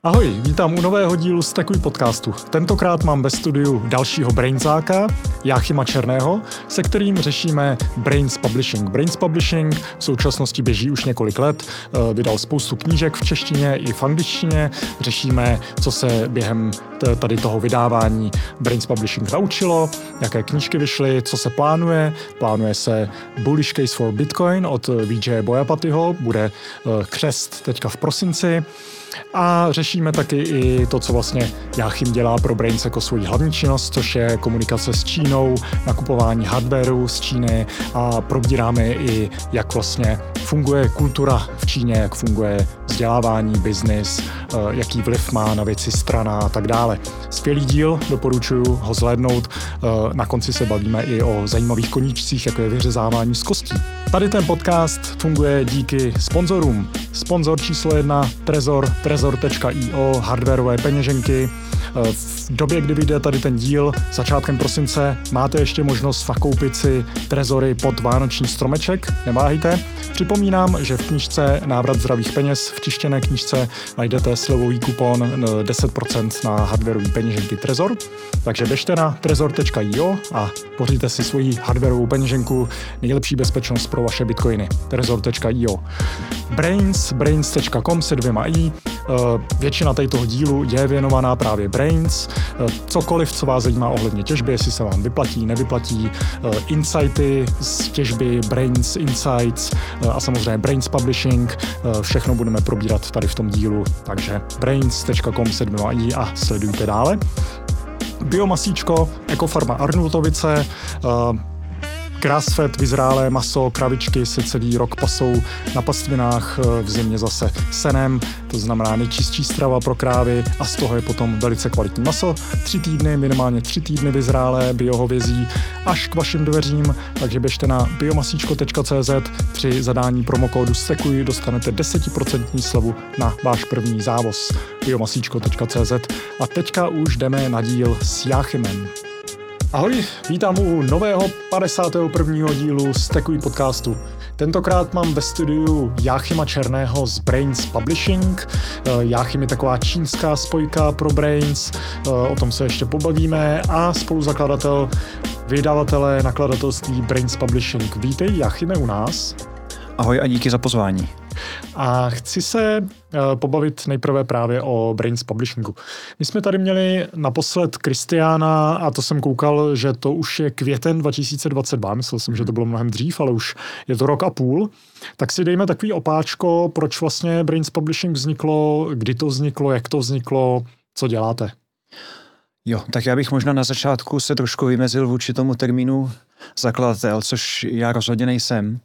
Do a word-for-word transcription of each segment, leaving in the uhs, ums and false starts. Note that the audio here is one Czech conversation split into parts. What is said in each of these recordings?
Ahoj, vítám u nového dílu Stekuj podcastu. Tentokrát mám ve studiu dalšího brainzáka, Jáchyma Černého, se kterým řešíme Brains Publishing. Brains Publishing v současnosti běží už několik let, vydal spoustu knížek v češtině i v angličtině. Řešíme, co se během tady toho vydávání Brains Publishing naučilo, jaké knížky vyšly, co se plánuje. Plánuje se Bullish Case for Bitcoin od Vijaya Boyapatyho, bude křest teďka v prosinci. A řešíme taky i to, co vlastně Jáchym dělá pro Brains jako svoji hlavní činnost, což je komunikace s Čínou, nakupování hardwareu z Číny a probíráme i, jak vlastně funguje kultura v Číně, jak funguje vzdělávání, biznis, jaký vliv má na věci strana a tak dále. Skvělý díl, doporučuji ho zhlédnout. Na konci se bavíme i o zajímavých koníčcích, jako je vyřezávání z kostí. Tady ten podcast funguje díky sponzorům. Sponzor číslo jedna, Trezor, trezor tečka io, hardwareové peněženky. V době, kdy vyjde tady ten díl, začátkem prosince, máte ještě možnost nakoupit si trezory pod vánoční stromeček, neváhejte. Připomínám, že v knížce Návrat zdravých peněz, v tištěné knížce, najdete slevový kupon deset procent na hardwareové peněženky Trezor. Takže běžte na trezor tečka io a poříďte si svoji hardwareovou peněženku, nejlepší bezpečnost pro vaše bitcoiny. trezor tečka io. Brains, brains tečka com se dvěma i. Většina toho dílu je věnovaná právě Brains. Cokoliv, co vás zajímá ohledně těžby, jestli se vám vyplatí, nevyplatí, insighty z těžby, Brains Insights a samozřejmě Brains Publishing. Všechno budeme probírat tady v tom dílu, takže brains tečka com se dvěma i a sledujte dále. Biomasíčko, Ekofarma Arnultovice, grass-fed, vyzrálé maso, kravičky se celý rok pasou na pastvinách, v zimě zase senem, to znamená nejčistší strava pro krávy a z toho je potom velice kvalitní maso. Tři týdny, minimálně tři týdny vyzrálé biohovězí až k vašim dveřím, takže běžte na biomasíčko tečka cz, při zadání promokódu STEKUJ dostanete deset procent slevu na váš první závoz. biomasíčko tečka cz a teďka už jdeme na díl s Jáchymem. Ahoj, vítám u nového padesátého prvního dílu Stekuj podcastu. Tentokrát mám ve studiu Jáchyma Černého z Brains Publishing. Jáchym je taková čínská spojka pro Brains, o tom se ještě pobavíme, a spoluzakladatel vydavatele nakladatelství Brains Publishing. Vítej, Jáchyme, u nás. Ahoj a díky za pozvání. A chci se uh, pobavit nejprve právě o Brains Publishingu. My jsme tady měli naposled Kristiána a to jsem koukal, že to už je květen dva tisíce dvacet dva, myslel jsem, že to bylo mnohem dřív, ale už je to rok a půl. Tak si dejme takový opáčko, proč vlastně Brains Publishing vzniklo, kdy to vzniklo, jak to vzniklo, co děláte? Jo, tak já bych možná na začátku se trošku vymezil vůči tomu termínu zakladatel, což já rozhodně nejsem.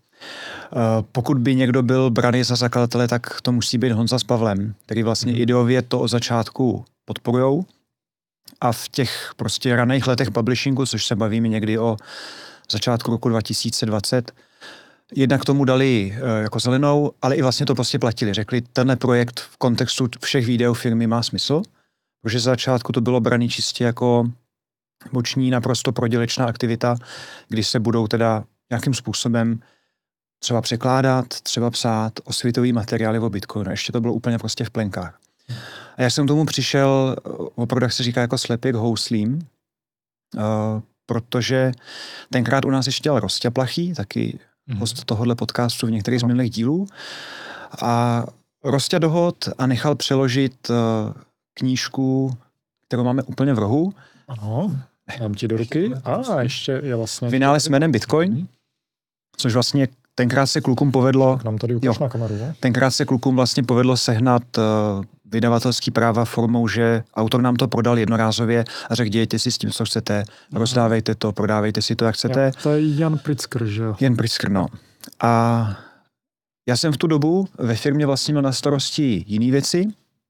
Pokud by někdo byl braný za zakladatele, tak to musí být Honza s Pavlem, který vlastně ideově to od začátku podporujou. A v těch prostě raných letech publishingu, což se bavíme někdy o začátku roku dva tisíce dvacet, jednak tomu dali jako zelenou, ale i vlastně to prostě platili. Řekli, tenhle projekt v kontextu všech videofirmy má smysl, protože za začátku to bylo braný čistě jako boční, naprosto prodělečná aktivita, kdy se budou teda nějakým způsobem třeba překládat, třeba psát osvětový materiály o Bitcoinu. Ještě to bylo úplně prostě v plenkách. A já jsem k tomu přišel, opravdu jak se říká, jako slepě k houslím, uh, protože tenkrát u nás ještě dělal Rostě Plachý, taky mm-hmm. host tohohle podcastu v některých z minulých dílů. A Rostě dohod a nechal přeložit uh, knížku, kterou máme úplně v rohu. Ano, dám ti do ruky. A, a ještě je vlastně... Vynález jménem Bitcoin, mm-hmm. což vlastně tenkrát se klukům povedlo, nám tady jo, na kameru, ne? tenkrát se klukům vlastně povedlo sehnat uh, vydavatelský práva formou, že autor nám to prodal jednorázově a řekl, dějte si s tím, co chcete, no. rozdávejte to, prodávejte si to, jak chcete. Jo, to je Jan Pritzker, že jo? Jan Pritzker, no. A já jsem v tu dobu ve firmě vlastně měl na starosti jiný věci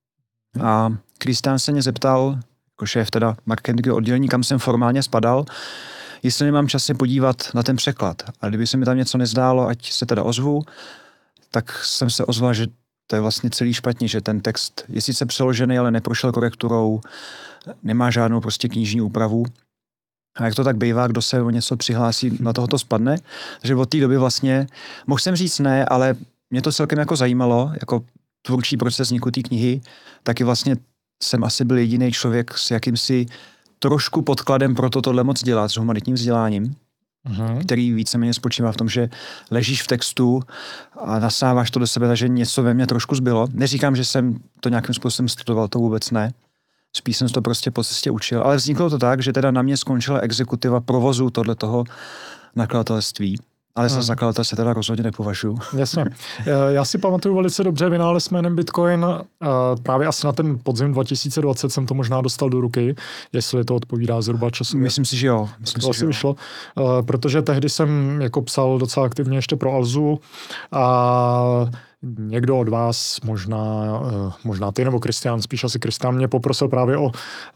a Kristián se mě zeptal, jako šéf teda marketingového oddělení, kam jsem formálně spadal, jestli nemám čas se podívat na ten překlad. A kdyby se mi tam něco nezdálo, ať se teda ozvu, tak jsem se ozval, že to je vlastně celý špatně, že ten text je sice přeložený, ale neprošel korekturou, nemá žádnou prostě knižní úpravu. A jak to tak bývá, kdo se o něco přihlásí, na toho to spadne. Takže od té doby vlastně, mohl jsem říct ne, ale mě to celkem jako zajímalo, jako tvůrčí proces vzniku té knihy, taky vlastně jsem asi byl jediný člověk s jakýmsi trošku podkladem pro to tohle moc dělat, s humanitním vzděláním, uh-huh. který víceméně spočívá v tom, že ležíš v textu a nasáváš to do sebe, takže něco ve mně trošku zbylo. Neříkám, že jsem to nějakým způsobem studoval, to vůbec ne. Spíš jsem to prostě po cestě učil, ale vzniklo to tak, že teda na mě skončila exekutiva provozu tohletoho nakladatelství. Ale za hmm. zakladatel se teda rozhodně nepovažuji. Jasně. Já si pamatuju velice dobře vynález jménem Bitcoin. Právě asi na ten podzim dva tisíce dvacet jsem to možná dostal do ruky, jestli to odpovídá zhruba časově. Myslím si, že jo. Myslím to si, asi vyšlo. Protože tehdy jsem jako psal docela aktivně ještě pro Alzu a někdo od vás, možná, možná ty nebo Kristián, spíš asi Kristián, mě poprosil právě o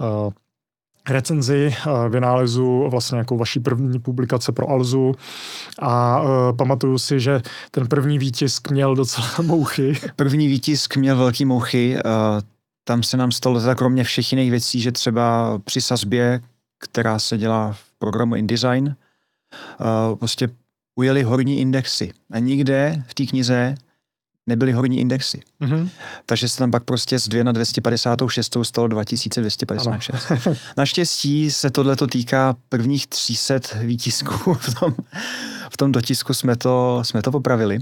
recenzi vynálezu, vlastně jako vaší první publikace pro Alzu a uh, pamatuju si, že ten první výtisk měl docela mouchy. První výtisk měl velký mouchy, uh, tam se nám stalo teda kromě všech jiných věcí, že třeba při sazbě, která se dělá v programu InDesign, uh, prostě ujeli horní indexy a nikde v té knize nebyly horní indexy. Mm-hmm. Takže se tam pak prostě z dvě na dvě stě padesát šest stalo dva tisíce dvě stě padesát šest. Naštěstí se tohleto týká prvních tří set výtisků. V tom, v tom dotisku jsme to, jsme to popravili.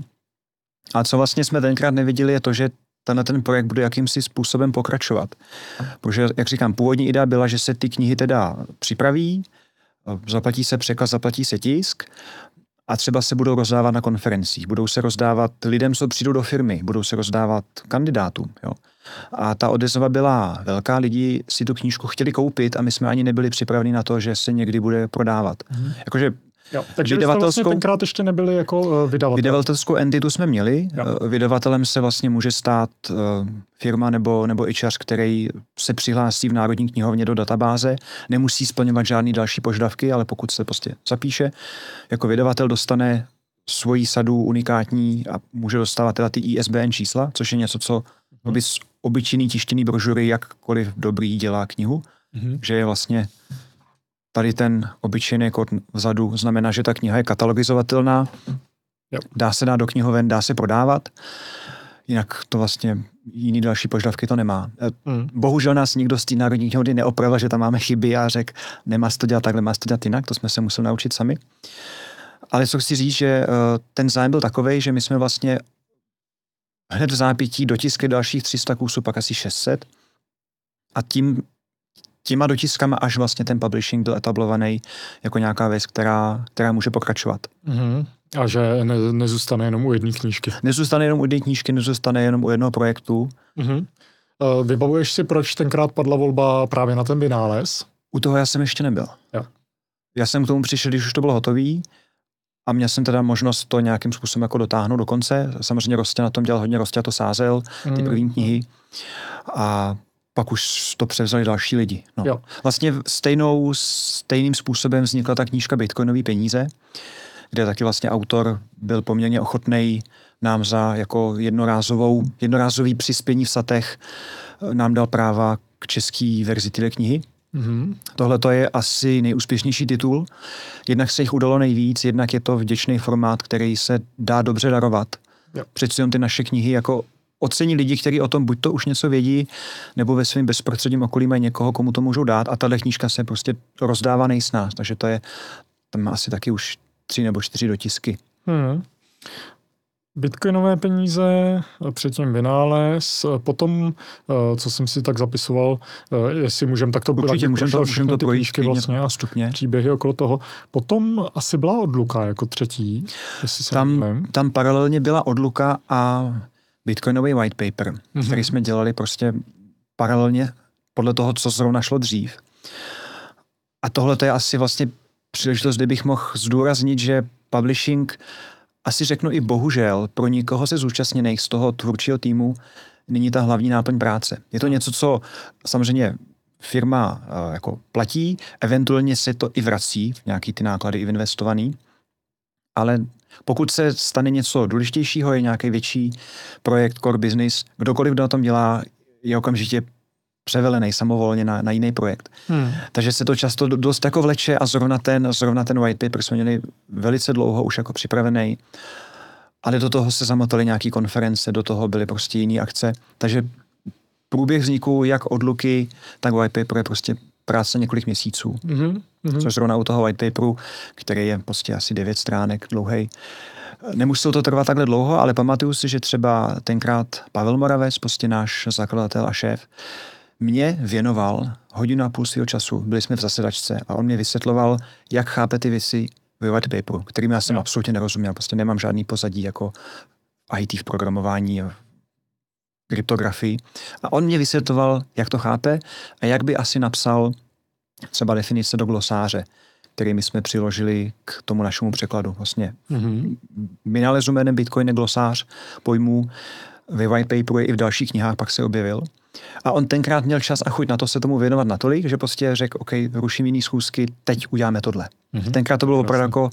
A co vlastně jsme tenkrát neviděli, je to, že tenhle ten projekt bude jakýmsi způsobem pokračovat. Protože, jak říkám, původní idea byla, že se ty knihy teda připraví, zaplatí se překlad, zaplatí se tisk, a třeba se budou rozdávat na konferencích, budou se rozdávat lidem, co přijdou do firmy, budou se rozdávat kandidátům. Jo. A ta odezva byla velká, lidi si tu knížku chtěli koupit a my jsme ani nebyli připraveni na to, že se někdy bude prodávat. Mm. Jakože jo, takže vlastně tenkrát ještě nebyli jako uh, vydavatel. Vydavatelskou entitu jsme měli. Jo. Vydavatelem se vlastně může stát uh, firma nebo, nebo ičař, který se přihlásí v Národní knihovně do databáze. Nemusí splňovat žádný další požadavky, ale pokud se prostě zapíše, jako vydavatel dostane svoji sadu unikátní a může dostávat teda ty I S B N čísla, což je něco, co hmm. z obyčejný tištěný brožury jakkoliv dobrý dělá knihu, hmm. že je vlastně tady ten obyčejný kód vzadu znamená, že ta kniha je katalogizovatelná, yep. dá se dát do knihoven, dá se prodávat, jinak to vlastně jiný další požadavky to nemá. Mm. Bohužel nás nikdo z té Národní knihovny neopravil, že tam máme chyby a řekl, nemá se to dělat takhle, má se to dělat jinak, to jsme se museli naučit sami. Ale co chci říct, že ten zájem byl takovej, že my jsme vlastně hned v zápětí dotiskli dalších tři sta kusů, pak asi šest set a tím těma dotiskama až vlastně ten publishing byl etablovaný jako nějaká věc, která, která může pokračovat. Mm-hmm. A že ne, nezůstane jenom u jedné knížky. Nezůstane jenom u jedné knížky, nezůstane jenom u jednoho projektu. Mm-hmm. Vybavuješ si, proč tenkrát padla volba právě na ten vynález? U toho já jsem ještě nebyl. Jo. Já jsem k tomu přišel, když už to bylo hotový a měl jsem teda možnost to nějakým způsobem jako dotáhnout do konce. Samozřejmě Rostě na tom dělal hodně, Rostě to sázel, ty mm. první knihy. A pak už to převzali další lidi. No. Vlastně stejnou, stejným způsobem vznikla ta knížka Bitcoinový peníze, kde taky vlastně autor byl poměrně ochotnej nám za jako jednorázovou, jednorázový přispění v satech nám dal práva k české verzi téhle knihy. Mm-hmm. Tohle to je asi nejúspěšnější titul. Jednak se jich udalo nejvíc, jednak je to vděčný formát, který se dá dobře darovat. Jo. Přeci jen ty naše knihy jako ocení lidi, kteří o tom buď to už něco vědí, nebo ve svém bezprostředním okolí mají někoho, komu to můžou dát a tahle knížka se prostě rozdává nejsnáz, takže to je, tam má asi taky už tři nebo čtyři dotisky. Hmm. Bitcoinové peníze, předtím vynález, potom, co jsem si tak zapisoval, jestli můžeme takto určitě můžeme to, můžem to projít vlastně a stupně. Příběhy okolo toho. Potom asi byla Odluka jako třetí. Tam, tam paralelně byla Odluka a Bitcoinový white paper, mm-hmm. který jsme dělali prostě paralelně podle toho, co zrovna šlo dřív. A tohle je asi vlastně příležitost, kdy bych mohl zdůraznit, že publishing, asi řeknu i bohužel, pro nikoho se zúčastněných z toho tvůrčího týmu není ta hlavní náplň práce. Je to něco, co samozřejmě firma uh, jako platí, eventuálně se to i vrací, v nějaký ty náklady i investovaný, ale pokud se stane něco důležitějšího, je nějaký větší projekt, core business, kdokoliv, kdo na tom dělá, je okamžitě převelený samovolně na, na jiný projekt. Hmm. Takže se to často dost jako vleče a zrovna ten, zrovna ten white paper jsme měli velice dlouho už jako připravený. ale do toho se zamotaly nějaký konference, do toho byly prostě jiné akce. Takže průběh vzniku jak odluky, tak white paper je prostě práce několik měsíců. Mm-hmm. Což zrovna u toho white paperu, který je prostě asi devět stránek dlouhej. Nemuselo to trvat takhle dlouho, ale pamatuju si, že třeba tenkrát Pavel Moravec, prostě náš zakladatel a šéf, mě věnoval hodinu a půl svého času. Byli jsme v zasedačce a on mě vysvětloval, jak chápe ty věci ve white paperu, kterým já jsem no. absolutně nerozuměl. Prostě nemám žádný pozadí jako í té v programování, v kryptografii. A on mě vysvětloval, jak to chápe a jak by asi napsal třeba definice do glosáře, který my jsme přiložili k tomu našemu překladu. Vlastně mm-hmm. vynálezu jménem Bitcoin je glosář pojmů, ve white paperu je i v dalších knihách, pak se objevil. A on tenkrát měl čas a chuť na to se tomu věnovat natolik, že prostě řekl, OK, ruším jiný schůzky, teď uděláme tohle. Mm-hmm. Tenkrát to bylo opravdu jako...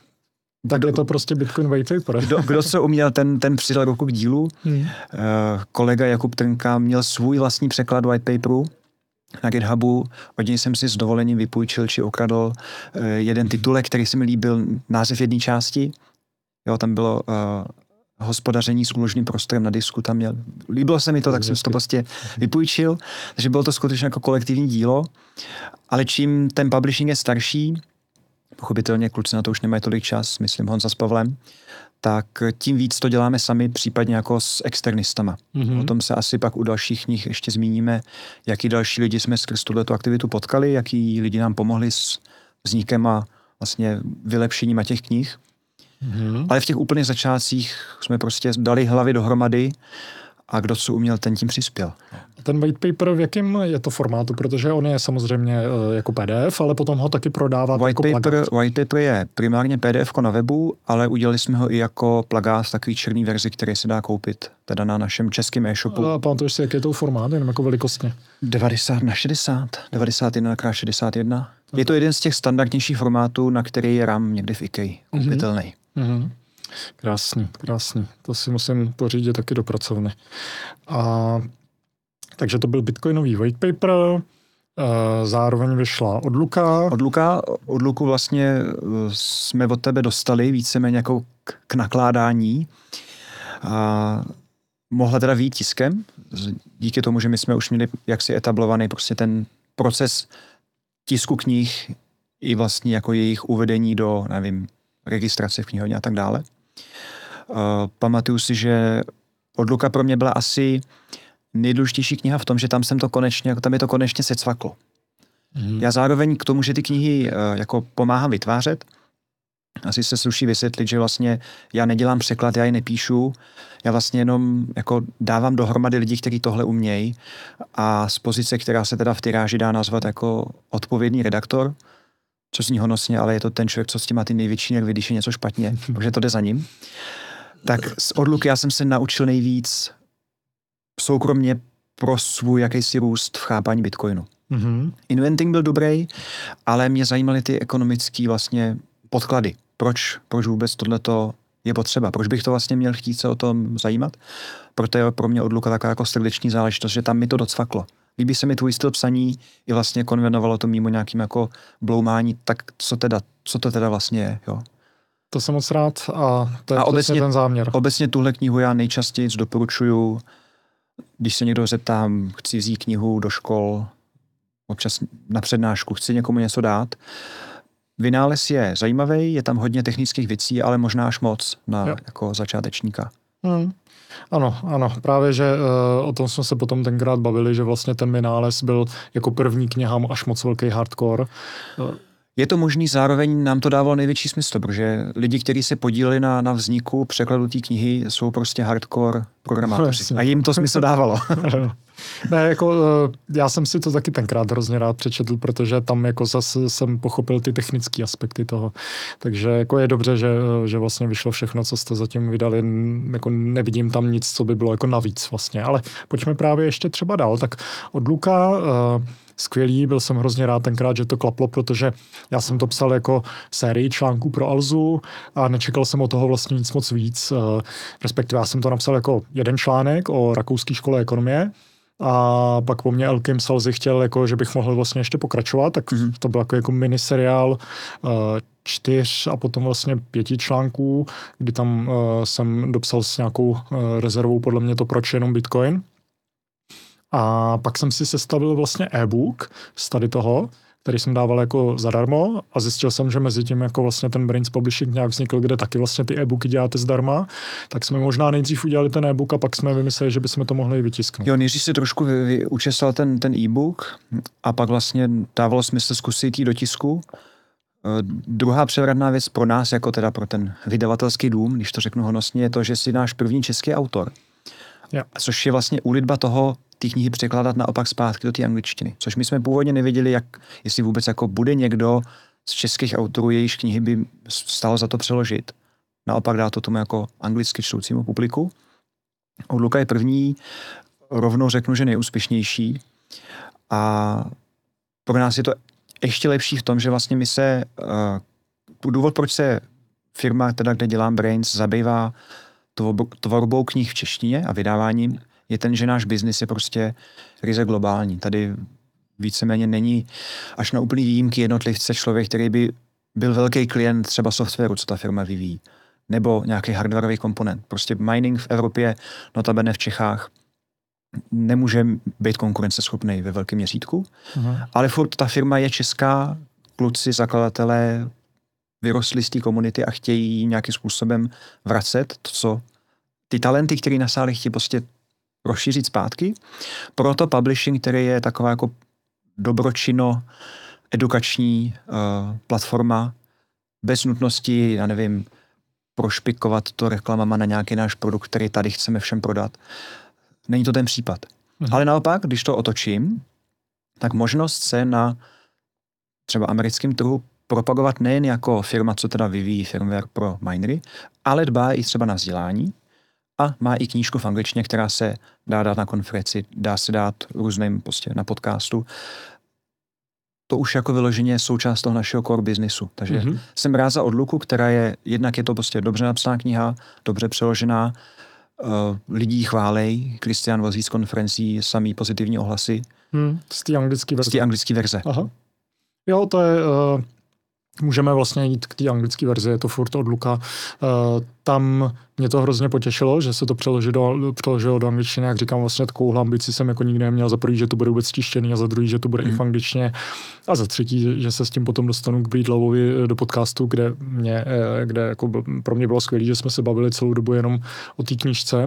Tak je to prostě Bitcoin white paper. Kdo, kdo co uměl, ten, ten přidal ruku k dílu. Mm. Uh, kolega Jakub Trnka měl svůj vlastní překlad white paperu na GitHubu. Od něj jsem si s dovolením vypůjčil či okradl uh, jeden titulek, který se mi líbil, název jedné části. Jo, tam bylo uh, hospodaření s úložným prostorem na disku. Tam měl, líbilo se mi to, tak jsem si to prostě vypůjčil. Takže bylo to skutečně jako kolektivní dílo. Ale čím ten publishing je starší, pochopitelně kluci na to už nemají tolik čas, myslím Honza s Pavlem, tak tím víc to děláme sami, případně jako s externistama. Mm-hmm. O tom se asi pak u dalších knih ještě zmíníme, jaký další lidi jsme skrz tuhletu aktivitu potkali, jaký lidi nám pomohli s vznikem a vlastně vylepšením těch knih. Mm-hmm. Ale v těch úplných začátcích jsme prostě dali hlavy dohromady a kdo co uměl, ten tím přispěl. Ten white paper v jakém je to formátu? Protože on je samozřejmě jako P D F, ale potom ho taky prodáváte white jako paper, plagát. White paper je primárně P D F na webu, ale udělali jsme ho i jako plagát v takový černý verzi, který se dá koupit teda na našem českém e-shopu. A pamatuješ si, jaký je to formát, jenom jako velikostně? devadesát na šedesát, devadesát jedna na šedesát jedna. Je to jeden z těch standardnějších formátů, na který je RAM někde v IKEA koupitelný. Mm-hmm. Krásný, krásný. To si musím pořídit taky do pracovny. A takže to byl bitcoinový white paper, zároveň vyšla odluka. Odluka, odluku vlastně jsme od tebe dostali víceméně jako k, k nakládání. A mohla teda vyjít tiskem, díky tomu, že my jsme už měli jaksi etablovaný prostě ten proces tisku knih i vlastně jako jejich uvedení do, nevím, registrace v knihovně a tak dále. Uh, pamatuju si, že odluka pro mě byla asi nejdůležitější kniha v tom, že tam jsem to konečně, tam je to konečně secvaklo. Mm. Já zároveň k tomu, že ty knihy uh, jako pomáhám vytvářet, asi se sluší vysvětlit, že vlastně já nedělám překlad, já je nepíšu, já vlastně jenom jako dávám dohromady lidi, kteří tohle umějí a z pozice, která se teda v tiráži dá nazvat jako odpovědný redaktor, co zní honosně, ale je to ten člověk, co s tím má ty největší nervy, když je něco špatně, protože to jde za ním. Tak z odluky já jsem se naučil nejvíc soukromně pro svůj jakýsi růst v chápání Bitcoinu. Mm-hmm. Inventing byl dobrý, ale mě zajímaly ty ekonomické vlastně podklady. Proč, proč vůbec tohleto je potřeba? Proč bych to vlastně měl chtít se o tom zajímat? Proto je pro mě odluka taková jako srdeční záležitost, že tam mi to docvaklo. Líbí se mi tvůj styl psaní, i vlastně konvenovalo to mimo nějakým jako bloumání, tak co teda, co to teda vlastně je, jo? To jsem moc rád a to je a obecně ten záměr. Obecně tuhle knihu já nejčastěji doporučuju, když se někdo zeptá, chci vzít knihu do škol, občas na přednášku, chci někomu něco dát. Vynález je zajímavý, je tam hodně technických věcí, ale možná až moc na jo. jako začátečníka. Hmm. Ano, ano, právě, že uh, o tom jsme se potom tenkrát bavili, že vlastně ten vynález byl jako první kniha až moc velký hardcore. Uh, Je to možný, zároveň nám to dávalo největší smysl, protože lidi, kteří se podíleli na, na vzniku překladu té knihy, jsou prostě hardcore programátoři. A jim to smysl dávalo. Ne, jako já jsem si to taky tenkrát hrozně rád přečetl, protože tam jako zase jsem pochopil ty technické aspekty toho. Takže jako je dobře, že, že vlastně vyšlo všechno, co jste zatím vydali. Jako nevidím tam nic, co by bylo jako navíc vlastně. Ale pojďme právě ještě třeba dál. Tak odluka... Uh, skvělý, byl jsem hrozně rád tenkrát, že to klaplo, protože já jsem to psal jako sérii článků pro Alzu a nečekal jsem od toho vlastně nic moc víc. Respektive já jsem to napsal jako jeden článek o rakouské škole ekonomie a pak po mně Elkim Salzi chtěl, jako, že bych mohl vlastně ještě pokračovat, tak mm-hmm. to byl jako, jako miniseriál čtyř a potom vlastně pěti článků, kdy tam uh, jsem dopsal s nějakou uh, rezervou podle mě to, proč jenom Bitcoin. A pak jsem si sestavil vlastně e-book z tady toho, který jsem dával jako zadarmo a zjistil jsem, že mezi tím jako vlastně ten Brains Publishing nějak vznikl, kde taky vlastně ty e-booky děláte zdarma, tak jsme možná nejdřív udělali ten e-book a pak jsme vymysleli, že bychom to mohli vytisknout. Jo, nejdřív si trošku učesal ten, ten e-book a pak vlastně dávalo smysl zkusit jít do tisku. Uh, druhá převratná věc pro nás, jako teda pro ten vydavatelský dům, když to řeknu honosně, je to, že jsi náš první český autor. Ja. Což je vlastně úlitba toho, ty knihy překládat naopak zpátky do té angličtiny. Což my jsme původně nevěděli, jak, jestli vůbec jako bude někdo z českých autorů, jejíž knihy by stalo za to přeložit. Naopak dá to tomu jako anglicky čtoucímu publiku. Od Luka je první, rovnou řeknu, že nejúspěšnější. A pro nás je to ještě lepší v tom, že vlastně my se, uh, důvod, proč se firma, teda kde dělám Brains, zabývá tvorbou knih v češtině a vydáváním, je ten, že náš biznis je prostě ryze globální. Tady víceméně není až na úplný výjimky jednotlivce člověk, který by byl velký klient třeba softwaru, co ta firma vyvíjí, nebo nějaký hardwarový komponent. Prostě mining v Evropě, notabene v Čechách, nemůže být konkurenceschopný ve velkém měřítku, uh-huh. ale furt ta firma je česká, kluci, zakladatelé, vyrostli z té komunity a chtějí nějakým způsobem vracet to, co ty talenty, které nasáli, chtějí prostě rozšířit zpátky. Proto publishing, který je taková jako dobročinno edukační uh, platforma, bez nutnosti, já nevím, prošpikovat to reklamama na nějaký náš produkt, který tady chceme všem prodat. Není to ten případ. Mhm. Ale naopak, když to otočím, tak možnost se na třeba americkém trhu propagovat nejen jako firma, co teda vyvíjí firmware pro minery, ale dbá i třeba na vzdělání a má i knížku v angličtině, která se dá dát na konferenci, dá se dát různým prostě na podcastu. To už jako vyloženě součást toho našeho core businessu. Takže mm-hmm. jsem rád za Odluku, která je, jednak je to prostě dobře napsaná kniha, dobře přeložená, uh, lidí chválej, Kristián vozí z konferencí samý pozitivní ohlasy. Hmm, z té anglické verze. Z té anglické verze. Aha. Jo, to je... Uh... Můžeme vlastně jít k té anglické verzi, je to furt od Luka. Uh, tam mě to hrozně potěšilo, že se to přeložilo do, přeložilo do angličtiny, jak říkám, vlastně takovou ambici jsem jako nikdy neměl. Za první, že to bude vůbec tištěný a za druhý, že to bude mm. i v angličtině a za třetí, že se s tím potom dostanu k Breedlovovi do podcastu, kde, mě, kde jako pro mě bylo skvělé, že jsme se bavili celou dobu jenom o té knížce.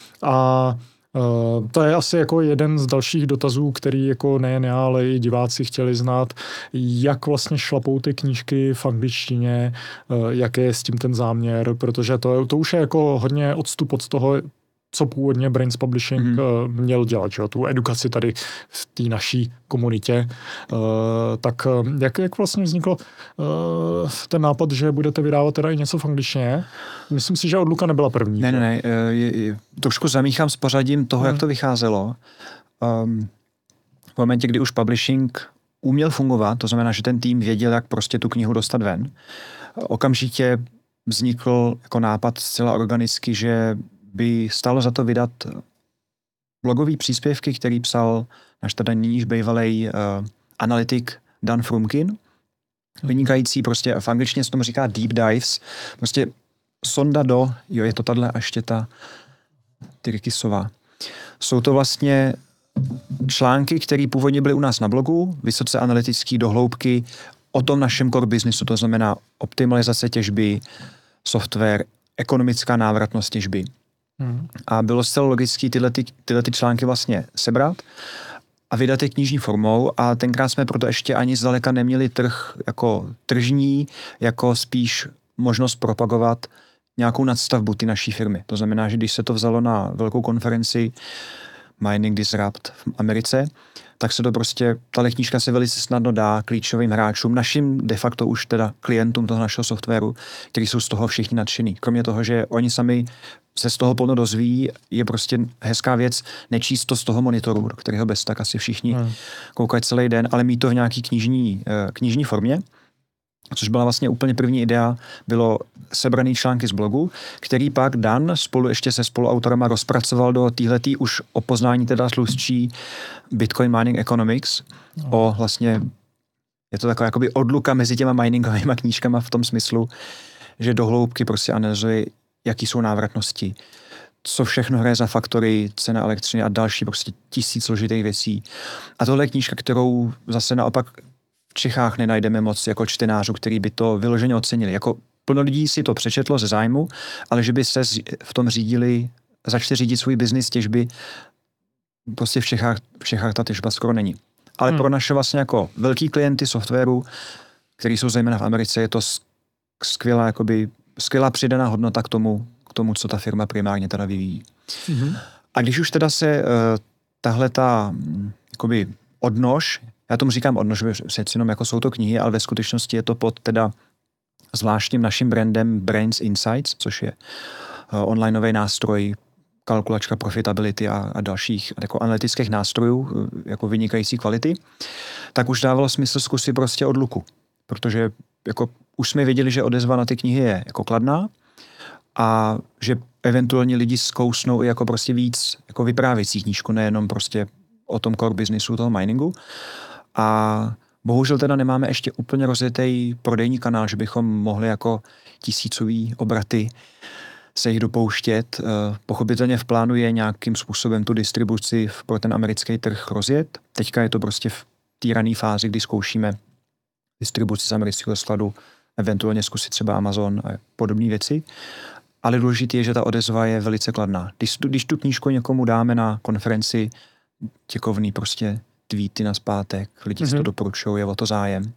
A Uh, to je asi jako jeden z dalších dotazů, který jako nejen já, ale i diváci chtěli znát, jak vlastně šlapou ty knížky v angličtině, uh, jaký je s tím ten záměr, protože to, to už je jako hodně odstup od toho, co původně Brains Publishing mm-hmm. uh, měl dělat, že? Tu edukaci tady v té naší komunitě. Uh, tak jak, jak vlastně vzniklo uh, ten nápad, že budete vydávat teda i něco v angličtině? Myslím si, že od Luka nebyla první. Ne, ne, ne. Je, je, trošku zamíchám s pořadím toho, hmm. jak to vycházelo. Um, v momentě, kdy už publishing uměl fungovat, to znamená, že ten tým věděl, jak prostě tu knihu dostat ven, okamžitě vznikl jako nápad zcela organicky, že by stálo za to vydat blogový příspěvky, který psal náš tady nyníž bývalej uh, analytik Dan Frumkin. Vynikající prostě, v angličtině se tomu říká deep dives, prostě sonda do, jo, je to tahle aštěta Tyrkisová. Jsou to vlastně články, které původně byly u nás na blogu, vysoce analytický, dohloubky, o tom našem core businessu, to znamená optimalizace těžby, software, ekonomická návratnost těžby. Hmm. A bylo zcela logické tyhle, ty, tyhle ty články vlastně sebrat a vydat je knižní formou a tenkrát jsme proto ještě ani zdaleka neměli trh jako tržní, jako spíš možnost propagovat nějakou nadstavbu ty naší firmy. To znamená, že když se to vzalo na velkou konferenci Mining Disrupt v Americe, tak se to prostě, ta knížka se velice snadno dá klíčovým hráčům, našim de facto už teda klientům toho našeho softwaru, kteří jsou z toho všichni nadšený. Kromě toho, že oni sami se z toho plno dozví, je prostě hezká věc nečíst to z toho monitoru, do kterého bez tak asi všichni hmm. koukají celý den, ale mít to v nějaký knižní, knižní formě, což byla vlastně úplně první idea, bylo sebraný články z blogu, který pak Dan spolu ještě se spoluautorama rozpracoval do téhletý už o poznání teda slustší Bitcoin Mining Economics, no. o vlastně Je to taková jakoby odluka mezi těma miningovými knížkama v tom smyslu, že do hloubky prostě analyzuje, jaký jsou návratnosti, co všechno hraje za faktory, cena elektřiny a další prostě tisíc složitých věcí. A tohle je knížka, kterou zase naopak v Čechách nenajdeme moc jako čtenářů, který by to vyloženě ocenili. Jako plno lidí si to přečetlo ze zájmu, ale že by se v tom řídili, začali řídit svůj biznis těžby, prostě v Čechách, v Čechách ta těžba skoro není. Ale hmm. pro naše vlastně jako velký klienty softwaru, který jsou zejména v Americe, je to skvělá, jakoby, skvělá přidaná hodnota k tomu, k tomu, co ta firma primárně teda vyvíjí. Hmm. A když už teda se uh, tahle ta jakoby odnož, já tomu říkám odnož, přeci jenom jako jsou to knihy, ale ve skutečnosti je to pod teda zvláštním naším brandem Brains Insights, což je uh, onlineový nástroj, kalkulačka profitability a, a dalších jako analytických nástrojů, jako vynikající kvality, tak už dávalo smysl zkusit prostě odluku. Protože jako už jsme věděli, že odezva na ty knihy je jako kladná a že eventuálně lidi zkousnou i jako prostě víc jako vyprávěcí knížku, nejenom prostě o tom core businessu toho miningu. A bohužel teda nemáme ještě úplně rozjetý prodejní kanál, že bychom mohli jako tisícový obraty se jich dopouštět. Pochopitelně v plánu je nějakým způsobem tu distribuci pro ten americký trh rozjet. Teďka je to prostě v té rané fázi, kdy zkoušíme distribuci z amerického skladu, eventuálně zkusit třeba Amazon a podobné věci. Ale důležité je, že ta odezva je velice kladná. Když tu, když tu knížku někomu dáme na konferenci, těkovný prostě tweety na zpátek, lidi mm-hmm. si to doporučují, je o to zájem.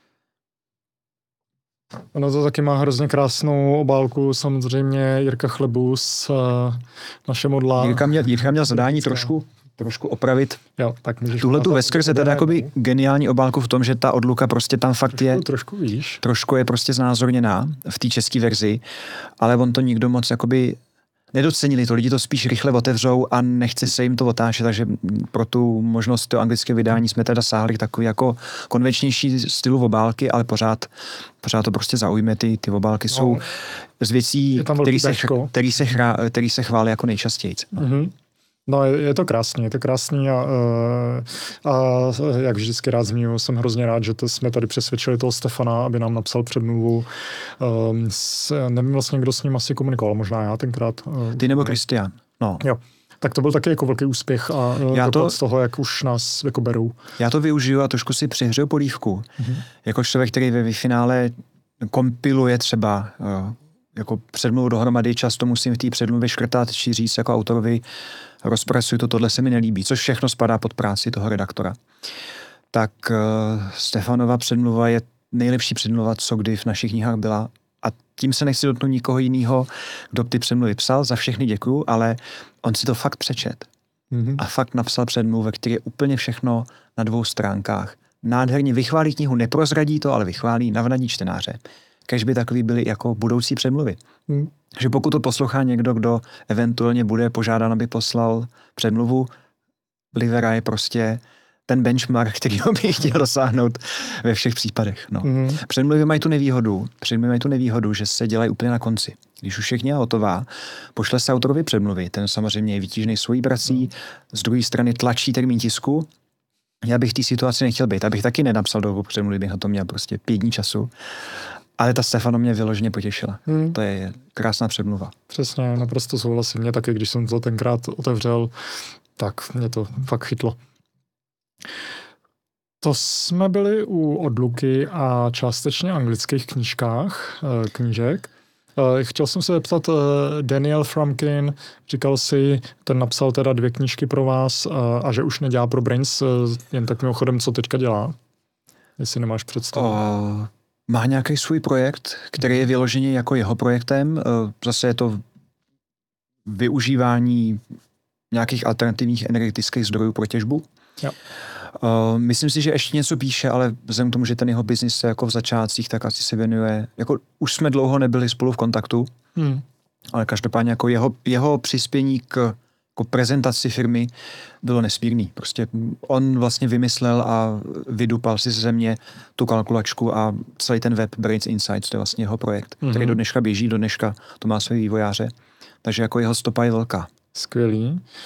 Ono to taky má hrozně krásnou obálku, samozřejmě Jirka Chlebus, naše modla. Jirka měl, Jirka měl zadání trošku, trošku opravit jo, tak tuhle tu veskrze, teda jakoby geniální obálku v tom, že ta odluka prostě tam fakt trošku, je, trošku, víš. trošku je prostě znázorněná v té české verzi, ale on to nikdo moc jakoby nedocenili to, lidi to spíš rychle otevřou a nechce se jim to otáčet, takže pro tu možnost to anglické vydání jsme teda sáhli takový jako konvenčnější stylu obálky, ale pořád, pořád to prostě zaujme, ty, ty obálky no, jsou z věcí, který se, který, se chrá, který se chválí jako nejčastěji. No. Mm-hmm. No, je, je to krásný, je to krásný a, a jak vždycky rád zmíním, jsem hrozně rád, že to jsme tady přesvědčili toho Stefana, aby nám napsal předmluvu. Um, s, nevím vlastně, kdo s ním asi komunikoval, možná já tenkrát. Ty nebo Kristián, no. Jo. Tak to byl taky jako velký úspěch a já to, z toho, jak už nás jako berou. Já to využiju a trošku si přihřeju polívku. Mm-hmm. Jako člověk, který ve finále kompiluje třeba jako předmluvu dohromady, často musím v té předmluvě škrtat, či říct jako autorovi, rozpracuji to, tohle se mi nelíbí, což všechno spadá pod práci toho redaktora. Tak uh, Stefanova předmluva je nejlepší předmluva, co kdy v našich knihách byla. A tím se nechci dotknout nikoho jiného, kdo ty předmluvy psal, za všechny děkuju, ale on si to fakt přečet. Mm-hmm. A fakt napsal předmluvu, ve které je úplně všechno na dvou stránkách. Nádherně vychválí knihu, neprozradí to, ale vychválí, navnadí čtenáře. Kež by takový byly jako budoucí předmluvy. Mm. Že pokud to poslouchá někdo, kdo eventuálně bude požádán, aby poslal předmluvu, Livera je prostě ten benchmark, který by chtěl dosáhnout ve všech případech. No. Mm. Předmluvy mají tu nevýhodu, předmluvy mají tu nevýhodu, že se dělají úplně na konci. Když už je kniha hotová, pošle se autorovi předmluvy, ten samozřejmě je vytížený svojí prací, mm. z druhé strany tlačí termín tisku. Já bych v té situaci nechtěl být, abych taky nenapsal do předmluvy, bych na to měl prostě pět dní času. Ale ta Stefano mě vyloženě potěšila. Hmm. To je krásná předmluva. Přesně, naprosto souhlasím. Mě taky, když jsem to tenkrát otevřel, tak mě to fakt chytlo. To jsme byli u odluky a částečně anglických knížkách, knížek. Chtěl jsem se zeptat, Daniel Frumkin, říkal si, ten napsal teda dvě knížky pro vás a, a že už nedělá pro Brains, jen tak mimochodem, co teďka dělá? Jestli nemáš představu. O... Má nějaký svůj projekt, který je vyložený jako jeho projektem. Zase je to využívání nějakých alternativních energetických zdrojů pro těžbu. Jo. Myslím si, že ještě něco píše, ale vzhledem k tomu, že ten jeho biznis je jako v začátcích, tak asi se věnuje. Jako už jsme dlouho nebyli spolu v kontaktu, hmm. ale každopádně jako jeho, jeho přispění k jako prezentaci firmy bylo nesmírný. Prostě on vlastně vymyslel a vydupal si ze země tu kalkulačku a celý ten web Brains Insights, to je vlastně jeho projekt, mm-hmm. který do dneška běží, do dneška to má své vývojáře. Takže jako jeho stopa je velká. Skvělý.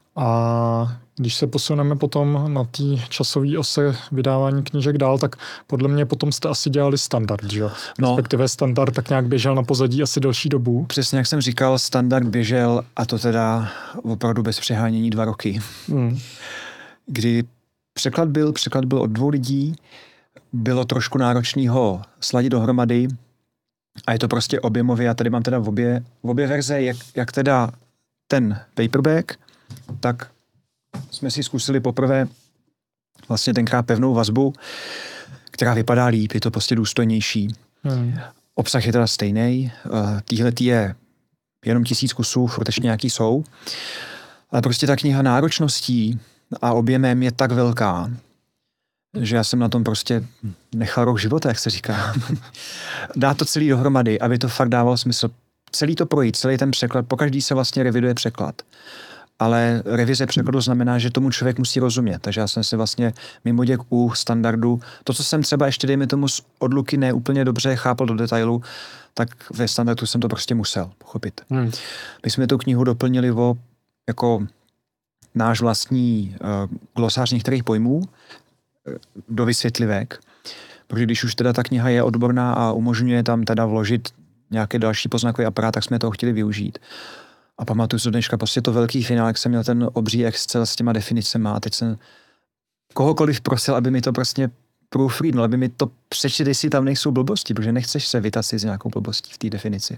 A když se posuneme potom na té časové ose vydávání knížek dál, tak podle mě potom jste asi dělali standard, že jo? No. Respektive standard tak nějak běžel na pozadí asi delší dobu. Přesně jak jsem říkal, standard běžel a to teda opravdu bez přehánění dva roky. Hmm. Kdy překlad byl, překlad byl od dvou lidí, bylo trošku náročný ho sladit dohromady a je to prostě objemově. Já tady mám teda v obě, v obě verze, jak, jak teda ten paperback, tak jsme si zkusili poprvé vlastně tenkrát pevnou vazbu, která vypadá líp, je to prostě důstojnější. Hmm. Obsah je teda stejný, týhletý je jenom tisíc kusů, furt ještě nějaký jsou, ale prostě ta kniha náročností a objemem je tak velká, že já jsem na tom prostě nechal rok života, jak se říká. Dá to celý dohromady, aby to fakt dávalo smysl. Celý to projít, celý ten překlad, pokaždý se vlastně reviduje překlad. Ale revize překladu znamená, že tomu člověk musí rozumět. Takže já jsem si vlastně mimo děk u standardu, to, co jsem třeba ještě, dejme tomu z odluky ne úplně dobře chápal do detailu, tak ve standardu jsem to prostě musel pochopit. Hmm. My jsme tu knihu doplnili o jako náš vlastní uh, glosář některých pojmů uh, do vysvětlivek, protože když už teda ta kniha je odborná a umožňuje tam teda vložit nějaké další poznakový aparát, tak jsme toho chtěli využít. A pamatuju si do dneška prostě to velký finál, jak jsem měl ten obří Excel s těma definicemi a teď jsem kohokoliv prosil, aby mi to prostě proofreadnul, aby mi to přečet, jestli tam nejsou blbosti, protože nechceš se vytasit s nějakou blbostí v té definici.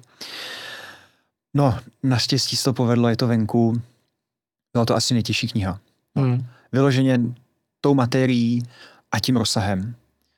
No, naštěstí se to povedlo, je to venku. Byla to asi nejtěžší kniha. Hmm. Vyloženě tou materií a tím rozsahem.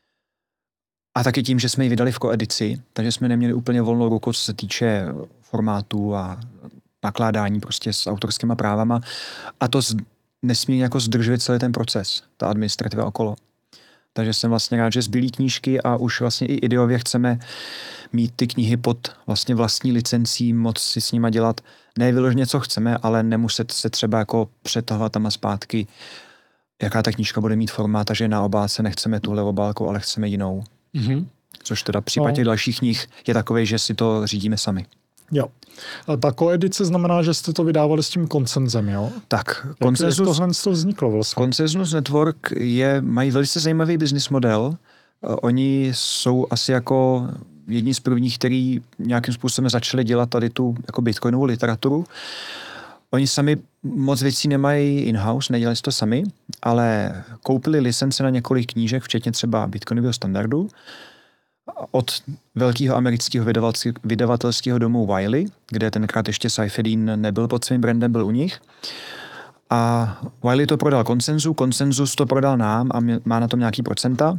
A taky tím, že jsme ji vydali v koedici, takže jsme neměli úplně volnou ruku, co se týče formátu a nakládání prostě s autorskýma právama. A to nesmí jako zdržuje celý ten proces, ta administrativa okolo. Takže jsem vlastně rád, že zbylí knížky a už vlastně i ideově chceme mít ty knihy pod vlastně vlastní licencí, moc si s nima dělat ne vyloženě, co chceme, ale nemuset se třeba jako přetahovat tam a zpátky, jaká ta knížka bude mít formát, takže na obálce nechceme tuhle obálku, ale chceme jinou. Mm-hmm. Což teda v případě no. dalších knih je takový, že si to řídíme sami. Jo. A ta koedice znamená, že jste to vydávali s tím konsenzem, jo? Tak. Konsenzus, jak tohle to vzniklo vlastně? Consensus Network je, mají velice zajímavý business model. Oni jsou asi jako jedni z prvních, který nějakým způsobem začali dělat tady tu jako bitcoinovou literaturu. Oni sami moc věcí nemají in-house, nedělali to sami, ale koupili licence na několik knížek, včetně třeba bitcoinového standardu, od velkého amerického vydavatelského domu Wiley, kde tenkrát ještě Seyfedin nebyl pod svým brandem, byl u nich. A Wiley to prodal Consensu, Consensus to prodal nám a má na tom nějaký procenta.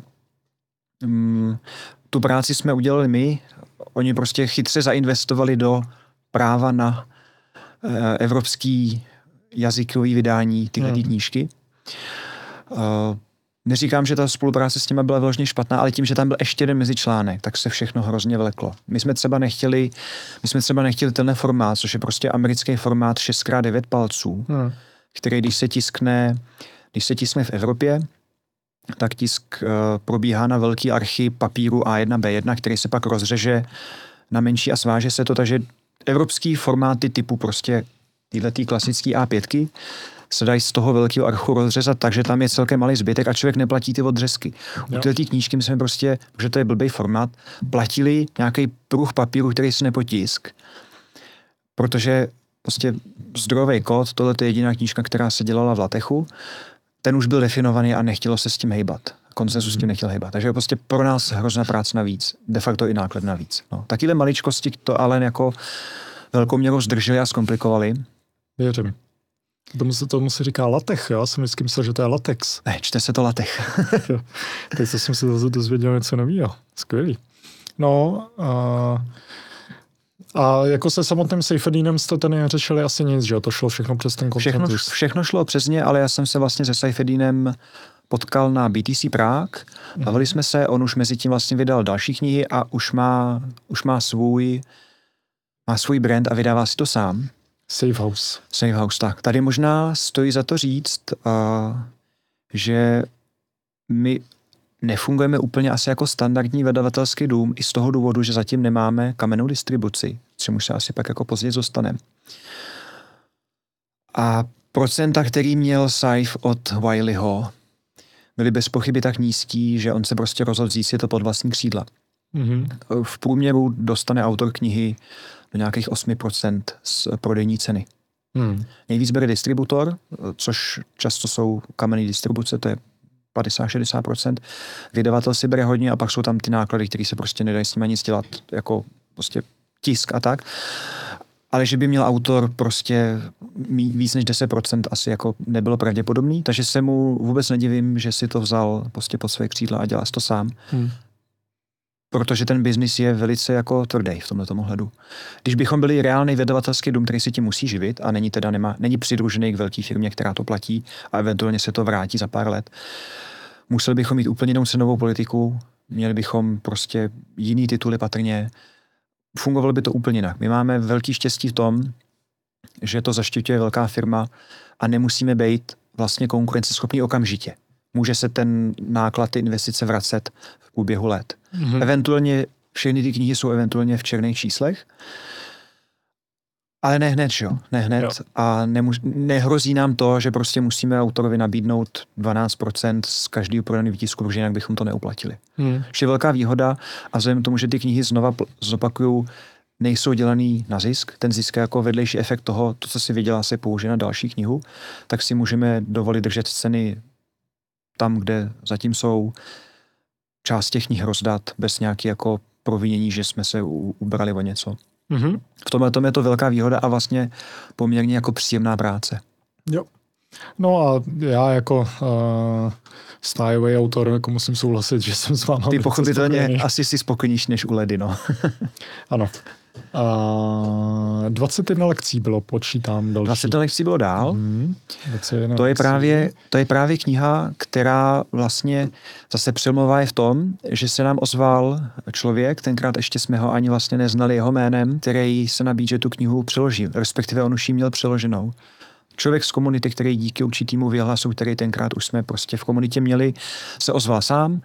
Mm, tu práci jsme udělali my, oni prostě chytře zainvestovali do práva na eh, evropský jazykový vydání tyhle hmm. knížky. Uh, Neříkám, že ta spolupráce s těma byla vyloženě špatná, ale tím, že tam byl ještě jeden mezičlánek, tak se všechno hrozně vleklo. My jsme třeba nechtěli, my jsme třeba nechtěli tenhle formát, což je prostě americký formát šest krát devět palců, hmm. který když se tiskne, když se tiskne v Evropě, tak tisk uh, probíhá na velký archy papíru A jedna bé jedna, který se pak rozřeže na menší a sváže se to, takže evropský formáty typu prostě tyhletý klasický á pět se dají z toho velkého archu rozřezat, takže tam je celkem malý zbytek a člověk neplatí ty odřezky. U této knížky my jsme prostě, protože to je blbý formát, platili nějaký pruh papíru, který se nepotisk. Protože prostě zdrojový kód, tohle je jediná knížka, která se dělala v latechu, ten už byl definovaný a nechtělo se s tím hejbat. Konsenzus s tím nechtěl hejbat. Takže prostě pro nás hrozná práce navíc. De facto i náklad navíc. No, takové maličkosti to ale jako velkou měrou zdrželi a zkomplikovali. Věřím. Tomu se, tomu se říká latech, jo? Já jsem vždycky myslel, že to je latex. Ne, čte se to latech. Teď jsem se dozvěděl něco nového. Skvělý. No, a, a jako se samotným Seyfedinem jste ten neřešili asi nic, že jo? To šlo všechno přes ten konsenzus. Všechno, všechno šlo přes ně, ale já jsem se vlastně se Seyfedinem potkal na bé té cé Prague. Bavili jsme se, on už mezi tím vlastně vydal další knihy a už má, už má svůj má svůj brand a vydává si to sám. Safe House. Safe House, tak. Tady možná stojí za to říct, uh, že my nefungujeme úplně asi jako standardní vydavatelský dům i z toho důvodu, že zatím nemáme kamennou distribuci, čemu se asi pak jako později dostaneme. A Procenta, který měl Saif od Wileyho, byly bez pochyby tak nízký, že on se prostě rozhodl vzít si to pod vlastní křídla. Mm-hmm. V průměru dostane autor knihy do nějakých osm procent z prodejní ceny. Mm. Nejvíc bere distributor, což často jsou kamenné distribuce, to je padesát až šedesát procent. Vydavatel si bere hodně a pak jsou tam ty náklady, které se prostě nedají s nimi nic dělat, jako prostě tisk a tak. Ale že by měl autor prostě víc než deset procent asi jako nebylo pravděpodobný, takže se mu vůbec nedivím, že si to vzal prostě pod své křídla a dělá to sám. Hmm. Protože ten biznis je velice jako tvrdý v tomto ohledu. Když bychom byli reálný vydavatelský dům, který si tím musí živit a není teda nemá, není přidružený k velké firmě, která to platí a eventuálně se to vrátí za pár let, museli bychom mít úplně jinou cenovou politiku, měli bychom prostě jiný tituly patrně, fungovalo by to úplně jinak. My máme velký štěstí v tom, že to zaštiťuje velká firma a nemusíme být vlastně konkurenceschopní okamžitě. Může se ten náklad, ty investice vracet v průběhu let. Mm-hmm. Eventuálně všechny ty knihy jsou eventuálně v černých číslech, ale ne hned, jo? Ne hned. Jo. A nemus- nehrozí nám to, že prostě musíme autorovi nabídnout dvanáct procent z každého prodaného výtisku, protože jinak bychom to neuplatili. Hmm. Ještě velká výhoda a vzhledem k tomu, že ty knihy znova zopakuju, nejsou dělaný na zisk, ten zisk je jako vedlejší efekt toho, to, co si vydělá, se použije na další knihu, tak si můžeme dovolit držet ceny tam, kde zatím jsou, část těch knih rozdat bez nějaké jako provinění, že jsme se u- ubrali o něco. Mm-hmm. V tomhle tom je to velká výhoda a vlastně poměrně jako příjemná práce. Jo. No a já jako uh, stájový autor jako musím souhlasit, že jsem s váma... Ty pochopitelně asi si spokojíš než u Ledy, no. Ano. Uh, dvacet jedna lekcí bylo, počítám další. dvacet jedna lekcí bylo dál. Hmm, to, je právě, to je právě kniha, která vlastně zase přelomová je v tom, že se nám ozval člověk, tenkrát ještě jsme ho ani vlastně neznali jeho jménem, který se nabídl, že tu knihu přeložil, respektive on už ji měl přeloženou. Člověk z komunity, který díky určitýmu vyhlasu, který tenkrát už jsme prostě v komunitě měli, se ozval sám.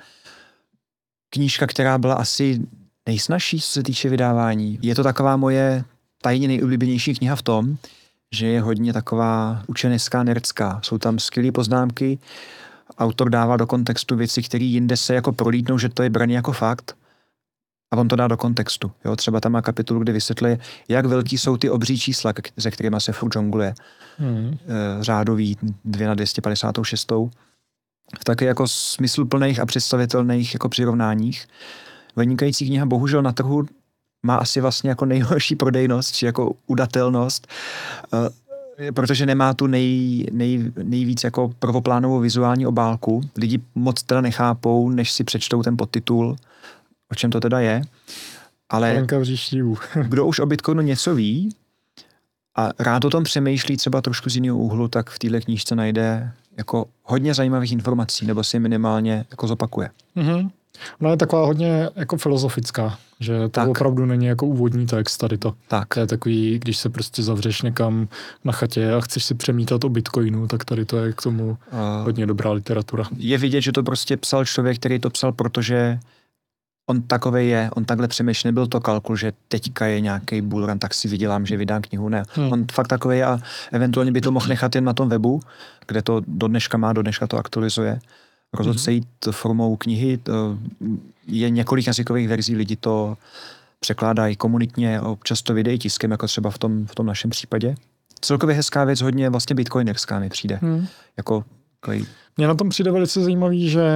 Knížka, která byla asi nejsnažší, co se týče vydávání. Je to taková moje tajně nejoblíbenější kniha v tom, že je hodně taková učenecká, nerdská. Jsou tam skvělé poznámky, autor dává do kontextu věci, které jinde se jako prolítnou, že to je braný jako fakt a on to dá do kontextu. Jo? Třeba tam má kapitolu, kde vysvětluje, jak velký jsou ty obří čísla, se kterými se furt žongluje. Hmm. Řádový dvě na dvě stě padesát šest. V taky jako smysluplných a představitelných jako přirovnáních. Vynikající kniha bohužel na trhu má asi vlastně jako nejhorší prodejnost, či jako udatelnost, protože nemá tu nej, nej, nejvíc jako prvoplánovou vizuální obálku. Lidi moc teda nechápou, než si přečtou ten podtitul, o čem to teda je. Ale kdo už o Bitcoinu něco ví a rád o tom přemýšlí třeba trošku z jiného úhlu, tak v téhle knížce najde jako hodně zajímavých informací, nebo si minimálně jako zopakuje. Mm-hmm. Ona je taková hodně jako filozofická, že to tak. Opravdu není jako úvodní text tady to. Tak. To je takový, když se prostě zavřeš někam na chatě a chceš si přemítat o Bitcoinu, tak tady to je k tomu uh, hodně dobrá literatura. Je vidět, že to prostě psal člověk, který to psal, protože on takovej je, on takhle přemýšlí, nebyl to kalkul, že teďka je nějaký bullrun, tak si vydělám, že vydám knihu, ne. Hmm. On fakt takovej je a eventuálně by to mohl nechat jen na tom webu, kde to do dneška má, do dneška to aktualizuje. Rozhodl se jít formou knihy, to je několik jazykových verzí, lidi to překládají komunitně, občas to vydají tiskem, jako třeba v tom, v tom našem případě. Celkově hezká věc, hodně vlastně bitcoinerská mi přijde. Hmm. Jako, jako... Mně na tom přijde velice zajímavý, že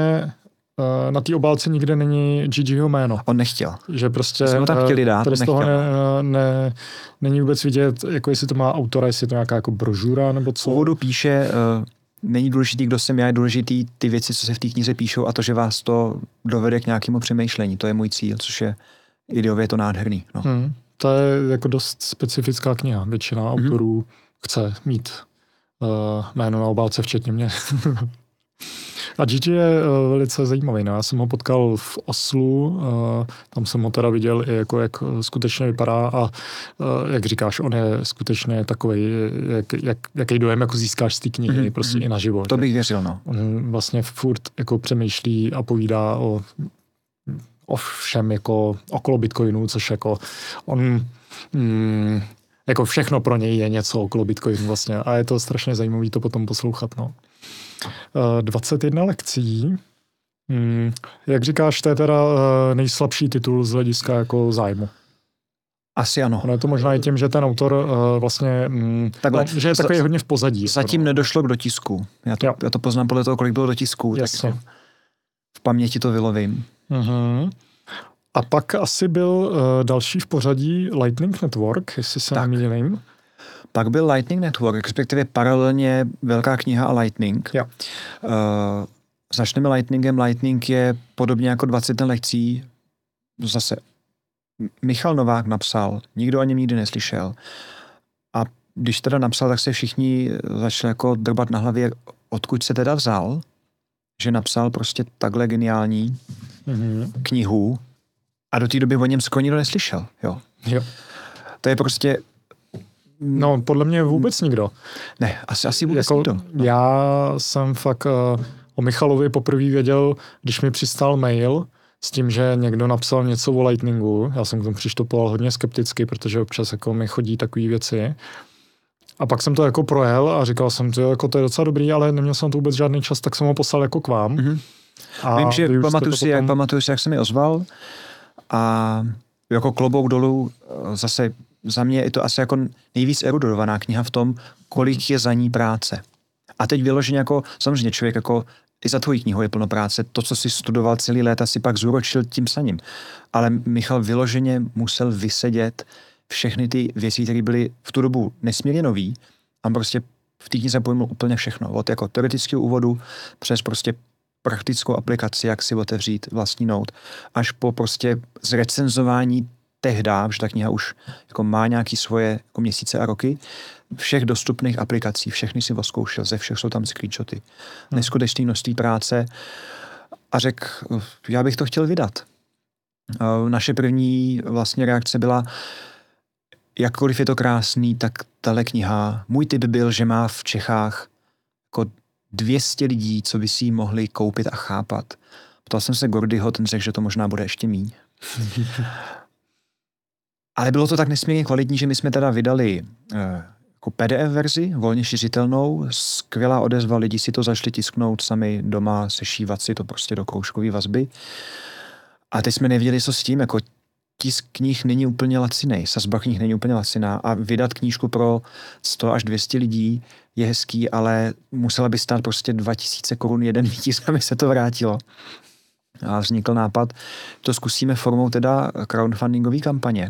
na té obálce nikde není Gigiho jméno. On nechtěl. Že prostě jsme tam chtěli dát, tady z toho ne, ne, není vůbec vidět, jako jestli to má autora, jestli je to nějaká jako brožura nebo co. V úvodu píše, uh, není důležitý, kdo jsem já, je důležitý ty věci, co se v té knize píšou a to, že vás to dovede k nějakému přemýšlení. To je můj cíl, což je ideově to nádherný. No. Hmm. To je jako dost specifická kniha. Většina hmm. autorů chce mít uh, jméno na obálce, včetně mě. A Gigi je uh, velice zajímavý. No? Já jsem ho potkal v Oslu, uh, tam jsem ho teda viděl i jako, jak skutečně vypadá a uh, jak říkáš, on je skutečně takovej, jak, jak, jaký dojem jako získáš z té knihy, mm-hmm. prostě i naživo. To bych věřil, no. On vlastně furt jako přemýšlí a povídá o, o všem jako okolo Bitcoinu, což jako on... Mm, jako všechno pro něj je něco okolo Bitcoinu vlastně a je to strašně zajímavé to potom poslouchat. No. dvacet jedna lekcí. Hmm, jak říkáš, to je teda nejslabší titul z hlediska jako zájmu. Asi ano. No je to možná i tím, že ten autor uh, vlastně, mm, Takhle, no, že je takový za, hodně v pozadí. Zatím no. nedošlo k dotisku. Já to, já to poznám podle toho, kolik bylo dotisků. Jasně. Tak v paměti to vylovím. Uh-huh. A pak asi byl uh, další v pořadí Lightning Network, jestli se nemýlím. Pak byl Lightning Network, respektive paralelně Velká kniha a Lightning. Ja. Uh, začneme Lightningem. Lightning je podobně jako dvacet lekcí. Zase Michal Novák napsal, nikdo ani nikdy neslyšel. A když teda napsal, tak se všichni začali jako drbat na hlavě, odkud se teda vzal, že napsal prostě takhle geniální mm-hmm. knihu a do té doby o něm skoro nikdo neslyšel. Jo. Jo. To je prostě... No, podle mě vůbec nikdo. Ne, asi, asi vůbec jako, nikdo. No. Já jsem fakt uh, o Michalovi poprvé věděl, když mi přistál mail s tím, že někdo napsal něco o Lightningu. Já jsem k tomu přištopoval hodně skepticky, protože občas jako mi chodí takové věci. A pak jsem to jako projel a říkal jsem, že jako to je docela dobrý, ale neměl jsem to vůbec žádný čas, tak jsem ho poslal jako k vám. Mm-hmm. A vím, že pamatuju si, potom... jak, pamatuju si, jak jsem mi ozval a jako klobouk dolů zase za mě je to asi jako nejvíc erudovaná kniha v tom, kolik je za ní práce. A teď vyloženě jako, samozřejmě člověk jako i za tvojí knihu je plno práce, to, co si studoval celý léta, si pak zúročil tím saním. Ale Michal vyloženě musel vysedět všechny ty věci, které byly v tu dobu nesmírně nový a prostě v té knize pojmul úplně všechno. Od jako teoretického úvodu přes prostě praktickou aplikaci, jak si otevřít vlastní note, až po prostě zrecenzování tehda, že ta kniha už jako má nějaké svoje jako měsíce a roky, všech dostupných aplikací, všechny si oskoušel, ze všech jsou tam screenshoty. Hmm. Neskutečné množství práce a řekl, já bych to chtěl vydat. Naše první vlastně reakce byla, jakkoliv je to krásný, tak tahle kniha, můj tip byl, že má v Čechách jako dvě stě lidí, co by si ji mohli koupit a chápat. Ptal jsem se Gordyho, ten řekl, že to možná bude ještě míň. Ale bylo to tak nesmírně kvalitní, že my jsme teda vydali eh, jako P D F verzi, volně šiřitelnou, skvělá odezva, lidi si to začali tisknout sami doma, sešívat si to prostě do kroužkové vazby. A teď jsme nevěděli, co s tím, jako tisk knih není úplně lacinej, sazba knih není úplně laciná a vydat knížku pro sto až dvě stě lidí je hezký, ale musela by stát prostě dva tisíce korun jeden výtisk, aby se to vrátilo. A vznikl nápad, to zkusíme formou teda crowdfundingové kampaně,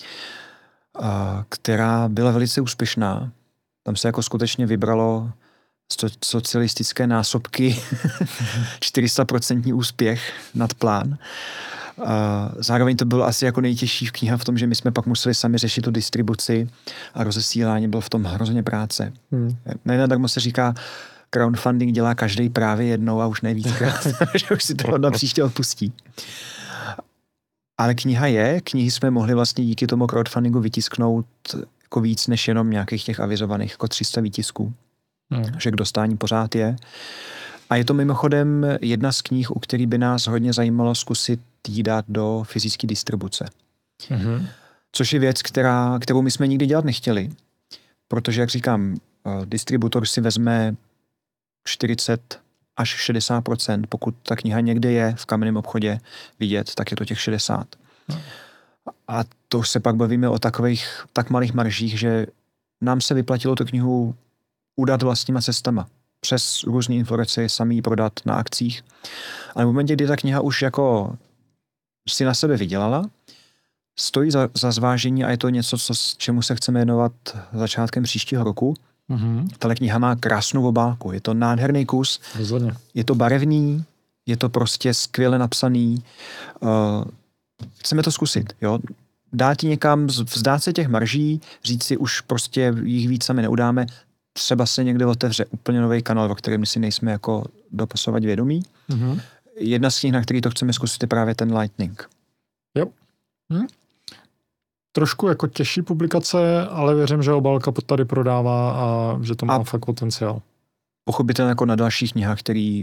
která byla velice úspěšná. Tam se jako skutečně vybralo socialistické násobky, čtyři sta procent úspěch nad plán. Zároveň to bylo asi jako nejtěžší kniha v tom, že my jsme pak museli sami řešit tu distribuci a rozesílání, bylo v tom hrozně práce. Hmm. Nenadarmo se říká, crowdfunding dělá každý právě jednou a už nejvíckrát, že už si to na příště odpustí. Ale kniha je, knihy jsme mohli vlastně díky tomu crowdfundingu vytisknout jako víc než jenom nějakých těch avizovaných jako tři sta výtisků. Hmm. Že k dostání pořád je. A je to mimochodem jedna z knih, u který by nás hodně zajímalo zkusit jí dát do fyzické distribuce. Hmm. Což je věc, která, kterou my jsme nikdy dělat nechtěli. Protože, jak říkám, distributor si vezme čtyřicet až šedesát procent, pokud ta kniha někde je v kamenném obchodě vidět, tak je to těch šedesát. Hmm. A to už se pak bavíme o takových tak malých maržích, že nám se vyplatilo tu knihu udat vlastníma cestama. Přes různé informace sami ji prodat na akcích. Ale v momentě, kdy ta kniha už jako si na sebe vydělala, stojí za, za zvážení a je to něco, co, čemu se chceme věnovat začátkem příštího roku. Mm-hmm. Tahle kniha má krásnou obálku. Je to nádherný kus. Rozhodně. Je to barevný, je to prostě skvěle napsaný. Uh, chceme to zkusit, jo. Dát ti někam, vzdát se těch marží, říct si, už prostě jich víc sami neudáme, třeba se někde otevře úplně nový kanál, o kterém si nejsme jako doposovat vědomí. Mm-hmm. Jedna z knih, na který to chceme zkusit, je právě ten Lightning. Jo. Hm. Trošku jako těžší publikace, ale věřím, že obálka tady prodává a že to má a fakt potenciál. Pochopitelně jako na dalších knihách, který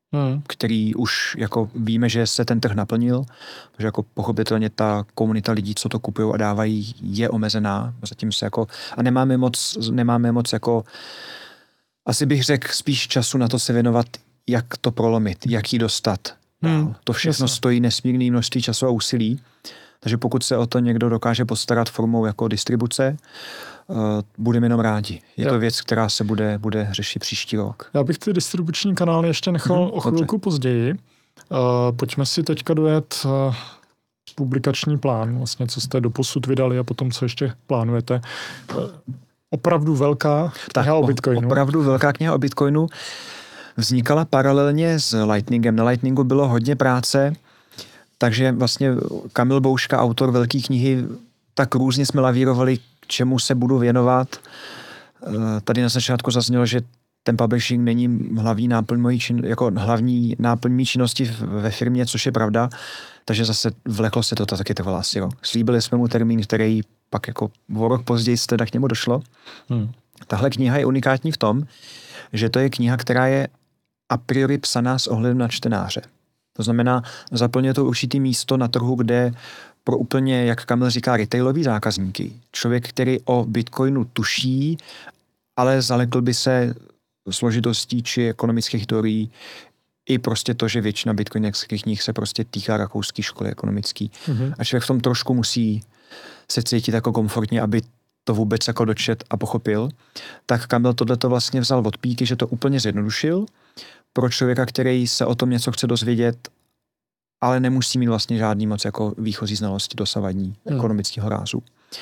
hmm. který už jako víme, že se ten trh naplnil, protože jako pochopitelně ta komunita lidí, co to kupují a dávají, je omezená. Zatím se jako, a nemáme moc, nemáme moc jako, asi bych řekl spíš času na to se věnovat, jak to prolomit, jak ji dostat. Hmm. To všechno Jasně. stojí nesmírné množství času a úsilí. Takže pokud se o to někdo dokáže postarat formou jako distribuce, uh, budeme jenom rádi. Je jo. to věc, která se bude, bude řešit příští rok. Já bych ty distribuční kanály ještě nechal mm-hmm, o chvilku dobře. později. Uh, pojďme si teďka dojet uh, publikační plán, vlastně co jste doposud vydali a potom co ještě plánujete. Uh, opravdu velká kniha tak, o Bitcoinu. Opravdu velká kniha o Bitcoinu vznikala paralelně s Lightningem. Na Lightningu bylo hodně práce, takže vlastně Kamil Bouška, autor velké knihy, tak různě jsme lavírovali, k čemu se budu věnovat. Tady na začátku zaznělo, že ten publishing není hlavní náplň mojí čin, jako hlavní náplň mý činnosti ve firmě, což je pravda. Takže zase vleklo se to, to taky trvalo asi rok. Slíbili jsme mu termín, který pak jako o rok později teda k němu došlo. Hmm. Tahle kniha je unikátní v tom, že to je kniha, která je a priori psaná s ohledem na čtenáře. To znamená, zaplňuje to určitý místo na trhu, kde pro úplně, jak Kamil říká, retailový zákazníky. Člověk, který o Bitcoinu tuší, ale zalekl by se složitostí či ekonomických teorií i prostě to, že většina bitcoinerských knih se prostě týká rakouské školy ekonomický. Mm-hmm. A člověk v tom trošku musí se cítit jako komfortně, aby to vůbec jako dočet a pochopil. Tak Kamil tohleto vlastně vzal od píky, že to úplně zjednodušil pro člověka, který se o tom něco chce dozvědět, ale nemusí mít vlastně žádný moc jako výchozí znalosti dosavadní hmm. ekonomického rázu.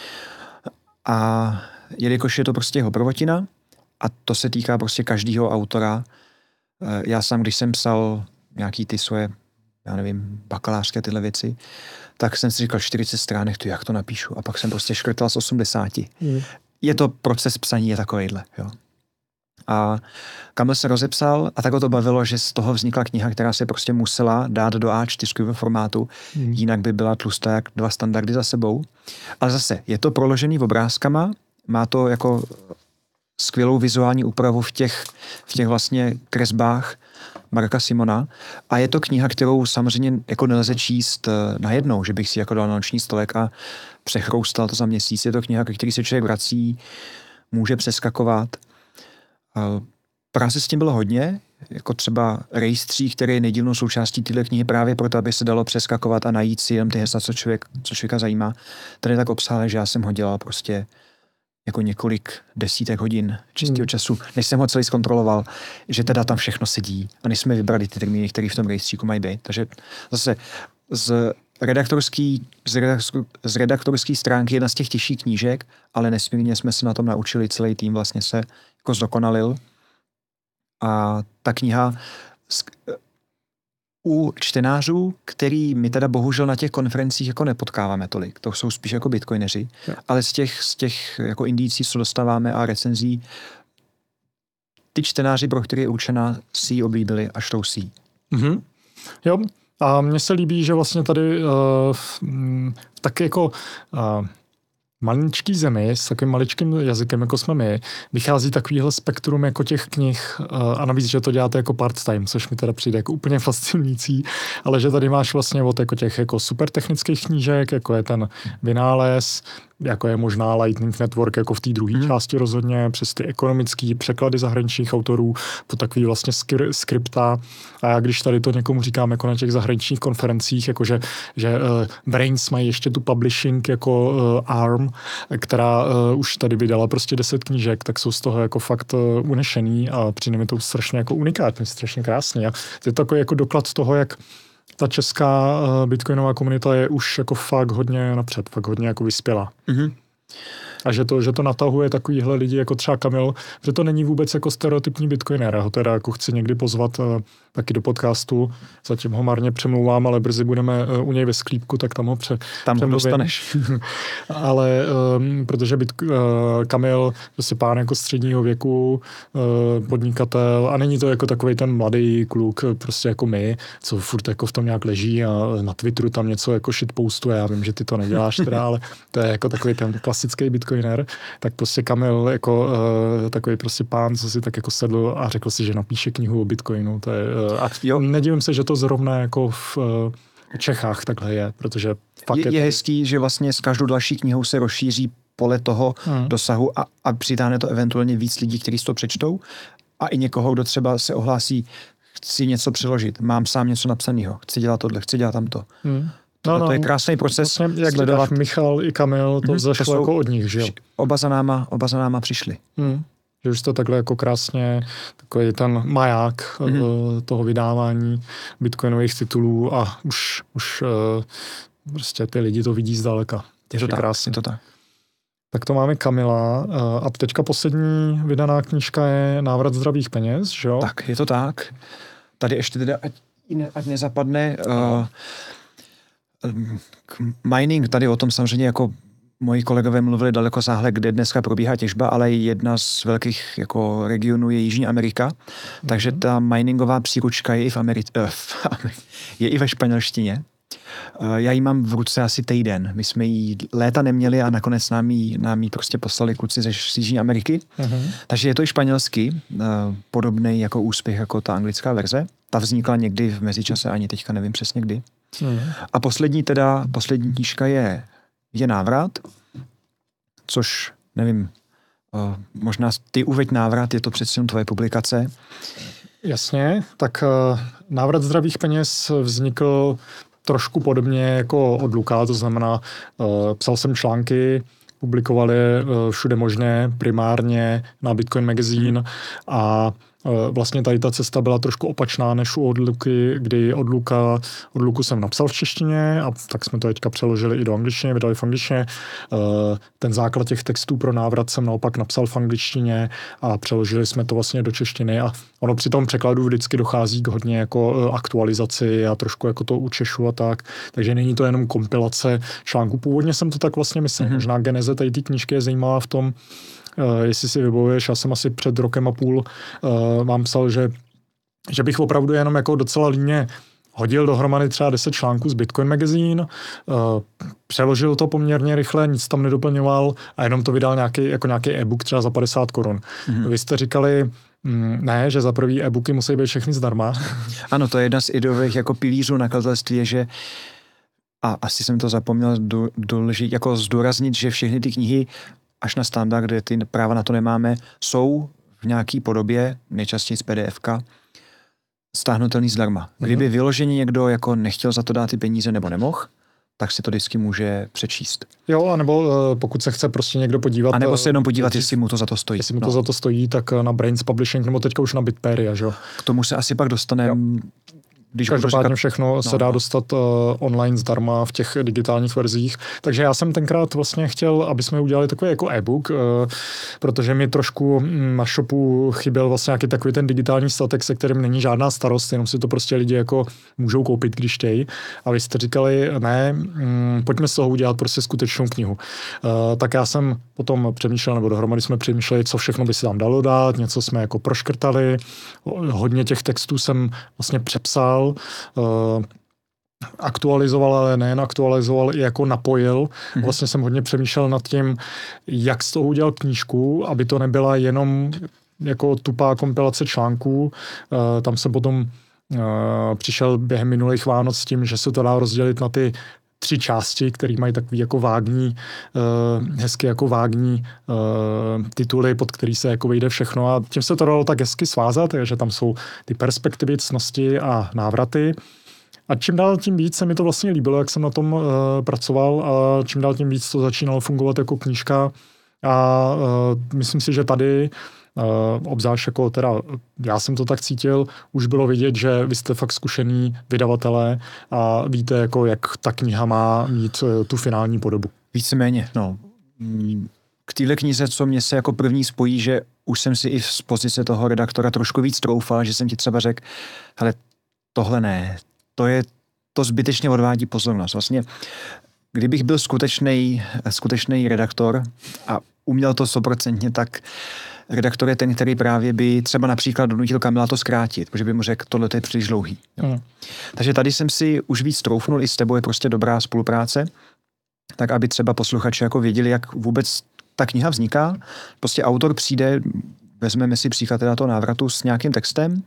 A jelikož je to prostě jeho prvotina, a to se týká prostě každého autora, já sám, když jsem psal nějaký ty svoje, já nevím, bakalářské tyhle věci, tak jsem si říkal čtyřicet stránek, to jak to napíšu. A pak jsem prostě škrtal z osmdesáti. Hmm. Je to proces psaní, je takovejhle, jo. A Kamil se rozepsal a tak ho to bavilo, že z toho vznikla kniha, která se prostě musela dát do á čtyři formátu, hmm. jinak by byla tlustá jak dva standardy za sebou. Ale zase, je to proložený obrázkama, má to jako skvělou vizuální úpravu v těch, v těch vlastně kresbách Marka Simona a je to kniha, kterou samozřejmě jako nelze číst najednou, že bych si jako dal na noční stolek a přechroustal to za měsíc. Je to kniha, ke který se člověk vrací, může přeskakovat. Práce s tím bylo hodně, jako třeba rejstřík, který je nedílnou součástí téhle knihy právě proto, aby se dalo přeskakovat a najít si jenom ty hesla, co, člověk, co člověka zajímá. Tady je tak obsáhlé, že já jsem ho dělal prostě jako několik desítek hodin čistého hmm. času, než jsem ho celý zkontroloval, že teda tam všechno sedí a než jsme vybrali ty termíny, které v tom rejstříku mají být. Takže zase z redaktorský, z, redaktor, z redaktorský stránky jedna z těch těžších knížek, ale nesmírně jsme se na tom naučili, celý tým vlastně se jako zdokonalil. A ta kniha u čtenářů, který my teda bohužel na těch konferencích jako nepotkáváme tolik, to jsou spíš jako bitcoineři, ja. ale z těch, z těch jako indicí, co dostáváme a recenzí, ty čtenáři, pro které je určená, si ji oblíbili a štou si ji. Mm-hmm. Jo, a mně se líbí, že vlastně tady uh, tak jako uh, maličký zemi s takovým maličkým jazykem, jako jsme my, vychází takovýhle spektrum jako těch knih a navíc, že to děláte jako part-time, což mi teda přijde jako úplně fascinující, ale že tady máš vlastně od jako těch jako super technických knížek, jako je ten vynález, jako je možná Lightning Network, jako v té druhé hmm. části rozhodně, přes ty ekonomické překlady zahraničních autorů, po takový vlastně skri- skripta. A já když tady to někomu říkám jako na těch zahraničních konferencích, jako že, že uh, Brains mají ještě tu publishing jako uh, arm, která uh, už tady vydala prostě deset knížek, tak jsou z toho jako fakt uh, unešený a přijde mi to strašně jako unikátně, strašně krásně. A to je takový jako doklad toho, jak ta česká uh, bitcoinová komunita je už jako fakt hodně napřed, fakt hodně jako vyspělá. Mm-hmm. A že to, že to natahuje takovýhle lidi jako třeba Kamil, že to není vůbec jako stereotypní bitcoiner. Já ho teda jako chci někdy pozvat uh, taky do podcastu. Zatím ho marně přemlouvám, ale brzy budeme uh, u něj ve sklípku, tak tam ho pře- Tam ho dostaneš. ale um, protože byt, uh, Kamil, prostě pán jako středního věku, uh, podnikatel a není to jako takovej ten mladý kluk, prostě jako my, co furt jako v tom nějak leží a na Twitteru tam něco jako shitpostuje. Já vím, že ty to neděláš teda, ale to je jako takový ten klasický bitcoin bitcoiner, tak prostě Kamil jako uh, takový prostě pán, co si tak jako sedl a řekl si, že napíše knihu o bitcoinu. To je, uh, a jo. Nedivím se, že to zrovna jako v uh, Čechách takhle je, protože fakt je, je hezký, že vlastně s každou další knihou se rozšíří pole toho hmm. dosahu a, a přitáhne to eventuálně víc lidí, kteří si to přečtou a i někoho, kdo třeba se ohlásí, chci něco přeložit, mám sám něco napsaného, chci dělat tohle, chci dělat tamto. Hmm. No, no, to je krásný proces. Vlastně, jak sledovat. Michal i Kamil, to hmm. zašlo jako od nich, že jo? Oba za náma, oba za náma přišli. Hmm. Že už to takhle jako krásně, takový ten maják mm-hmm. toho vydávání bitcoinových titulů a už, už uh, prostě ty lidi to vidí zdaleka. Je to tak, krásně. Je to tak. Tak to máme Kamila a teďka poslední vydaná knížka je Návrat zdravých peněz, že jo? Tak, je to tak. Tady ještě teda, ať, ať nezapadne, uh, mining, tady o tom samozřejmě jako moji kolegové mluvili daleko sáhle, kde dneska probíhá těžba, ale jedna z velkých jako regionů je Jižní Amerika, mm-hmm. takže ta miningová příručka je i v Americe, uh, je i ve španělštině. Uh, já ji mám v ruce asi týden. My jsme ji léta neměli a nakonec nám ji, nám ji prostě poslali kluci ze Jižní Ameriky. Mm-hmm. Takže je to i španělský, uh, podobný jako úspěch jako ta anglická verze. Ta vznikla někdy v mezičase, ani teďka nevím přesně kdy. Mm-hmm. A poslední teda, poslední knížka je je návrat, což, nevím, uh, možná ty uveď návrat, je to přeci jen tvoje publikace. Jasně, tak uh, Návrat zdravých peněz vznikl trošku podobně jako od Luka, to znamená, uh, psal jsem články, publikovali uh, všude možné, primárně na Bitcoin Magazine a vlastně tady ta cesta byla trošku opačná než od Luky, kdy od Luka, od Luku jsem napsal v češtině a tak jsme to teďka přeložili i do angličtiny, vydali v angličtině. Ten základ těch textů pro návrat jsem naopak napsal v angličtině a přeložili jsme to vlastně do češtiny a ono při tom překladu vždycky dochází k hodně jako aktualizaci a trošku jako to učešu a tak, takže není to jenom kompilace článků. Původně jsem to tak vlastně myslel. Mm-hmm. Možná geneze tady ty knížky je zajímavá v tom, Uh, jestli si vybavuješ, já jsem asi před rokem a půl uh, vám psal, že, že bych opravdu jenom jako docela líně hodil dohromady třeba deset článků z Bitcoin Magazine, uh, přeložil to poměrně rychle, nic tam nedoplňoval a jenom to vydal nějaký, jako nějaký e-book třeba za padesát korun. Mm-hmm. Vy jste říkali, mm, ne, že za prvý e-booky musí být všechny zdarma. Ano, to je jedna z ideových jako pilířů nakladatelství, že a asi jsem to zapomněl důležit, jako zdůraznit, že všechny ty knihy až na standard, kde ty práva na to nemáme, jsou v nějaký podobě, nejčastěji z P D F ka, stáhnutelný zdarma. Kdyby vyloženě někdo jako nechtěl za to dát ty peníze nebo nemohl, tak si to vždycky může přečíst. Jo, anebo uh, pokud se chce prostě někdo podívat. A nebo se jenom podívat, jestli mu to za to stojí. Jestli mu to no. za to stojí, tak na Brains Publishing, nebo teďka už na Bitperia, že jo. K tomu se asi pak dostaneme. Když každopádně všechno no. se dá dostat uh, online zdarma v těch digitálních verzích. Takže já jsem tenkrát vlastně chtěl, aby jsme udělali takový jako e-book, uh, protože mi trošku mm, na shopu chyběl vlastně nějaký takový ten digitální statek, se kterým není žádná starost, jenom si to prostě lidi jako můžou koupit, když chtějí. A vy jste říkali, ne, mm, pojďme z toho udělat prostě skutečnou knihu. Uh, tak já jsem potom přemýšlel, nebo dohromady jsme přemýšleli, co všechno by se tam dalo dát, něco jsme jako proškrtali, hodně těch textů jsem vlastně přepsal, Uh, aktualizoval, ale nejen aktualizoval, i jako napojil. Mm-hmm. Vlastně jsem hodně přemýšlel nad tím, jak z toho udělat knížku, aby to nebyla jenom jako tupá kompilace článků. Uh, tam jsem potom uh, přišel během minulých Vánoc s tím, že se to dá rozdělit na ty tři části, které mají takový jako vágní, uh, hezky jako vágní uh, tituly, pod který se jako vejde všechno a tím se to dalo tak hezky svázat, takže tam jsou ty perspektivy, ctnosti a návraty. A čím dál tím víc se mi to vlastně líbilo, jak jsem na tom uh, pracoval a čím dál tím víc to začínalo fungovat jako knížka a uh, myslím si, že tady Uh, obzvlášť jako teda, já jsem to tak cítil, už bylo vidět, že vy jste fakt zkušený vydavatelé a víte, jako jak ta kniha má mít uh, tu finální podobu. Víceméně, no. K téhle knize, co mě se jako první spojí, že už jsem si i z pozice toho redaktora trošku víc troufal, že jsem ti třeba řekl, hele, tohle ne, to je, to zbytečně odvádí pozornost. Vlastně, kdybych byl skutečný, skutečný redaktor a uměl to stoprocentně, tak redaktor je ten, který právě by třeba například donutil Kamila to zkrátit, protože by mu řekl, tohle je příliš dlouhý. Mm. Takže tady jsem si už víc troufnul, i s tebou je prostě dobrá spolupráce, tak aby třeba posluchači jako věděli, jak vůbec ta kniha vzniká, prostě autor přijde, vezmeme si příklad teda toho návratu s nějakým textem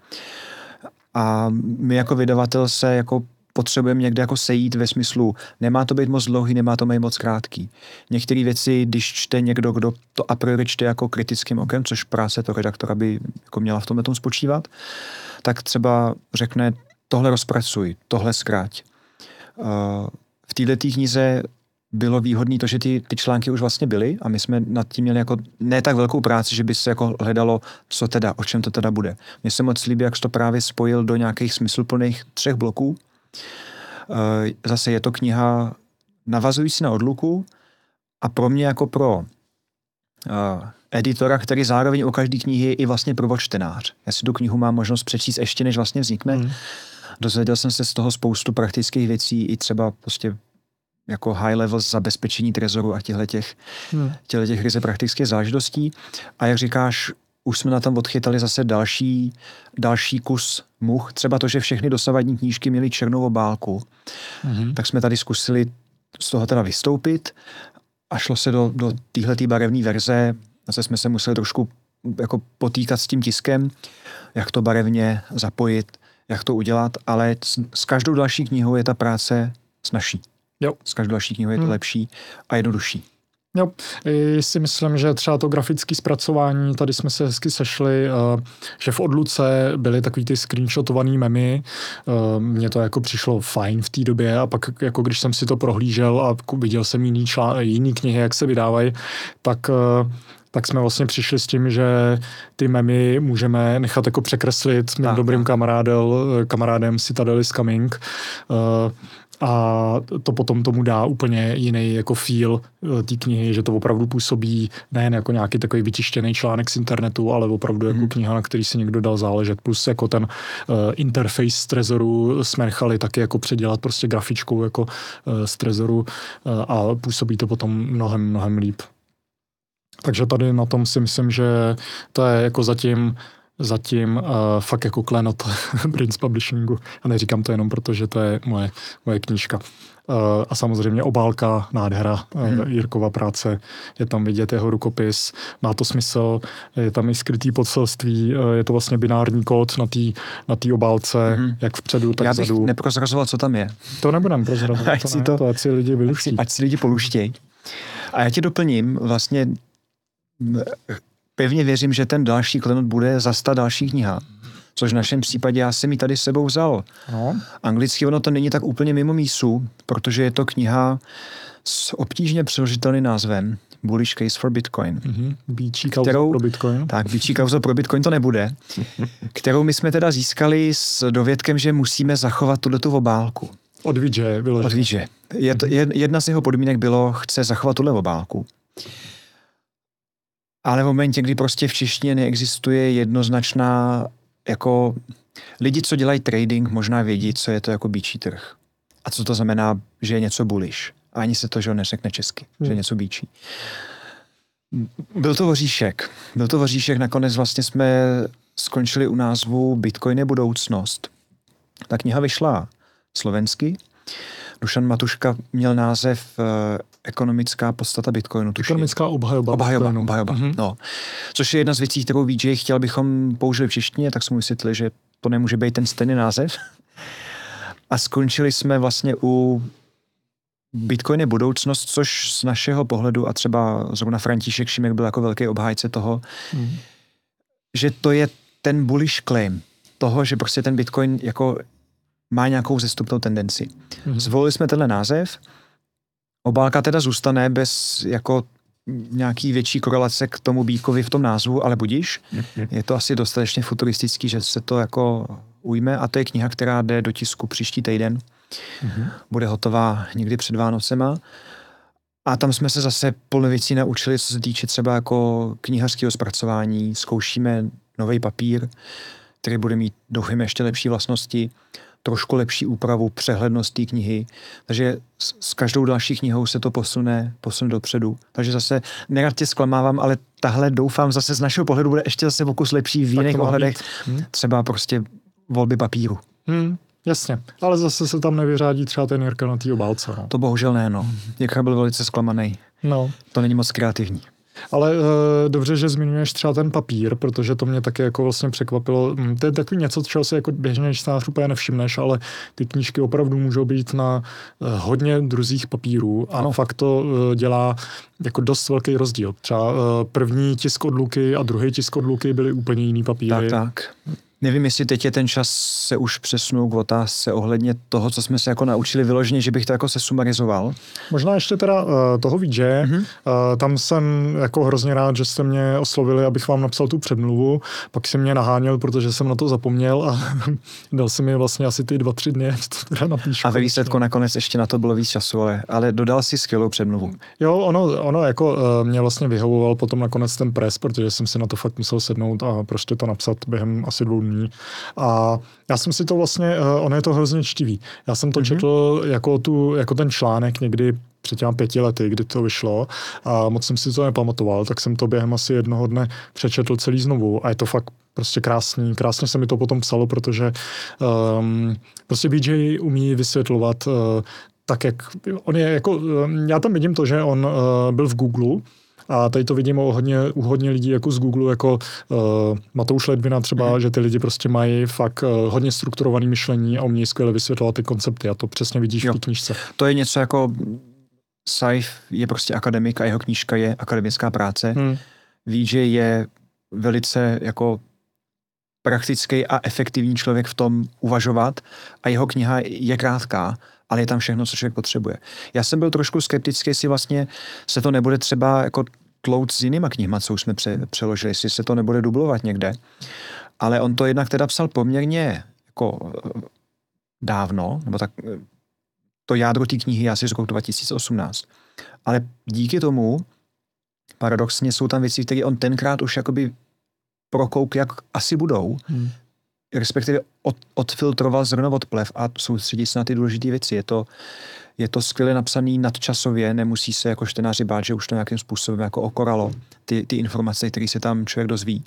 a my jako vydavatel se jako potřebujeme někde jako sejít ve smyslu, nemá to být moc dlouhý, nemá to být moc krátký. Některé věci, když čte někdo, kdo to a priori čte jako kritickým okem, což práce toho redaktora by jako měla v tomhle tom spočívat, tak třeba řekne, tohle rozpracuj, tohle zkráť. V této knize bylo výhodné to, že ty, ty články už vlastně byly a my jsme nad tím měli jako ne tak velkou práci, že by se jako hledalo, co teda, o čem to teda bude. Mně se moc líbí, jak jsi to právě spojil do nějakých smysluplných třech bloků. Zase je to kniha navazující na Odluku a pro mě jako pro uh, editora, který zároveň u každé knihy je i vlastně prvočtenář. Já si tu knihu mám možnost přečíst ještě, než vlastně vznikne. Mm. Dozvěděl jsem se z toho spoustu praktických věcí, i třeba prostě jako high level zabezpečení trezoru a těchto těch, mm. těch ryze praktických záležitostí. A jak říkáš, už jsme na tom odchytali zase další, další kus much. Třeba to, že všechny dosavadní knížky měly černou obálku. Mm-hmm. Tak jsme tady zkusili z toho teda vystoupit a šlo se do, do téhletý barevné verze. Zase jsme se museli trošku jako potýkat s tím tiskem, jak to barevně zapojit, jak to udělat, ale s, s každou další knihou je ta práce snazší. Jo. S každou další knihou je to mm. lepší a jednodušší. Jo, já si myslím, že třeba to grafické zpracování, tady jsme se hezky sešli, že v Odluce byly takový ty screenshotovaný memy, mně to jako přišlo fajn v té době a pak jako když jsem si to prohlížel a viděl jsem jiný, člán, jiný knihy, jak se vydávají, tak tak jsme vlastně přišli s tím, že ty memy můžeme nechat jako překreslit s mým tak, dobrým kamarádem, kamarádem Citadel is Coming. A to potom tomu dá úplně jiný jako feel té knihy, že to opravdu působí nejen jako nějaký takový vytištěný článek z internetu, ale opravdu jako hmm. kniha, na který si někdo dal záležet. Plus jako ten uh, interface z Trezoru jsme nechali taky jako předělat prostě grafičkou jako uh, z Trezoru uh, a působí to potom mnohem, mnohem líp. Takže tady na tom si myslím, že to je jako zatím Zatím uh, fakt jako klenot Brains Publishingu. A neříkám to jenom proto, že to je moje, moje knížka. Uh, a samozřejmě obálka, nádhera, hmm. uh, Jirkova práce, je tam vidět jeho rukopis, má to smysl, je tam i skrytý podselství, uh, je to vlastně binární kód na té na té obálce, hmm. jak vpředu, tak Já vzadu. Já bych neprozrazoval, co tam je. To nebudem prozrazovat, ať, to, ne, to, to ať si lidi vyluští. Ať si lidi poluštějí. A já ti doplním, vlastně pevně věřím, že ten další klenot bude zas ta další kniha. Což v našem případě já jsem ji tady s sebou vzal. No. Anglicky ono to není tak úplně mimo mísu, protože je to kniha s obtížně přeložitelným názvem Bullish Case for Bitcoin. Mm-hmm. Bíčí kauza kterou, pro Bitcoin. Tak, bíčí kauza pro Bitcoin to nebude. Kterou my jsme teda získali s dovědkem, že musíme zachovat tuto obálku. Od Vidže. Od Vidže. Jedna z jeho podmínek bylo, chce zachovat tuhle obálku. Ale v momentě, kdy prostě v češtině neexistuje jednoznačná, jako lidi, co dělají trading, možná vědí, co je to jako bíčí trh. A co to znamená, že je něco bullish. A ani se to, že ho neřekne česky, hmm. že je něco bíčí. Byl to voříšek. Byl to voříšek, nakonec vlastně jsme skončili u názvu Bitcoin je budoucnost. Ta kniha vyšla slovensky. Dušan Matuška měl název uh, Ekonomická podstata Bitcoinu. Tuším. Ekonomická obhajoba. Obhajoba, obhajoba. Mm-hmm. No. Což je jedna z věcí, kterou V J chtěl, bychom použili v češtině, tak jsme mu vysvětlili, že to nemůže být ten stejný název. A skončili jsme vlastně u Bitcoin je budoucnost, což z našeho pohledu, a třeba zrovna František Šimek byl jako velký obhájce toho, mm. že to je ten bullish claim toho, že prostě ten Bitcoin jako má nějakou zestupnou tendenci. Mm-hmm. Zvolili jsme tenhle název. Obálka teda zůstane bez jako nějaký větší korelace k tomu býkovi v tom názvu, ale budiš. Mm-hmm. Je to asi dostatečně futuristický, že se to jako ujme a to je kniha, která jde do tisku příští týden. Mm-hmm. Bude hotová někdy před Vánocema. A tam jsme se zase plno věcí naučili, co se týče třeba jako knihařského zpracování. Zkoušíme nový papír, který bude mít, doufujeme, ještě lepší vlastnosti, trošku lepší úpravu, přehlednost té knihy. Takže s, s každou další knihou se to posune, posune dopředu. Takže zase nerad tě zklamávám, ale tahle doufám zase z našeho pohledu bude ještě zase pokus lepší v jiných ohledech. Hmm. Třeba prostě volby papíru. Hmm. Jasně, ale zase se tam nevyřádí třeba ten Jirka na té obálce. No. To bohužel ne, no. Jirka byl velice zklamaný. No. To není moc kreativní. Ale uh, dobře, že zmiňuješ třeba ten papír, protože to mě taky jako vlastně překvapilo. To je takový něco, čeho si jako běžně čtenář úplně nevšimneš, ale ty knížky opravdu můžou být na uh, hodně druzích papírů a ano. Fakt to uh, dělá jako dost velký rozdíl. Třeba uh, první tisk od Luky a druhý tisk od Luky byly úplně jiný papíry. Tak, tak. Nevím, jestli teď je ten čas se už přesunu k otázce ohledně toho, co jsme se jako naučili vyloženě, že bych to jako se sumarizoval. Možná ještě teda uh, toho ví džej. Mm-hmm. Uh, tam jsem jako hrozně rád, že jste mě oslovili, abych vám napsal tu předmluvu. Pak jsem mě naháněl, protože jsem na to zapomněl a dal jsem mi vlastně asi ty dva, tři dny, to teda napíšu. A ve výsledku nakonec ještě na to bylo víc času, ale, ale dodal si skvělou předmluvu. Jo, ono, ono jako uh, mě vlastně vyhovoval potom nakonec ten pres, protože jsem si na to fakt musel sednout a prostě to napsat během asi dvou dní. A já jsem si to vlastně, ono je to hrozně čtivý. Já jsem to mm-hmm. četl jako, tu, jako ten článek někdy před těmi pěti lety, kdy to vyšlo a moc jsem si to nepamatoval, tak jsem to během asi jednoho dne přečetl celý znovu a je to fakt prostě krásný. Krásně se mi to potom psalo, protože um, prostě ví džej umí vysvětlovat uh, tak, jak on je jako, já tam vidím to, že on uh, byl v Google. A tady to vidím u hodně, u hodně lidí jako z Google, jako uh, Matouš Ledvina třeba, mm. že ty lidi prostě mají fakt uh, hodně strukturované myšlení a umějí skvěle vysvětlovat ty koncepty a to přesně vidíš jo. v té knížce. To je něco jako Saif je prostě akademik a jeho knížka je akademická práce. Mm. ví džej je velice jako praktický a efektivní člověk v tom uvažovat a jeho kniha je krátká, ale je tam všechno, co člověk potřebuje. Já jsem byl trošku skeptický, jestli vlastně se to nebude třeba jako tlout s jinýma knihama, co už jsme pře- přeložili, jestli se to nebude dublovat někde. Ale on to jednak teda psal poměrně jako dávno, nebo tak to jádro té knihy je asi z roku dva tisíce osmnáct. Ale díky tomu paradoxně jsou tam věci, které on tenkrát už jakoby prokouk, jak asi budou, hmm. respektive od, odfiltroval zrno od plev a soustředí se na ty důležité věci. Je to, je to skvěle napsaný nadčasově, nemusí se jako čtenáři bát, že už to nějakým způsobem jako okoralo ty, ty informace, které se tam člověk dozví.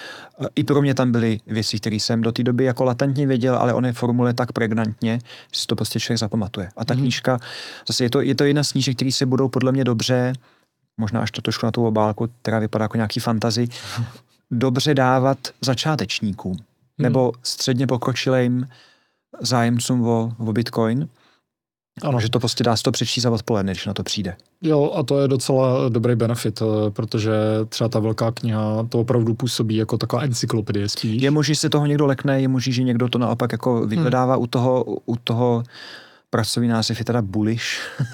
I pro mě tam byly věci, které jsem do té doby jako latentně věděl, ale on je formuluje tak pregnantně, že si to prostě člověk zapamatuje. A ta hmm. knížka, zase je to, je to jedna z knížek, které se budou podle mě dobře, možná až to trošku na tu obálku, která vypadá jako nějaký fantasy, dobře dávat začátečníkům hmm. nebo středně pokročilým zájemcům o, o Bitcoin. Ano. Že to prostě dá se to přečíst za odpoledne, když na to přijde. Jo, a to je docela dobrý benefit, protože třeba ta velká kniha to opravdu působí jako taková encyklopedie spíš. Je možný, že se toho někdo lekne, je možný, že někdo to naopak jako vyhledává hmm. u toho, u toho pracovní název je teda bullish.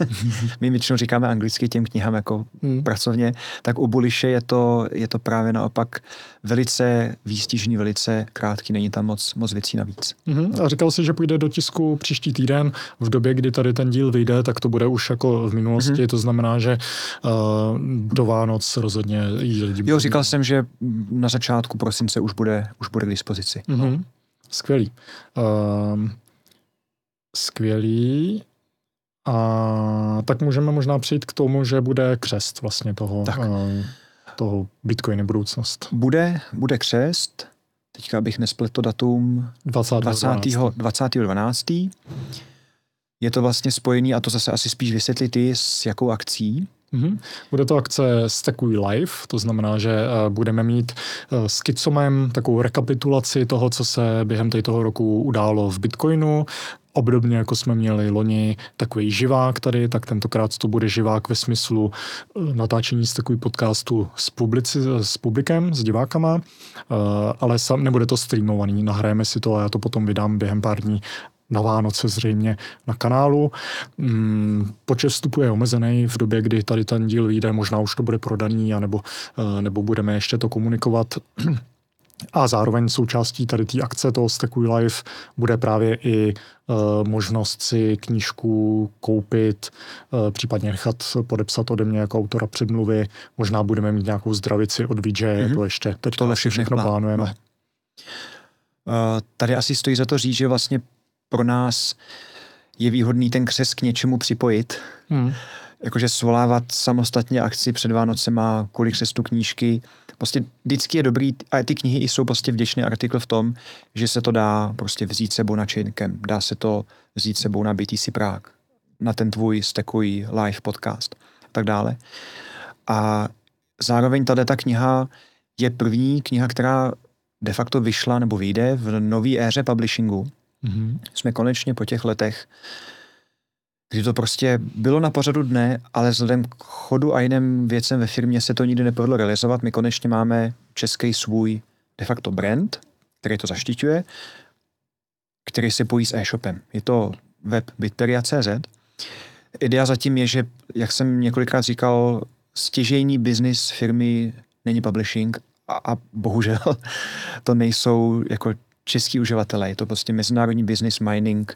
My většinou říkáme anglicky těm knihám jako hmm. pracovně, tak u bullishe je to, je to právě naopak velice výstižný, velice krátký, není tam moc, moc věcí navíc. Hmm. A říkal jsi, že půjde do tisku příští týden, v době, kdy tady ten díl vyjde, tak to bude už jako v minulosti, hmm. to znamená, že uh, do Vánoc rozhodně jí lidi. Jo, říkal jsem, že na začátku prosince už bude, už bude k dispozici. Hmm. Skvělý. Uh, Skvělý. A tak můžeme možná přijít k tomu, že bude křest vlastně toho, uh, toho Bitcoinu budoucnost. Bude, bude křest. Teďka bych nespletl to datum dvacátého dvanáctého Je to vlastně spojený, a to zase asi spíš vysvětlit ty, s jakou akcí. Mm-hmm. Bude to akce Stackuj Live, to znamená, že uh, budeme mít uh, s Kicomem takovou rekapitulaci toho, co se během toho roku událo v Bitcoinu. Obdobně jako jsme měli loni takový živák tady, tak tentokrát to bude živák ve smyslu natáčení z takový podcastu s, publici, s publikem, s divákama, uh, ale sam, nebude to streamovaný, nahrajeme si to a já to potom vydám během pár dní na Vánoce zřejmě na kanálu. Hmm, počet vstupů je omezený v době, kdy tady ten díl vyjde, možná už to bude prodaný, anebo, nebo budeme ještě to komunikovat. A zároveň součástí tady té akce toho Stackuj Live bude právě i uh, možnost si knížku koupit, uh, případně nechat podepsat ode mě jako autora předmluvy. Možná budeme mít nějakou zdravici od ví džej, mm-hmm. to ještě teď tohle všechno, všechno plánujeme. Uh, tady asi stojí za to říct, že vlastně pro nás je výhodný ten křest k něčemu připojit. Hmm. Jakože svolávat samostatně akci před Vánocema kvůli křestu knížky. Prostě vždycky je dobrý, a ty knihy jsou prostě vděčný artikl v tom, že se to dá prostě vzít sebou na Chaincamp, dá se to vzít sebou na B T C Prague, na ten tvůj Stackuj Live podcast a tak dále. A zároveň tady ta kniha je první kniha, která de facto vyšla nebo vyjde v nový éře publishingu. Mm-hmm. Jsme konečně po těch letech, kdy to prostě bylo na pořadu dne, ale vzhledem k chodu a jiným věcem ve firmě se to nikdy nepovedlo realizovat. My konečně máme český svůj de facto brand, který to zaštiťuje, který se pojí s e-shopem. Je to web bitperia tečka cé zet. Idea zatím je, že, jak jsem několikrát říkal, stěžejní business firmy není publishing a, a bohužel to nejsou jako český uživatelé. Je to prostě mezinárodní business mining.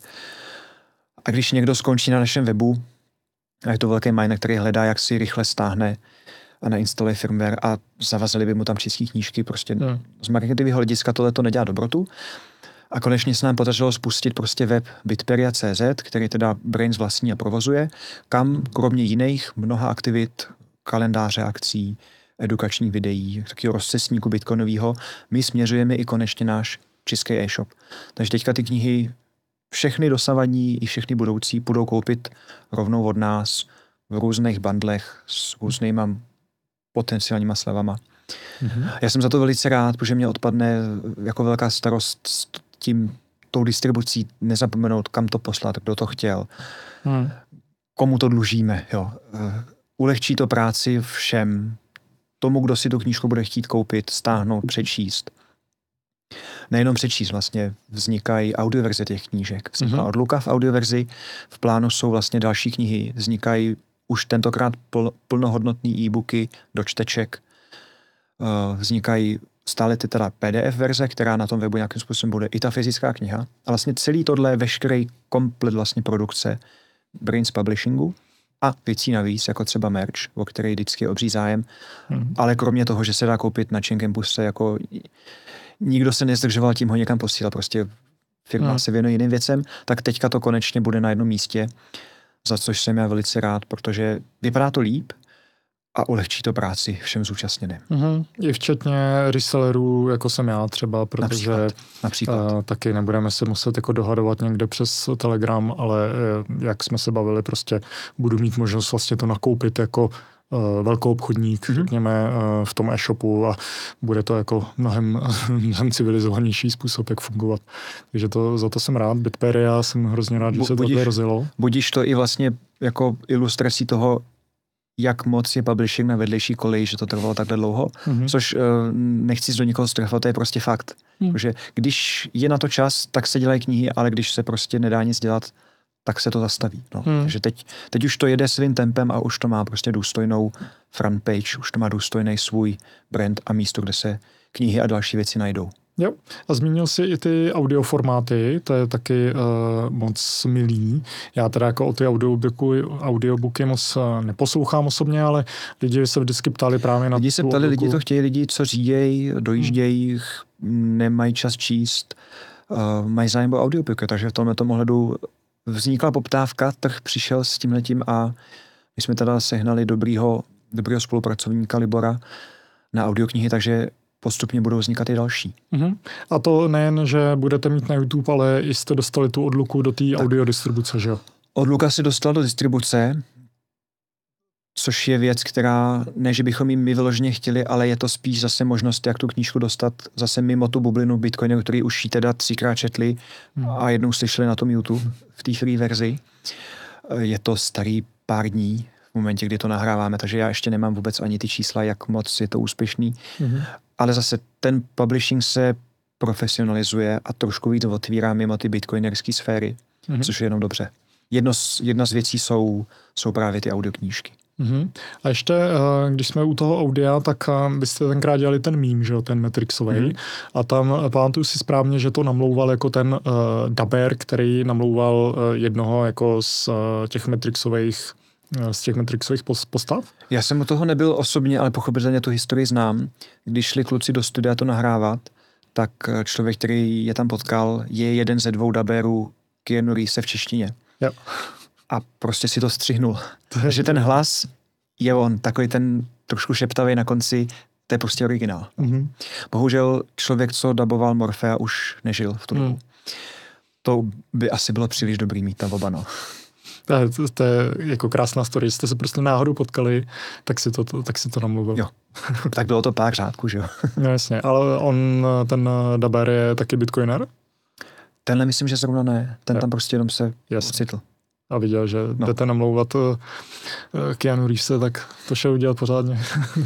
A když někdo skončí na našem webu, a je to velký miner, který hledá, jak si rychle stáhne a nainstaluje firmware a zavazili by mu tam české knížky, prostě hmm. z marketingového hlediska tohle to nedělá dobrotu. A konečně se nám podařilo spustit prostě web bitperia tečka cé zet, který teda Brains vlastní a provozuje, kam kromě jiných mnoha aktivit, kalendáře akcí, edukačních videí, takového rozcestníku bitcoinového, my směřujeme i konečně náš český e-shop. Takže teďka ty knihy všechny dosavadní i všechny budoucí budou koupit rovnou od nás v různých bandlech s různýma potenciálníma slevama. Mm-hmm. Já jsem za to velice rád, protože mě odpadne jako velká starost s tím, tou distribucí nezapomenout, kam to poslat, kdo to chtěl, mm. komu to dlužíme. Jo. Ulehčí to práci všem, tomu, kdo si tu knížku bude chtít koupit, stáhnout, přečíst. Nejenom přečíst, vlastně vznikají audioverze těch knížek. Vznikla mm-hmm. odluka v audioverzi, v plánu jsou vlastně další knihy, vznikají už tentokrát pl- plnohodnotný e-booky do čteček, uh, vznikají stále ty teda P D F verze, která na tom webu nějakým způsobem bude, i ta fyzická kniha. A vlastně celý tohle, veškerý komplet vlastně produkce Brains Publishingu a věcí navíc, jako třeba merch, o který vždycky je obří zájem, mm-hmm. ale kromě toho, že se dá koupit na Chain Campuse, jako nikdo se nezdržoval tím ho někam posílat, prostě firma hmm. se věnuje jiným věcem, tak teďka to konečně bude na jednom místě, za což jsem já velice rád, protože vypadá to líp a ulehčí to práci všem zúčastněným. Mm-hmm. I včetně resellerů, jako jsem já třeba, protože například, například. Uh, taky nebudeme se muset jako dohadovat někde přes Telegram, ale uh, jak jsme se bavili, prostě budu mít možnost vlastně to nakoupit jako velkou obchodník, mm-hmm. řekněme, v tom e-shopu a bude to jako mnohem, mnohem civilizovanější způsob, jak fungovat. Takže to, za to jsem rád. Bitperia, jsem hrozně rád, že Bu, se budíš, tohle rozjelo. Budíš to i vlastně jako ilustrací toho, jak moc je publishing na vedlejší koleji, že to trvalo takhle dlouho, mm-hmm. což uh, nechci do nikoho strefovat, to je prostě fakt. Mm. Protože když je na to čas, tak se dělají knihy, ale když se prostě nedá nic dělat, tak se to zastaví. No. Hmm. Takže teď, teď už to jede svým tempem a už to má prostě důstojnou front page, už to má důstojný svůj brand a místo, kde se knihy a další věci najdou. Jo. A zmínil jsi i ty audioformáty, to je taky uh, moc milý. Já teda jako o ty audiobooky, audiobooky moc uh, neposlouchám osobně, ale lidi se vždycky ptali právě na lidi se ptali, lidi to chtějí, lidi, co řídějí, dojíždějí, hmm. nemají čas číst, uh, mají zájem o audiobooky, takže v tomto ohledu vznikla poptávka, trh přišel s tímhletím a my jsme teda sehnali dobrýho, dobrýho spolupracovníka Libora na audioknihy, takže postupně budou vznikat i další. Uh-huh. A to nejen, že budete mít na YouTube, ale i jste dostali tu odluku do té audiodistribuce, že jo? Odluka si dostala do distribuce, což je věc, která, ne, že bychom jim my vyloženě chtěli, ale je to spíš zase možnost, jak tu knížku dostat zase mimo tu bublinu Bitcoinu, který už ji teda třikrát četli hmm. a jednou slyšeli na tom YouTube v té free verzi. Je to starý pár dní v momentě, kdy to nahráváme, takže já ještě nemám vůbec ani ty čísla, jak moc je to úspěšný. Hmm. Ale zase ten publishing se profesionalizuje a trošku víc otvírá mimo ty bitcoinerské sféry, hmm. což je jenom dobře. Jedno z, jedna z věcí jsou, jsou právě ty audioknížky. Mm-hmm. A ještě, když jsme u toho audia, tak byste tenkrát dělali ten mím, že jo, ten Matrixový. Mm-hmm. A tam pamatuju si správně, že to namlouval jako ten uh, daber, který namlouval uh, jednoho jako z uh, těch Matrixových uh, z těch Matrixových postav? Já jsem u toho nebyl osobně, ale pochopitelně tu historii znám. Když šli kluci do studia to nahrávat, tak člověk, který je tam potkal, je jeden ze dvou daberů Keanu Reevese v češtině. Jo. A prostě si to střihnul. Takže ten hlas je on, takový ten trošku šeptavý na konci, to je prostě originál. Mm-hmm. Bohužel člověk, co daboval Morfea, už nežil v tu dobu. Mm. To by asi bylo příliš dobrý mít tam oba, no. To je, to, to je jako krásná story. Jste se prostě náhodou potkali, tak si to, to, tak si to namluvil. Jo. Tak bylo to pár řádků, že jo? No jasně, ale on, ten Daber je taky bitcoiner? Tenhle myslím, že zrovna ne. Ten jo. Tam prostě jenom se ocitl. A viděl, že no. jdete namlouvat uh, Keanu Reevese, tak to šel udělat pořádně.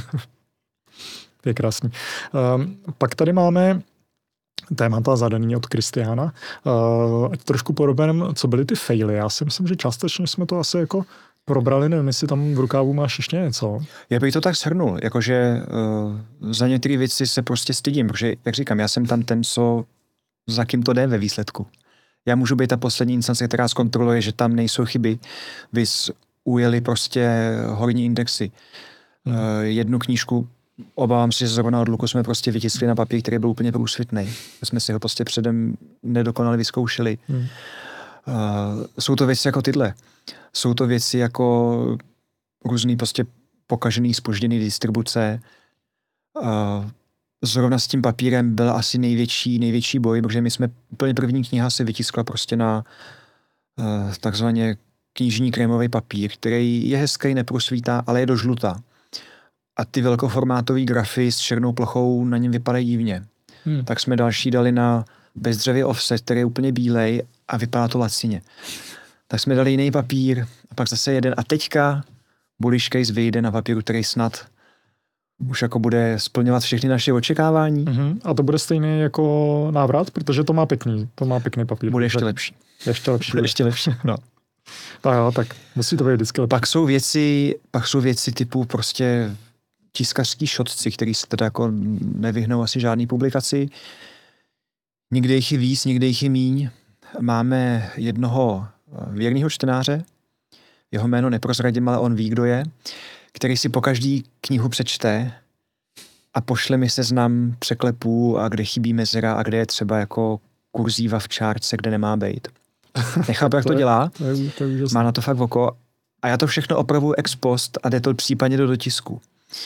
Je krásný. Um, pak tady máme témata zadaný od Kristiána. Uh, ať trošku poroberem, co byly ty faily. Já si myslím, že částečně jsme to asi jako probrali, nevím, jestli tam v rukávu máš ještě něco. Já bych to tak shrnul, jakože uh, za některé věci se prostě stydím, protože, jak říkám, já jsem tam ten, co za kým to jde ve výsledku. Já můžu být ta poslední instance, která zkontroluje, že tam nejsou chyby. Vys ujeli prostě horní indexy. Hmm. Uh, jednu knížku, obávám se, že zrovna od Luku jsme prostě vytiskli na papír, který byl úplně průsvitný. Jsme si ho prostě předem nedokonale vyzkoušeli. Hmm. Uh, jsou to věci jako tyhle. Jsou to věci jako různý prostě pokažený, zpožděný distribuce. Uh, Zrovna s tím papírem byl asi největší, největší boj, protože my jsme, úplně první kniha se vytiskla prostě na uh, takzvaně knižní krémový papír, který je hezký, neprosvítá, ale je do žluta. A ty velkoformátový grafy s černou plochou na něm vypadají divně. Hmm. Tak jsme další dali na bezdřevě offset, který je úplně bílej a vypadá to lacině. Tak jsme dali jiný papír a pak zase jeden. A teďka Bullish Case vyjde na papíru, který snad už jako bude splňovat všechny naše očekávání. Uh-huh. A to bude stejný jako návrat, protože to má pěkný, to má pěkný papír. Bude ještě lepší. Ještě lepší. Bude ještě lepší, no. Tak jo, tak musí to být vždycky lepší. Pak jsou věci, pak jsou věci typu prostě tiskařský šotci, který se teda jako nevyhnou asi žádný publikaci. Někde jich je víc, někde jich je míň. Máme jednoho věrného čtenáře, jeho jméno neprozradím, ale on ví, kdo je, který si po každý knihu přečte a pošle mi seznam překlepů a kde chybí mezera a kde je třeba jako kurzíva v čárce, kde nemá být. Nechápu, jak to, to dělá. To je, to je má na to fakt oko. A já to všechno opravuju ex post a jde to případně do dotisku.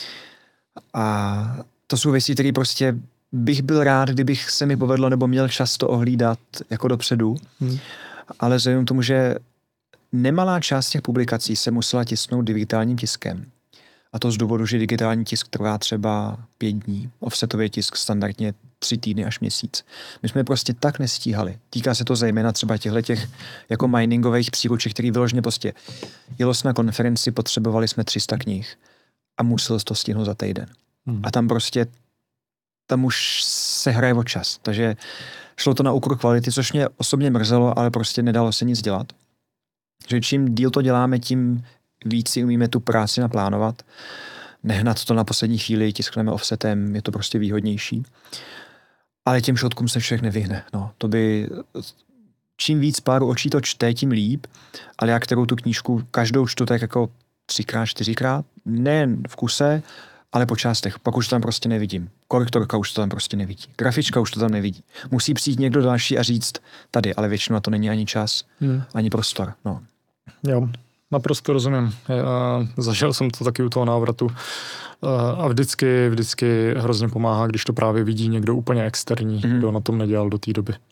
A to jsou věci, které prostě bych byl rád, kdybych se mi povedlo nebo měl čas to ohlídat jako dopředu. Hmm. Ale vzhledem k tomu, že nemalá část těch publikací se musela tisknout digitálním tiskem. A to z důvodu, že digitální tisk trvá třeba pět dní. Offsetový tisk standardně tři týdny až měsíc. My jsme prostě tak nestíhali. Týká se to zejména třeba těchto jako miningových příruček, který vyloženě prostě jelo na konferenci, potřebovali jsme tři sta knih a musel to stihnout za týden. Hmm. A tam prostě tam už se hraje o čas. Takže šlo to na úkor kvality, což mě osobně mrzelo, ale prostě nedalo se nic dělat. Že čím díl to děláme, tím víc si umíme tu práci naplánovat. Nehnat to na poslední chvíli, tiskneme offsetem, je to prostě výhodnější. Ale těm šotkům se člověk nevyhne. No, to by, čím víc pár očí to čte, tím líp, ale já kterou tu knížku každou čtu tak jako třikrát, čtyřikrát, nejen v kuse, ale po částech. Pak už to tam prostě nevidím. Korektorka už to tam prostě nevidí. Grafička už to tam nevidí. Musí přijít někdo další a říct tady, ale většinou na to není ani čas, hmm. ani prostor. No. Jo, naprosto rozumím. Já zažil jsem to taky u toho návratu a vždycky, vždycky hrozně pomáhá, když to právě vidí někdo úplně externí, hmm. kdo na tom nedělal do té doby.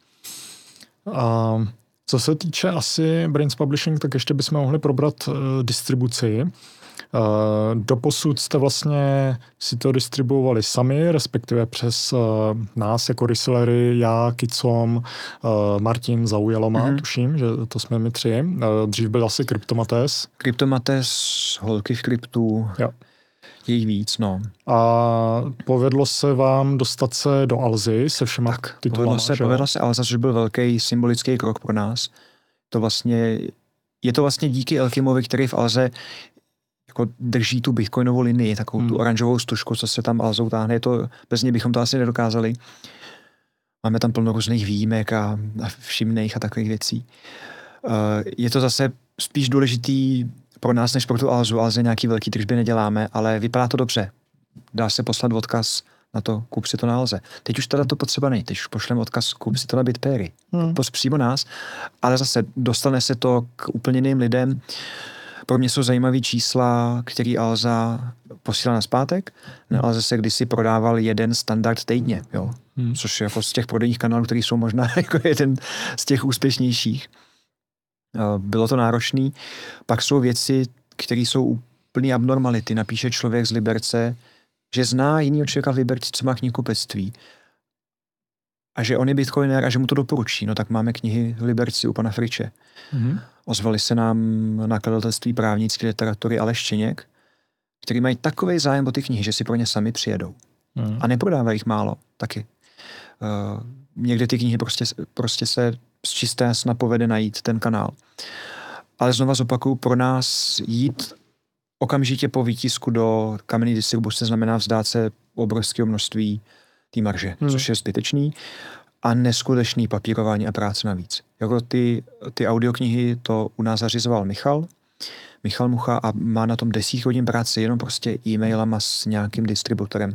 A co se týče asi Brains Publishing, tak ještě bychom mohli probrat uh, distribuci. Uh, doposud jste vlastně si to distribuovali sami, respektive přes uh, nás jako resellery, já, Kicom, uh, Martin Zaujaloma, mm-hmm. tuším, že to jsme my tři. Uh, dřív byl asi Kryptomates. Kryptomates, holky v kryptu, jo. Je jich víc, no. A povedlo se vám dostat se do Alzy se všema tak, titulama, povedlo se, povedlo se Alza, což byl velký symbolický krok pro nás. To vlastně, je to vlastně díky Elkimovi, který v Alze jako drží tu bitcoinovou linii, takovou hmm. tu oranžovou stužku, co se tam Alzou táhne. Je to, bez něj bychom to asi nedokázali. Máme tam plno různých výjimek a, a všimných a takových věcí. Uh, je to zase spíš důležitý pro nás, než pro tu Alzu. Alze nějaký velký tržby neděláme, ale vypadá to dobře. Dá se poslat odkaz na to, kup si to na Alze. Teď už teda to potřeba není. Teď už pošleme odkaz, kup si to na Bitpairy. Hmm. Post přímo nás. Ale zase dostane se to k úplně jiným lidem. Pro mě jsou zajímavý čísla, který Alza posílá na zpátek. Na Alze se kdysi prodával jeden standard týdně, jo. Hmm. Což je jako z těch prodejních kanálů, který jsou možná jako jeden z těch úspěšnějších. Bylo to náročné. Pak jsou věci, které jsou úplný abnormality. Napíše člověk z Liberce, že zná jinýho člověka v Liberci, co má knihkupectví. A že on je bitcoiner a že mu to doporučí. No tak máme knihy v Liberci u pana Friče. Mm-hmm. Ozvali se nám nakladatelství právnické literatury Aleš Štěněk, který mají takovej zájem o ty knihy, že si pro ně sami přijedou. Mm. A neprodávají jich málo taky. Uh, někde ty knihy prostě, prostě se z čisté jasna povede najít ten kanál. Ale znova zopakuju, pro nás jít okamžitě po výtisku do kamenné distribuce znamená vzdát se obrovského množství té marže, hmm. což je zbytečný a neskutečný papírování a práce navíc. Jako ty, ty audioknihy to u nás zařizoval Michal, Michal Mucha a má na tom desítky hodin práce jenom prostě e-mailama s nějakým distributorem.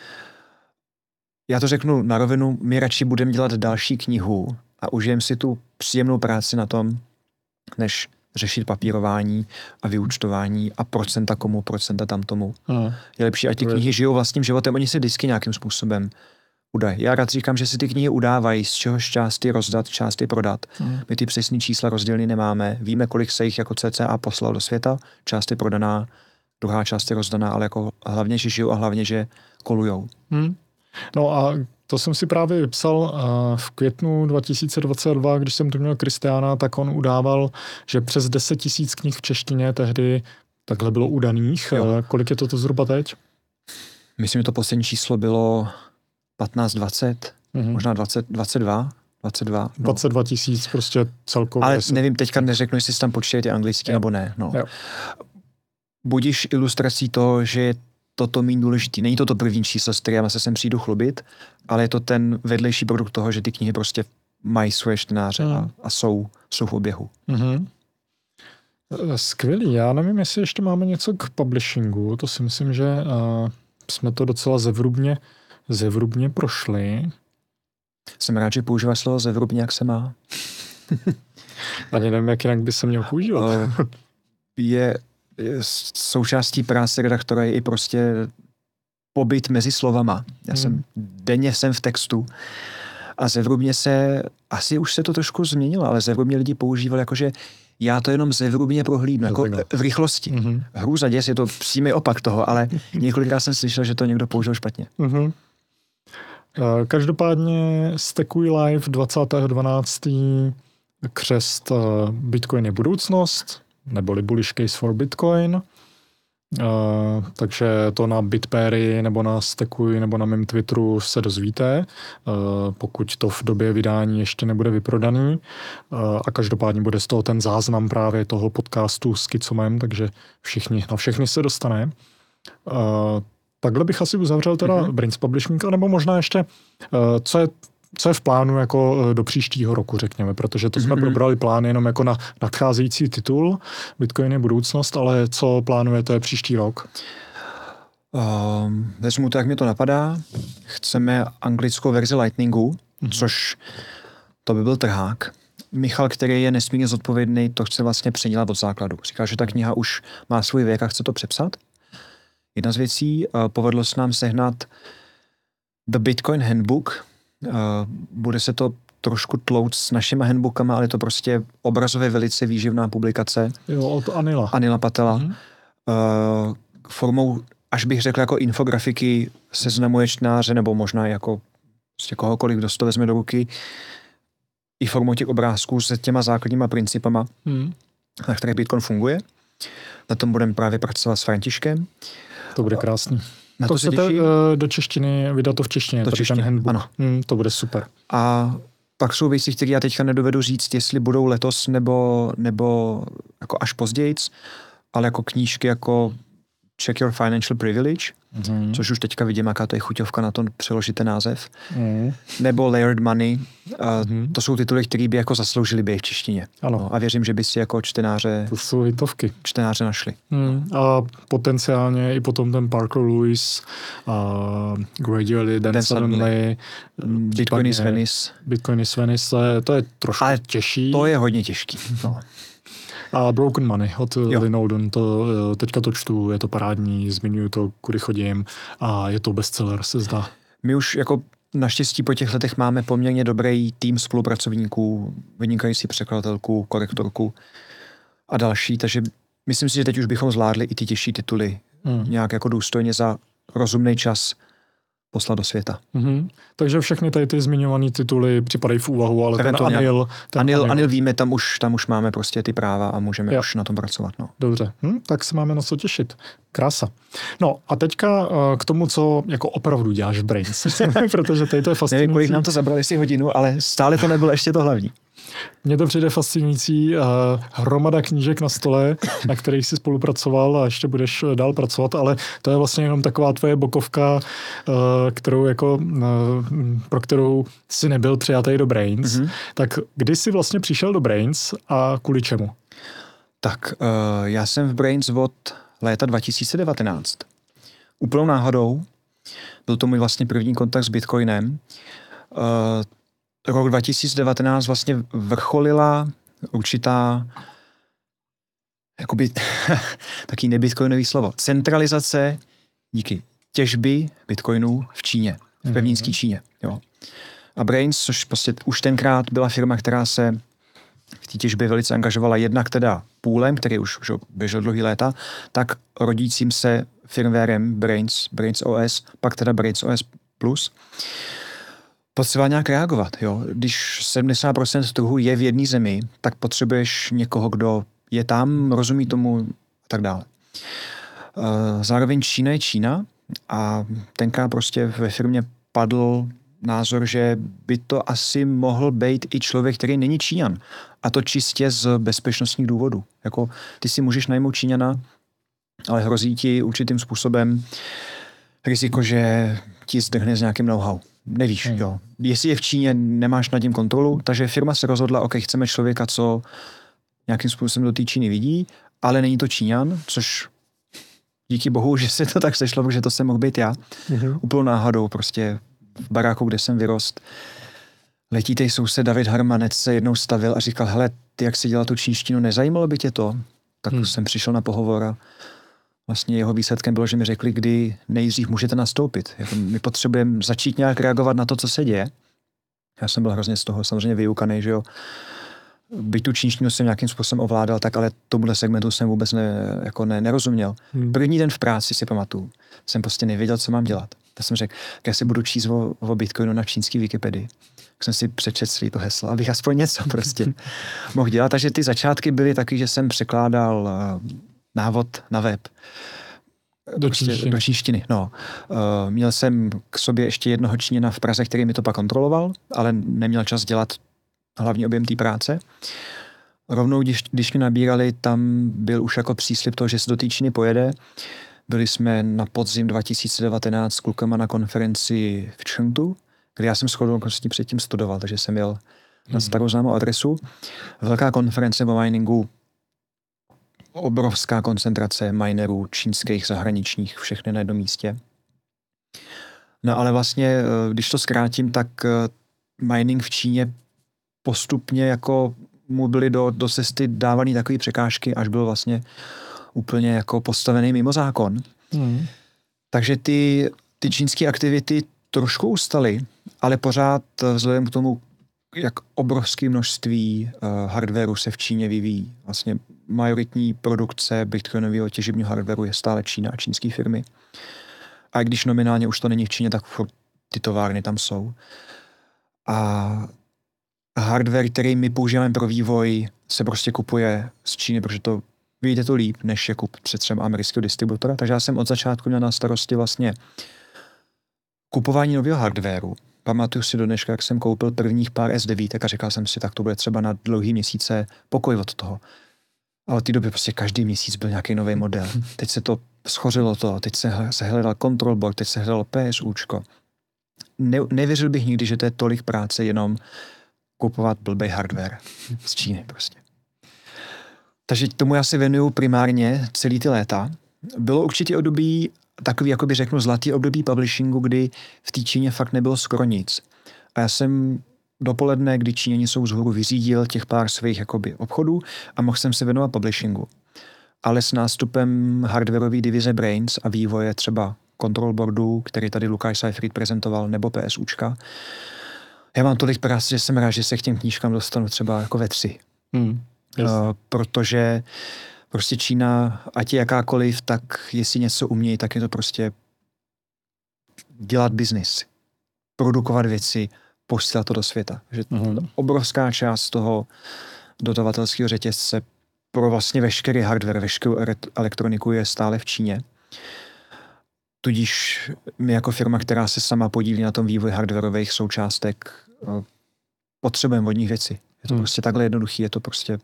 Já to řeknu na rovinu, my radši budeme dělat další knihu a užijeme si tu příjemnou práci na tom, než řešit papírování a vyúčtování a procenta komu, procenta tam tomu. Aha. Je lepší, ať ty knihy žijou vlastním životem, oni si disky nějakým způsobem udají. Já rád říkám, že si ty knihy udávají, z čehož části rozdat, části prodat. Aha. My ty přesný čísla rozdělny nemáme. Víme, kolik se jich jako cca poslal do světa, část je prodaná, druhá část je rozdaná, ale jako hlavně, že žijou a hlavně, že kolujou. Hmm. No a to jsem si právě vypsal v květnu dva tisíce dvacet dva, když jsem tu měl Kristiána, tak on udával, že přes deset tisíc knih v češtině tehdy takhle bylo udaných. Jo. Kolik je to, to zhruba teď? Myslím, že to poslední číslo bylo patnáct dvacet, mm-hmm. možná dvacet, dvacet dva. dvacet dva, no. dvacet dva tisíc prostě celkově. Ale nevím, teďka neřeknu, jestli si tam počítají ty anglicky nebo ne. No. Budíš ilustrací toho, že je toto méně důležitý. Není to to první číslo, s kterým se sem přijdu chlubit, ale je to ten vedlejší produkt toho, že ty knihy prostě mají svoje čtenáře mm. a, a jsou, jsou v oběhu. Mm-hmm. Skvělý. Já nevím, jestli ještě máme něco k publishingu. To si myslím, že uh, jsme to docela zevrubně, zevrubně prošli. Jsem rád, že používáš slovo zevrubně, jak se má. Ani nevím, jak jinak by se měl používat. je součástí práce redaktora je i prostě pobyt mezi slovama. Já hmm. jsem denně jsem v textu a zevrubně se, asi už se to trošku změnilo, ale zevrubně lidi používali jakože já to jenom zevrubně prohlídnu, jako v rychlosti. Mm-hmm. Hrůza děs je to přímý opak toho, ale několikrát jsem slyšel, že to někdo použil špatně. Mm-hmm. Každopádně Stackuj Live dvacátého dvanáctého křest Bitcoin je budoucnost, neboli bullish case for Bitcoin. Uh, takže to na BitPairy nebo na Stackuj nebo na mém Twitteru se dozvíte, uh, pokud to v době vydání ještě nebude vyprodaný. Uh, a každopádně bude z toho ten záznam právě toho podcastu s Kicomem, takže všichni, na všechny se dostane. Uh, takhle bych asi uzavřel teda mm-hmm. Brains Publishing, nebo možná ještě, uh, co je Co je v plánu jako do příštího roku, řekněme, protože to jsme mm-hmm. probrali plány jenom jako na nadcházející titul, Bitcoin je budoucnost, ale co plánujete příští rok? Um, vezmu to, jak mi to napadá. Chceme anglickou verzi Lightningu, mm-hmm. což to by byl trhák. Michal, který je nesmírně zodpovědný, to chce vlastně předělat od základu. Říká, že ta kniha už má svůj věk a chce to přepsat. Jedna z věcí, uh, povedlo se nám sehnat The Bitcoin Handbook. Uh, bude se to trošku tlouct s našima handbookama, ale je to prostě obrazově velice výživná publikace. Jo, od Anila. Anila Patela. Mm-hmm. Uh, formou, až bych řekl, jako infografiky seznamuje čtenáře, nebo možná jako prostě kohokoliv, kdo to vezme do ruky, i formou těch obrázků se těma základníma principama, mm. na kterých Bitcoin funguje. Na tom budeme právě pracovat s Františkem. To bude krásný. Na to, to chcete uh, do češtiny, vydat to v češtině, do češtiny, handbook. Ano. Hmm, to bude super. A pak jsou věci, které já teďka nedovedu říct, jestli budou letos nebo, nebo jako až pozdějc, ale jako knížky jako Check Your Financial Privilege, mm. což už teďka vidím, jaká to je chuťovka na to přeložit ten název, mm. nebo Layered Money. A mm. To jsou tituly, které by jako zasloužili být v češtině. Ano. No, a věřím, že by si jako čtenáře, to jsou hitovky. čtenáře našli. Mm. A potenciálně i potom ten Parker Lewis, uh, Gradually, Then, then Suddenly, Bitcoin is Venice. Bitcoin is Venice, to je trošku ale těžší. To je hodně těžký. No. A Broken Money od Lynn Olden, to teďka to čtu, je to parádní, zmiňuju to, kudy chodím a je to bestseller, se zdá. My už jako naštěstí po těch letech máme poměrně dobrý tým spolupracovníků, vynikající překladatelku, korektorku a další, takže myslím si, že teď už bychom zvládli i ty těžší tituly hmm. nějak jako důstojně za rozumný čas poslat do světa. Mm-hmm. Takže všechny tady ty zmiňované tituly připadají v úvahu, ale ten Anil, ten Anil, Anil... Anil víme, tam už, tam už máme prostě ty práva a můžeme jo. už na tom pracovat. No. Dobře, hm, tak se máme na co těšit. Krása. No a teďka k tomu, co jako opravdu děláš v Brains, protože tady to je fascinující. Nevím, kolik nám to zabrali si hodinu, ale stále to nebylo ještě to hlavní. Mně to přijde fascinující. Uh, hromada knížek na stole, na kterých jsi spolupracoval a ještě budeš dál pracovat, ale to je vlastně jenom taková tvoje bokovka, uh, kterou jako, uh, pro kterou jsi nebyl přijatý do Brains. Mm-hmm. Tak kdy jsi vlastně přišel do Brains a kvůli čemu? Tak uh, já jsem v Brains od léta dva tisíce devatenáct. Úplnou náhodou. Byl to můj vlastně první kontakt s Bitcoinem. Uh, Rok dva tisíce devatenáct vlastně vrcholila určitá jakoby taký nebitcoinový slovo. Centralizace díky těžby bitcoinů v Číně, v pevninské Číně. Jo. A Brains, což prostě už tenkrát byla firma, která se v té těžbě velice angažovala jednak teda půlem, který už, už běžel dlouhý léta, tak rodícím se firmwarem Brains, Brains O S, pak teda Brains O S Plus. Potřeba nějak reagovat. Jo? Když sedmdesát procent trhu je v jedné zemi, tak potřebuješ někoho, kdo je tam, rozumí tomu a tak dále. Zároveň Čína je Čína a tenkrát prostě ve firmě padl názor, že by to asi mohl být i člověk, který není Číňan. A to čistě z bezpečnostních důvodů. Jako, ty si můžeš najmout Číňana, ale hrozí ti určitým způsobem riziko, že ti zdrhne s nějakým know-how. Nevíš, hmm. jo. Jestli je v Číně, nemáš nad tím kontrolu, takže firma se rozhodla, ok, chceme člověka, co nějakým způsobem do té Číny vidí, ale není to Číňan, což díky bohu, že se to tak sešlo, protože to jsem mohl být já. Hmm. Úplnou náhodou, prostě v baráku, kde jsem vyrost. Letítej soused David Harmanec se jednou stavil a říkal, hele, ty jak si dělal tu čínštinu, nezajímalo by tě to? Tak hmm. jsem přišel na pohovor a vlastně jeho výsledkem bylo, že mi řekli, kdy nejdřív můžete nastoupit. Jako my potřebujeme začít nějak reagovat na to, co se děje. Já jsem byl hrozně z toho samozřejmě vyukaný, že jo. Byť tu čínštinu jsem nějakým způsobem ovládal, tak ale tomuhle segmentu jsem vůbec ne, jako ne, nerozuměl. Hmm. První den v práci si pamatuju, jsem prostě nevěděl, co mám dělat. Tak jsem řekl, já si budu číst o, o Bitcoinu na čínský Wikipedii. Tak jsem si přečetl svý to heslo, abych aspoň něco prostě mohl dělat. Takže ty začátky byly taky, že jsem překládal návod na web. Do čínštiny. Do čínštiny, no. Uh, měl jsem k sobě ještě jednoho Číňana v Praze, který mi to pak kontroloval, ale neměl čas dělat hlavní objem té práce. Rovnou, když, když mi nabírali, tam byl už jako příslib toho, že se do té Číny pojede. Byli jsme na podzim dva tisíce devatenáct s klukama na konferenci v Chengdu, kde já jsem shodou prostě předtím studoval, takže jsem jel na starou známou adresu. Velká konference o miningu, obrovská koncentrace minerů čínských, zahraničních, všechny na jednom místě. No ale vlastně, když to zkrátím, tak mining v Číně postupně jako mu byly do, do cesty dávaný takové překážky, až byl vlastně úplně jako postavený mimo zákon. Mm. Takže ty, ty čínské aktivity trošku ustaly, ale pořád vzhledem k tomu, jak obrovské množství uh, hardwareu se v Číně vyvíjí. Vlastně majoritní produkce bitcoinového těžebního hardwareu je stále Čína a čínské firmy. A když nominálně už to není v Číně, tak ty továrny tam jsou. A hardware, který my používáme pro vývoj, se prostě kupuje z Číny, protože to vyjde to líp, než je kup před třeba amerického distributora. Takže já jsem od začátku měl na starosti vlastně kupování nového hardwareu. Pamatuju si do dneška, jak jsem koupil prvních pár S devět a říkal jsem si, tak to bude třeba na dlouhý měsíce pokoj od toho. A od té doby prostě každý měsíc byl nějaký nový model. Teď se to schořilo to, teď se, se hledal control board, teď se hledalo PSUčko. Ne, nevěřil bych nikdy, že to je tolik práce jenom kupovat blbej hardware z Číny prostě. Takže tomu já se věnuju primárně celý ty léta. Bylo určitě období takový, jako by řeknu, zlatý období publishingu, kdy v té Číně fakt nebylo skoro nic. A já jsem dopoledne, kdy Číňani jsou vzhůru, vyřídil těch pár svých jakoby obchodů a mohl jsem se věnovat publishingu. Ale s nástupem hardwareové divize Brains a vývoje třeba control boardu, který tady Lukáš Seifried prezentoval, nebo PSUčka. Já mám tolik práce, že jsem rád, že se k těm knížkám dostanu třeba jako ve tři. Hmm, uh, protože prostě Čína, ať je jakákoliv, tak jestli něco umějí, tak je to prostě dělat biznis, produkovat věci, posílat to do světa. Že mm-hmm. obrovská část toho dodavatelského řetězce pro vlastně veškerý hardware, veškerou elektroniku je stále v Číně. Tudíž my jako firma, která se sama podílí na tom vývoji hardwareových součástek, potřebujeme od nich věci. Je to hmm. prostě takhle jednoduchý, je to prostě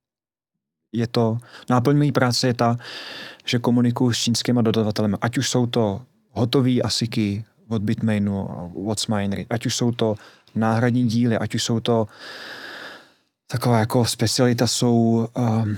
je to, náplň mé práce je ta, že komunikuju s čínskými dodavatelemi, ať už jsou to hotový ASICy od Bitmainu, od Sminery, ať už jsou to náhradní díly, ať už jsou to taková jako specialita jsou um,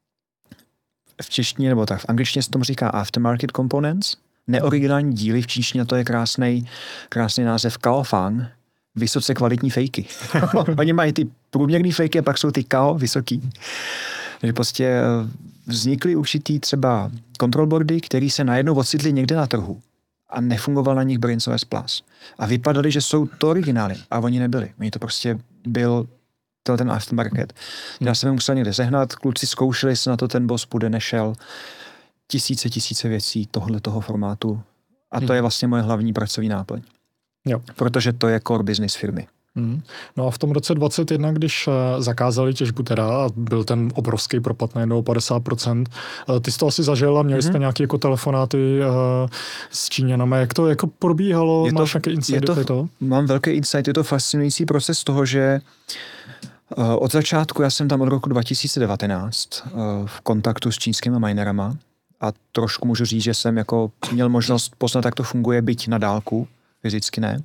v češtině, nebo tak v angličtině se tomu říká aftermarket components, neoriginální díly, v čínštině to je krásný, krásný název Kaofang, vysoce kvalitní fejky. Oni mají ty průměrný fejky a pak jsou ty Kao vysoký. Takže prostě vznikly určitý třeba control boardy, které se najednou ocitly někde na trhu a nefungoval na nich Brains O S Plus. A vypadaly, že jsou to originály a oni nebyli. Oni to prostě byl ten aftermarket. Hmm. Já jsem je musel někde sehnat, kluci zkoušeli se na to, ten boss půjde, nešel. Tisíce, tisíce věcí tohle toho formátu. A to hmm. je vlastně moje hlavní pracovní náplň. Jo. Protože to je core business firmy. Hmm. No a v tom roce dvacet jedna, když zakázali těžbu teda a byl ten obrovský propad najednou padesát procent, ty jsi to asi zažil a měli hmm. jste nějaké jako telefonáty uh, s Číňanami. Jak to jako probíhalo? Je Máš to, nějaký insight do toho? Mám velký insight, je to fascinující proces toho, že uh, od začátku, já jsem tam od roku dva tisíce devatenáct uh, v kontaktu s čínskými minerama a trošku můžu říct, že jsem jako měl možnost poznat, jak to funguje, byť na dálku, fyzicky ne.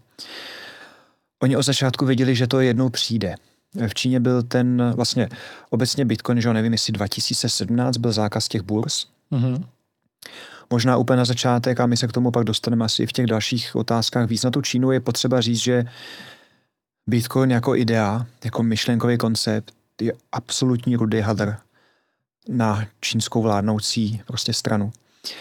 Oni od začátku věděli, že to jednou přijde. V Číně byl ten vlastně obecně Bitcoin, že nevím, jestli dva tisíce sedmnáct byl zákaz těch burz. Mm-hmm. Možná úplně na začátek, a my se k tomu pak dostaneme asi i v těch dalších otázkách víc na tu Čínu, je potřeba říct, že Bitcoin jako idea, jako myšlenkový koncept je absolutní rudý hadr na čínskou vládnoucí prostě stranu.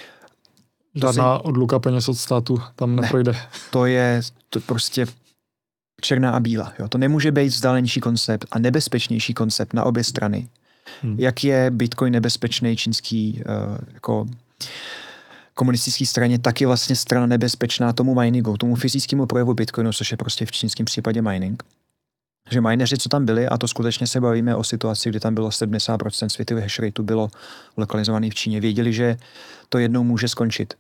Žádná si... odluka peněz od státu tam neprojde. Ne, to je to prostě černá a bílá. Jo. To nemůže být vzdálenější koncept a nebezpečnější koncept na obě strany. Hmm. Jak je Bitcoin nebezpečný čínský uh, jako komunistický straně, tak je vlastně strana nebezpečná tomu miningu, tomu fyzickému projevu Bitcoinu, což je prostě v čínském případě mining. Že mineři, co tam byli, a to skutečně se bavíme o situaci, kdy tam bylo sedmdesát procent světového hash rateu bylo lokalizovaný v Číně, věděli, že to jednou může skončit.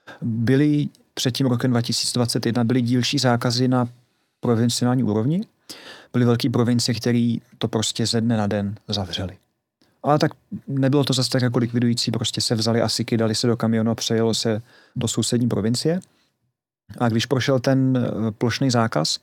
Byly před tím rokem dva tisíce dvacet jedna byly dílčí zákazy na provinciální úrovni. Byly velké provincie, které to prostě ze dne na den zavřely. Ale tak nebylo to zase tak jako likvidující, prostě se vzali ASICy, dali se do kamionu a přejelo se do sousední provincie. A když prošel ten plošný zákaz,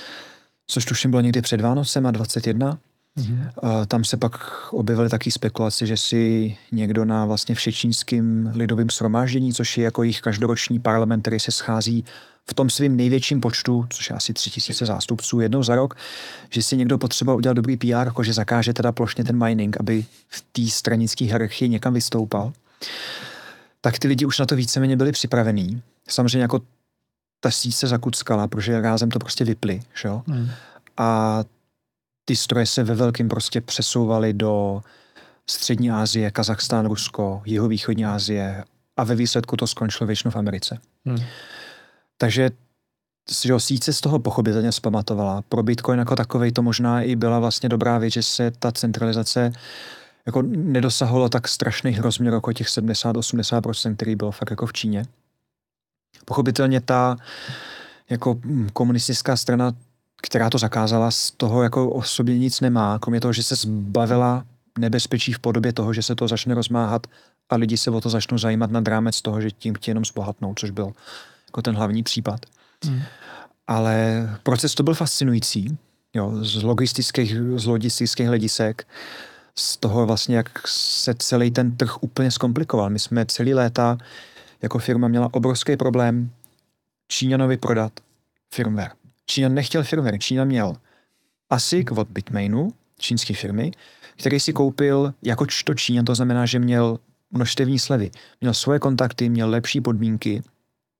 což tuším bylo někdy před Vánocem a dvacet jedna, mm-hmm. tam se pak objevily taky spekulace, že si někdo na vlastně všečínským lidovým shromáždění, což je jako jejich každoroční parlament, který se schází v tom svým největším počtu, což je asi tři tisíce zástupců jednou za rok, že si někdo potřeba udělat dobrý P R, jako že zakáže teda plošně ten mining, aby v té stranické hierarchii někam vystoupal. Tak ty lidi už na to víceméně byli připravení. Samozřejmě jako ta síť se zakuckala, protože rázem to prostě vyply. Hmm. A ty stroje se ve velkém prostě přesouvaly do Střední Asie, Kazachstán, Rusko, jihovýchodní Asie a ve výsledku to skončilo většinou v Americe. Hmm. Takže že síť se z toho pochopitelně zpamatovala. Pro Bitcoin jako takovej to možná i byla vlastně dobrá věc, že se ta centralizace jako nedosahovala tak strašných rozměrů jako těch sedmdesát až osmdesát procent, který bylo fakt jako v Číně. Pochopitelně ta jako komunistická strana, která to zakázala, z toho jako osobně nic nemá, kromě toho, že se zbavila nebezpečí v podobě toho, že se to začne rozmáhat a lidi se o to začnou zajímat nad rámec toho, že tím chtějí jenom zbohatnout, což byl jako ten hlavní případ. Hmm. Ale proces to byl fascinující, jo, z logistických, z logistických hledisek, z toho vlastně, jak se celý ten trh úplně zkomplikoval. My jsme celý léta jako firma měla obrovský problém Číňanovi prodat firmware. Číňan nechtěl firmware, Číňan měl ASIC od Bitmainu, čínské firmy, který si koupil jako to Číňan, to znamená, že měl množstevní slevy. Měl svoje kontakty, měl lepší podmínky,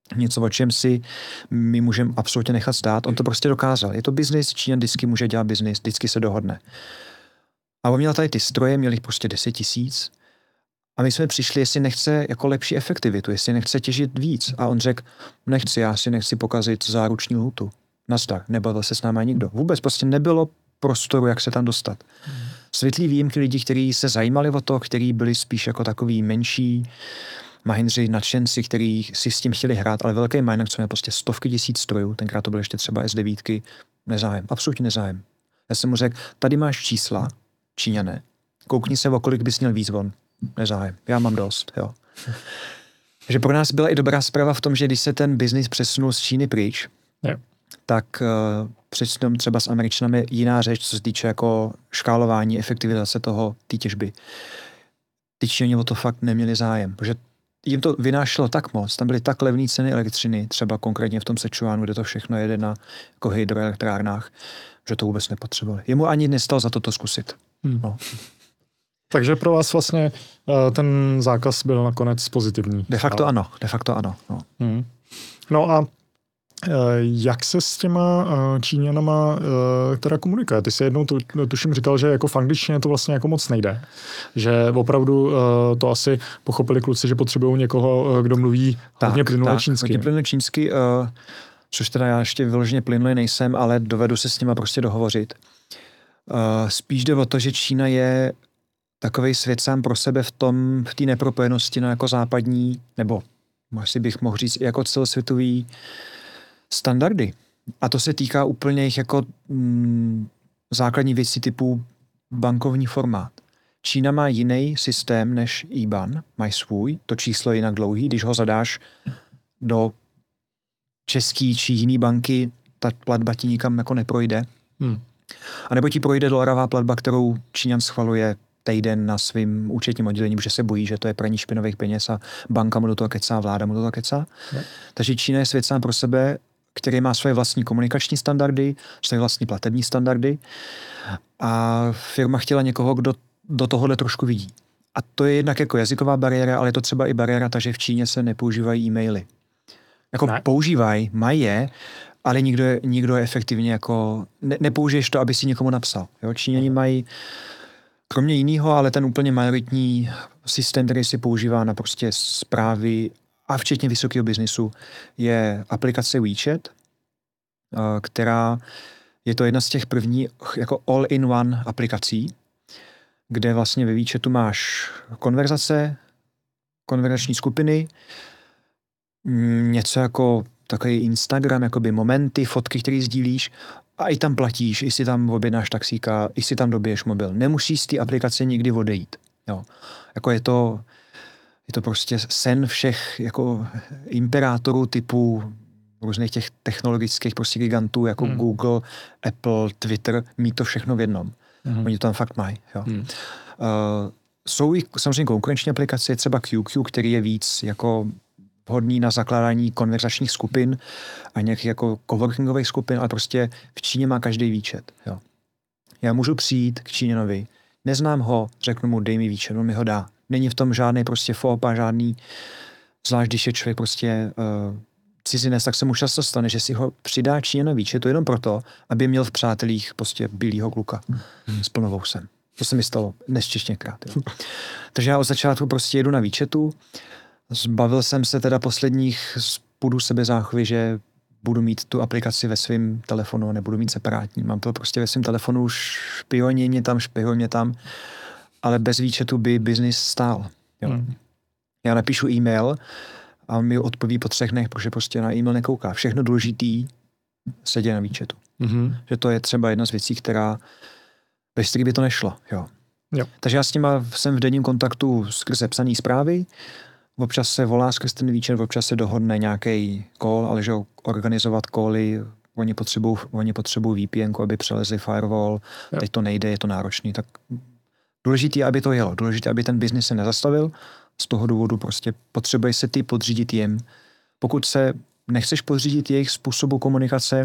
něco, o čem si my můžeme absolutně nechat stát. On to prostě dokázal. Je to biznis, Číňan vždycky může dělat biznis, vždycky se dohodne. A on měl tady ty stroje, měl jich prostě deset tisíc. A my jsme přišli, jestli nechce jako lepší efektivitu, jestli nechce těžit víc. A on řekl, nechci, já si nechci pokazit záruční lhůtu. Nazdar, nebavil se s námi nikdo. Vůbec prostě nebylo prostoru, jak se tam dostat. Hmm. Světlí výjimky lidí, kteří se zajímali o to, kteří byli spíš jako takový menší mahindři, nadšenci, kteří si s tím chtěli hrát, ale velký miner, co měl prostě stovky tisíc strojů, tenkrát to byly ještě třeba S devět, nezájem, absolutně nezájem. Já jsem mu řekl, tady máš čísla, Číňané, koukni se, o kolik bys měl víc von. Nezájem, já mám dost, jo. Takže pro nás byla i dobrá zpráva v tom, že když se ten biznis přesunul z Číny pryč, yeah. tak uh, přesunem třeba s Američanami jiná řeč, co se týče jako škálování, efektivizace toho, té těžby. Ty Číňani o to fakt neměli zájem, protože jim to vynášelo tak moc, tam byly tak levné ceny elektřiny, třeba konkrétně v tom Sečuánu, kde to všechno jede na jako hydroelektrárnách, že to vůbec nepotřebovali. Jemu ani nestalo za to to zkusit. Hmm. No. Takže pro vás vlastně ten zákaz byl nakonec pozitivní. De facto ano, de facto ano. No, hmm. no a jak se s těma Číňanama teda komunikuje? Ty jsi jednou tu, tuším říkal, že jako v angličtině to vlastně jako moc nejde. Že opravdu to asi pochopili kluci, že potřebují někoho, kdo mluví hodně plynule čínsky. Hodně plynule čínsky, což teda já ještě vyloženě plynule nejsem, ale dovedu se s nima prostě dohovořit. Spíš jde o to, že Čína je takovej svět sám pro sebe v tom, v té nepropojenosti na jako západní, nebo asi bych mohl říct jako celosvětový standardy. A to se týká úplně jich jako mm, základní věcí typu bankovní formát. Čína má jiný systém než í ban, mají svůj, to číslo je jinak dlouhý, když ho zadáš do český či jiný banky, ta platba ti nikam jako neprojde. Hmm. A nebo ti projde dolarová platba, kterou Číňan schvaluje týden na svým účetním oddělení, protože se bojí, že to je praní špinových peněz a banka mu do toho kecá, vláda mu do toho kecá. Ne. Takže Čína je svět sám pro sebe, který má svoje vlastní komunikační standardy, svoje vlastní platební standardy a firma chtěla někoho, kdo do tohohle trošku vidí. A to je jednak jako jazyková bariéra, ale je to třeba i bariéra, takže v Číně se nepoužívají e-maily. Jako ne. používají, mají je, ale nikdo je, nikdo je efektivně jako, ne, nepoužiješ to, aby si někomu napsal. Jo? Číňani mají kromě jiného, ale ten úplně majoritní systém, který se používá na prostě zprávy a včetně vysokého biznisu, je aplikace WeChat, která je to jedna z těch prvních jako all-in-one aplikací, kde vlastně ve WeChatu máš konverzace, konverzační skupiny, něco jako takový Instagram, jakoby momenty, fotky, které sdílíš, a i tam platíš, i si tam objednáš taxíka, i si tam dobiješ mobil. Nemusíš z té aplikace nikdy odejít. Jo. Jako je to, je to prostě sen všech jako imperátorů typu různých těch technologických prostě gigantů, jako hmm. Google, Apple, Twitter, mít to všechno v jednom. Hmm. Oni to tam fakt mají. Jo. Hmm. Uh, jsou i samozřejmě konkurenční aplikace, třeba Q Q, který je víc jako vhodný na zakládání konverzačních skupin a nějakých jako coworkingových skupin, ale prostě v Číně má každý WeChat. Jo. Já můžu přijít k Číňanovi, neznám ho, řeknu mu, dej mi WeChat, on mi ho dá. Není v tom žádný prostě fop a žádný, zvlášť když je člověk prostě uh, cizinec, tak se mu často stane, že si ho přidá Číňanovi WeChatu jenom proto, aby měl v přátelích prostě bílýho kluka hmm. s plnou vousem. To se mi stalo nesčetněkrát. Takže já od začátku prostě jedu na WeChatu. Zbavil jsem se teda posledních z půdu sebezáchovy, že budu mít tu aplikaci ve svém telefonu, nebudu mít separátní. Mám to prostě ve svém telefonu, špioní mě tam, špihuj mě tam, ale bez WeChatu by biznis stál. Jo. Hmm. Já napíšu e-mail a on mi odpoví po třech dnech, protože prostě na e-mail nekouká. Všechno důležitý se děje na WeChatu. Hmm. Že to je třeba jedna z věcí, která bez který by to nešlo. Jo. Jo. Takže já s nima jsem v denním kontaktu skrze psaný zprávy. Občas se volá skrz ten WeChat, občas se dohodne nějaký call, ale že organizovat cally, oni potřebují oni potřebují V P N, aby přelezli firewall, jo. Teď to nejde, je to náročný, tak důležité, aby to jelo, důležité, aby ten biznis se nezastavil, z toho důvodu prostě potřebuješ se ty podřídit jim. Pokud se nechceš podřídit jejich způsobu komunikace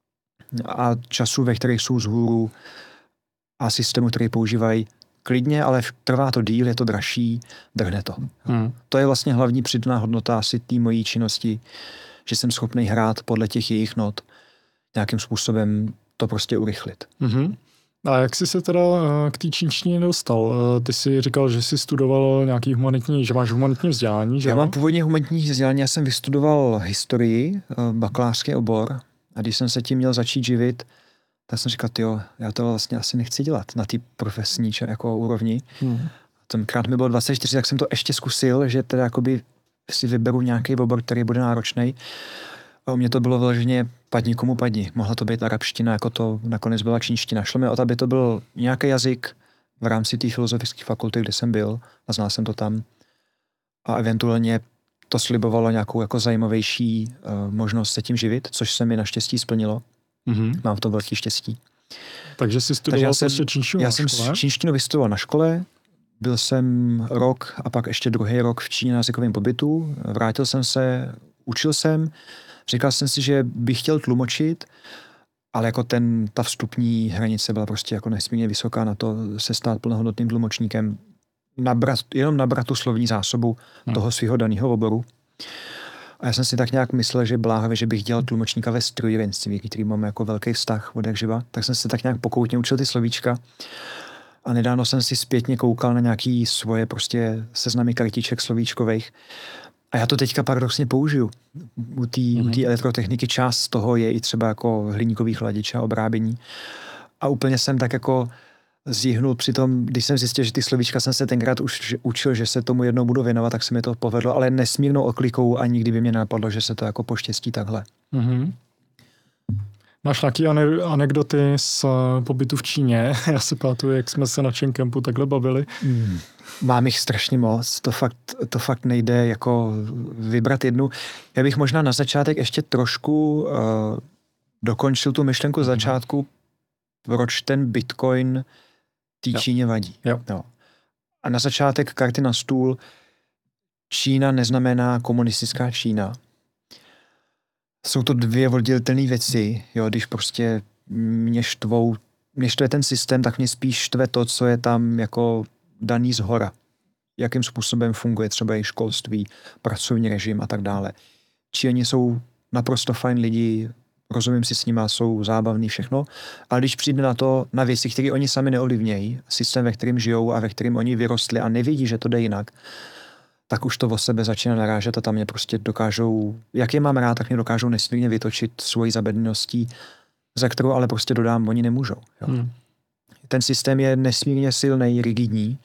a času, ve kterých jsou vzhůru a systému, který používají, klidně, ale trvá to díl, je to dražší, drhne to. Hmm. To je vlastně hlavní přidaná hodnota asi té mojí činnosti že jsem schopný hrát podle těch jejich not, nějakým způsobem to prostě urychlit. Mm-hmm. A jak jsi se teda k té čínštině dostal? Ty jsi říkal, že jsi studoval nějaký humanitní, že máš humanitní vzdělání, že? Já mám původně humanitní vzdělání, já jsem vystudoval historii, bakalářský obor, a když jsem se tím měl začít živit, tak jsem říkal, jo, já to vlastně asi nechci dělat na té profesní jako úrovni. Hmm. Tenkrát mi bylo dvacet čtyři, tak jsem to ještě zkusil, že teda jakoby si vyberu nějaký obor, který bude náročný. A u mě to bylo vyloženě padni komu padni. Mohla to být arabština, jako to nakonec byla čínština. Šlo mi o to, aby to byl nějaký jazyk v rámci té filozofické fakulty, kde jsem byl, a znal jsem to tam. A eventuálně to slibovalo nějakou jako zajímavější uh, možnost se tím živit, což se mi naštěstí splnilo. Mm-hmm. Mám v tom velký štěstí. Takže jsi studoval prostě čínštinu Já na jsem škole? čínštinu vystudoval na škole, byl jsem rok a pak ještě druhý rok v Číně na jazykovém pobytu. Vrátil jsem se, učil jsem, říkal jsem si, že bych chtěl tlumočit, ale jako ten, ta vstupní hranice byla prostě jako nesmírně vysoká na to se stát plnohodnotným tlumočníkem. Nabrat, jenom nabrat tu slovní zásobu hmm. toho svého daného oboru. A já jsem si tak nějak myslel, že bláhavě, že bych dělal tlumočníka ve strojírenství, který mám jako velký vztah od jak živa, tak jsem se tak nějak pokoutně učil ty slovíčka. A nedávno jsem si zpětně koukal na nějaký svoje prostě seznamy kartiček slovíčkových. A já to teďka paradoxně použiju. U té mm-hmm. elektrotechniky část z toho je i třeba jako hliníkový chladič a obrábění. A úplně jsem tak jako zjihnul při tom, když jsem zjistil, že ty slovíčka jsem se tenkrát už učil, že se tomu jednou budu věnovat, tak se mi to povedlo, ale nesmírnou oklikou a nikdy by mě nenapadlo, že se to jako poštěstí takhle. Mm-hmm. Máš nějaké anekdoty z pobytu v Číně? Já si pamatuju, jak jsme se na Čenkempu takhle bavili. Mm. Mám jich strašně moc, to fakt, to fakt nejde jako vybrat jednu. Já bych možná na začátek ještě trošku uh, dokončil tu myšlenku z začátku, proč ten Bitcoin té Číně vadí. Jo. Jo. A na začátek karty na stůl. Čína neznamená komunistická Čína. Jsou to dvě oddělitelné věci. Jo, když prostě mě štvou, mě štve ten systém, tak mě spíš štve to, co je tam jako daný zhora. Jakým způsobem funguje třeba i školství, pracovní režim a tak dále. Číňani jsou naprosto fajn lidi, rozumím si s nima, jsou zábavný, všechno, ale když přijde na to, na věci, které oni sami neovlivnějí, systém, ve kterým žijou a ve kterým oni vyrostli a nevědí, že to jde jinak, tak už to o sebe začíná narážet a tam mě prostě dokážou, jak je mám rád, tak mě dokážou nesmírně vytočit svojí zabedností, za kterou ale prostě dodám, oni nemůžou. Jo. Hmm. Ten systém je nesmírně silný, rigidní.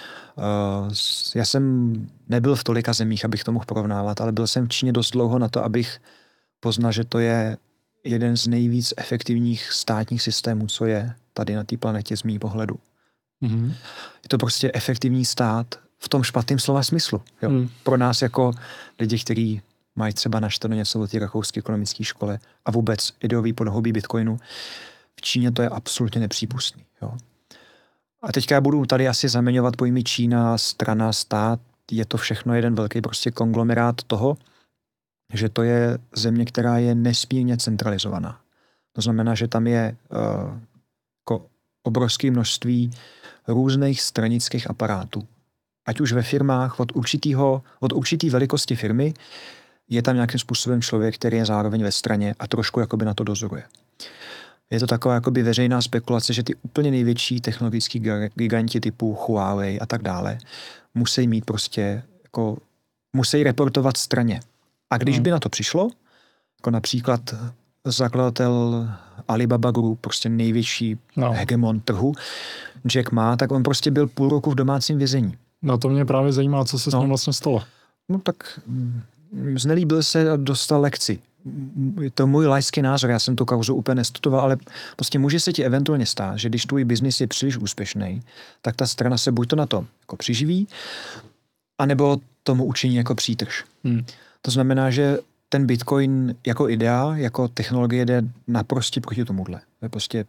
Uh, já jsem nebyl v tolika zemích, abych to mohl porovnávat, ale byl jsem v Číně dost dlouho na to, abych poznal, že to je jeden z nejvíc efektivních státních systémů, co je tady na té planetě z mýho pohledu. Mm-hmm. Je to prostě efektivní stát v tom špatném slova smyslu. Jo. Mm. Pro nás jako lidi, kteří mají třeba načteno něco o té rakouské ekonomické škole a vůbec ideový podhoubí Bitcoinu, v Číně to je absolutně nepřípustný. Jo. A teďka já budu tady asi zaměňovat pojmy Čína, strana, stát. Je to všechno jeden velký prostě konglomerát toho, že to je země, která je nesmírně centralizovaná. To znamená, že tam je uh, jako obrovské množství různých stranických aparátů. Ať už ve firmách, od určitýho, od určitý velikosti firmy je tam nějakým způsobem člověk, který je zároveň ve straně a trošku jakoby na to dozoruje. Je to taková jakoby veřejná spekulace, že ty úplně největší technologický giganti typu Huawei a tak dále musí mít prostě jako musí reportovat straně. A když by na to přišlo, jako například zakladatel Alibaba Group, prostě největší no. hegemon trhu, Jack Ma, tak on prostě byl půl roku v domácím vězení. No to mě právě zajímá, co se no. s ním vlastně stalo. No tak znelíbil se a dostal lekci. Je to můj laický názor, já jsem tu kauzu úplně nestudoval, ale prostě může se ti eventuálně stát, že když tvůj biznis je příliš úspěšný, tak ta strana se buď to na to jako přiživí, anebo tomu učiní jako přítrž. Hmm. To znamená, že ten Bitcoin jako idea, jako technologie jde naprosto proti tomuhle. To je prostě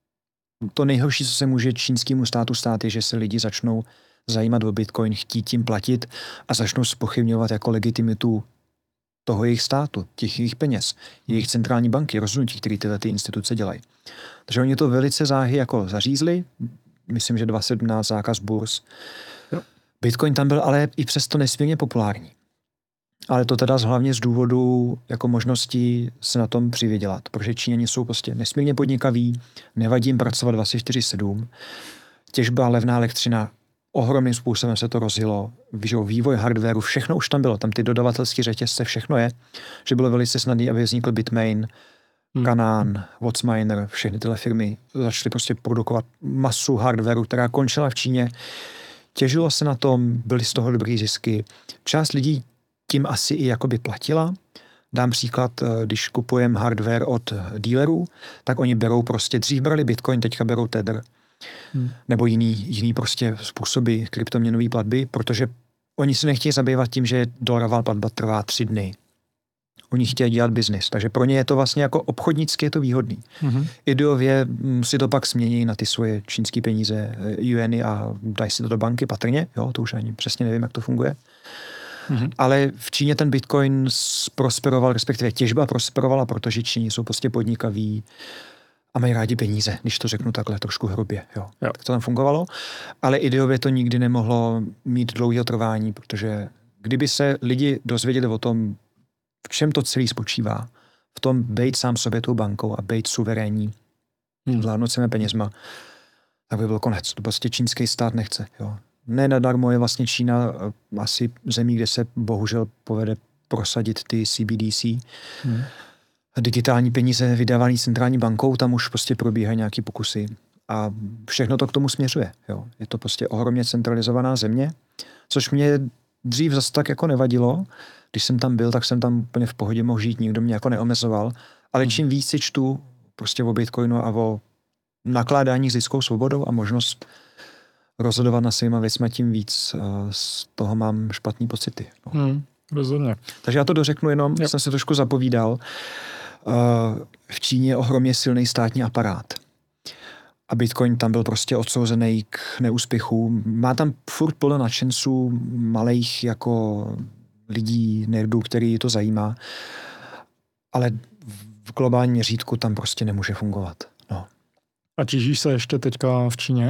to nejhorší, co se může čínskému státu stát, je, že se lidi začnou zajímat o Bitcoin, chtít tím platit a začnou zpochybňovat jako legitimitu toho jejich státu, těch jejich peněz, jejich centrální banky, rozhodnutí, které tyhle ty instituce dělají. Takže oni to velice záhy jako zařízli. Myslím, že dvacet sedmnáct zákaz burz. Bitcoin tam byl ale i přesto nesmírně populární. Ale to teda hlavně z důvodu jako možností se na tom přivydělat, protože Číňani jsou prostě nesmírně podnikaví, nevadí jim pracovat dvacet čtyři sedm, těžba, levná elektřina, ohromným způsobem se to rozjelo, vývoj hardwareu, všechno už tam bylo, tam ty dodavatelské řetězce, všechno je, že bylo velice snadné, aby vznikl Bitmain, hmm. Canaan, Wattsminer, všechny tyhle firmy začaly prostě produkovat masu hardwareu, která končila v Číně, těžilo se na tom, byly z toho dobrý zisky. Část lidí tím asi i jakoby platila. Dám příklad, když kupujeme hardware od dealerů, tak oni berou prostě, dřív brali Bitcoin, teďka berou Tether. Hmm. Nebo jiný, jiný prostě způsoby kryptoměnové platby, protože oni se nechtějí zabývat tím, že dolarová platba trvá tři dny. Oni chtějí dělat biznis, takže pro ně je to vlastně jako obchodnicky je to výhodný. Hmm. Ideově si to pak smění na ty svoje čínské peníze, jueny a dají si to do banky patrně, jo, to už ani přesně nevím, jak to funguje. Mm-hmm. Ale v Číně ten Bitcoin prosperoval, respektive těžba prosperovala, protože Číňani jsou prostě podnikaví a mají rádi peníze, když to řeknu takhle trošku hrubě. Jo. Jo. Tak to tam fungovalo, ale ideově to nikdy nemohlo mít dlouhé trvání, protože kdyby se lidi dozvěděli o tom, v čem to celý spočívá, v tom bejt sám sobě tou bankou a bejt suverénní, hmm. vládnout svými penězma, tak by byl konec. To prostě čínský stát nechce. Jo. Ne nadarmo je vlastně Čína asi zemí, kde se bohužel povede prosadit ty C B D C. Hmm. Digitální peníze vydávané centrální bankou, tam už prostě probíhají nějaké pokusy. A všechno to k tomu směřuje. Jo. Je to prostě ohromně centralizovaná země, což mě dřív zase tak jako nevadilo. Když jsem tam byl, tak jsem tam úplně v pohodě mohl žít, nikdo mě jako neomezoval. Ale hmm. čím víc si čtu prostě o Bitcoinu a o nakládání s lidskou svobodou a možnost rozhodovat na svýma věcma, tím víc uh, z toho mám špatný pocity. No. Hmm, rozhodně. Takže já to dořeknu jenom, yep. jsem se trošku zapovídal. Uh, v Číně je ohromně silný státní aparát. A Bitcoin tam byl prostě odsouzený k neúspěchu. Má tam furt plno nadšenců, malých jako lidí, nerdů, který to zajímá. Ale v globálním měřítku tam prostě nemůže fungovat. No. A těží se ještě teďka v Číně?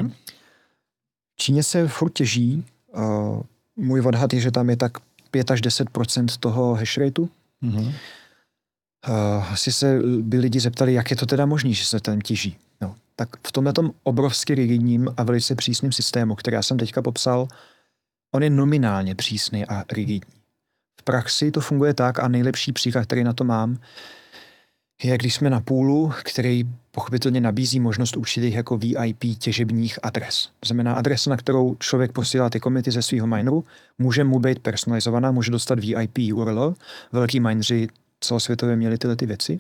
V Číně se furt těží. Uh, můj odhad je, že tam je tak pět až deset procent toho hash rateu. Mm-hmm. Uh, asi se by lidi zeptali, jak je to teda možné, že se tam těží. No, tak v tomhletom obrovsky rigidním a velice přísným systému, který já jsem teďka popsal, on je nominálně přísný a rigidní. V praxi to funguje tak a nejlepší příklad, který na to mám, je, když jsme na půlu, který pochopitelně nabízí možnost určitých jako V I P těžebních adres. To znamená adresa, na kterou člověk posílá ty komity ze svého mineru, může mu být personalizovaná, může dostat V I P U R L. Velký mineři celosvětově měli tyhle ty věci.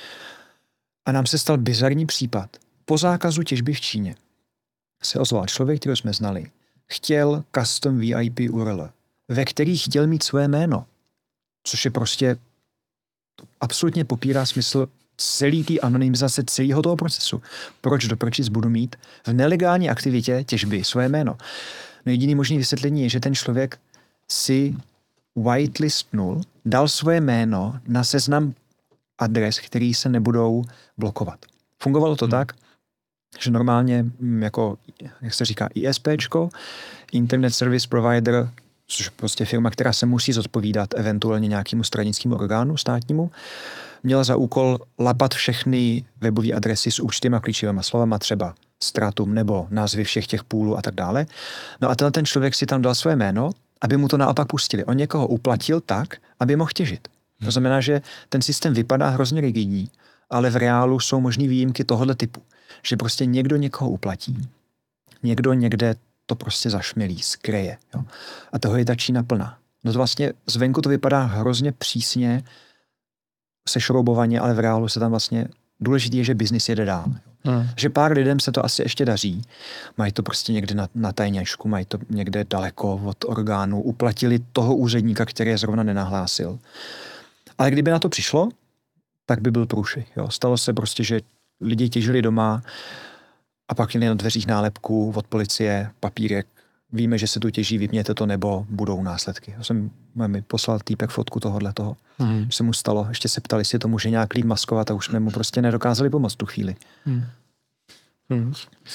A nám se stal bizarní případ. Po zákazu těžby v Číně se ozval člověk, kterého jsme znali. Chtěl custom V I P U R L, ve který chtěl mít své jméno. Což je prostě absolutně popírá smysl celý té anonymizace celého toho procesu. Proč do pročic budu mít v nelegální aktivitě těžby své jméno? No jediný možný vysvětlení je, že ten člověk si whitelistnul, dal svoje jméno na seznam adres, který se nebudou blokovat. Fungovalo to hmm. tak, že normálně jako, jak se říká, ISPčko, Internet Service Provider, což je prostě firma, která se musí zodpovídat eventuálně nějakému stranickému orgánu státnímu, měla za úkol lapat všechny webové adresy s určitýma klíčovými slovama, třeba stratum nebo názvy všech těch půlů a tak dále. No a tenhle ten člověk si tam dal své jméno, aby mu to naopak pustili. On někoho uplatil tak, aby mohl těžit. To znamená, že ten systém vypadá hrozně rigidní, ale v reálu jsou možný výjimky tohoto typu. Že prostě někdo někoho uplatí, někdo někde to prostě zašmělí, skryje. Jo. A toho je ta Čína plná. No to vlastně zvenku to vypadá hrozně přísně, sešroubovaně, ale v reálu se tam vlastně důležitý je, že biznis jede dál. Hmm. Že pár lidem se to asi ještě daří. Mají to prostě někde na, na tajněčku, mají to někde daleko od orgánů, uplatili toho úředníka, který je zrovna nenahlásil. Ale kdyby na to přišlo, tak by byl průšvih. Jo. Stalo se prostě, že lidi těžili doma a pak měli na dveřích nálepku od policie, papírek. Víme, že se tu těží, vypněte to, nebo budou následky. Já jsem mi poslal týpek fotku tohohle toho. Hmm. Se mu stalo. Ještě se ptali, jestli to může nějak líp maskovat a už jsme mu prostě nedokázali pomoct tu chvíli. Hmm. Hmm.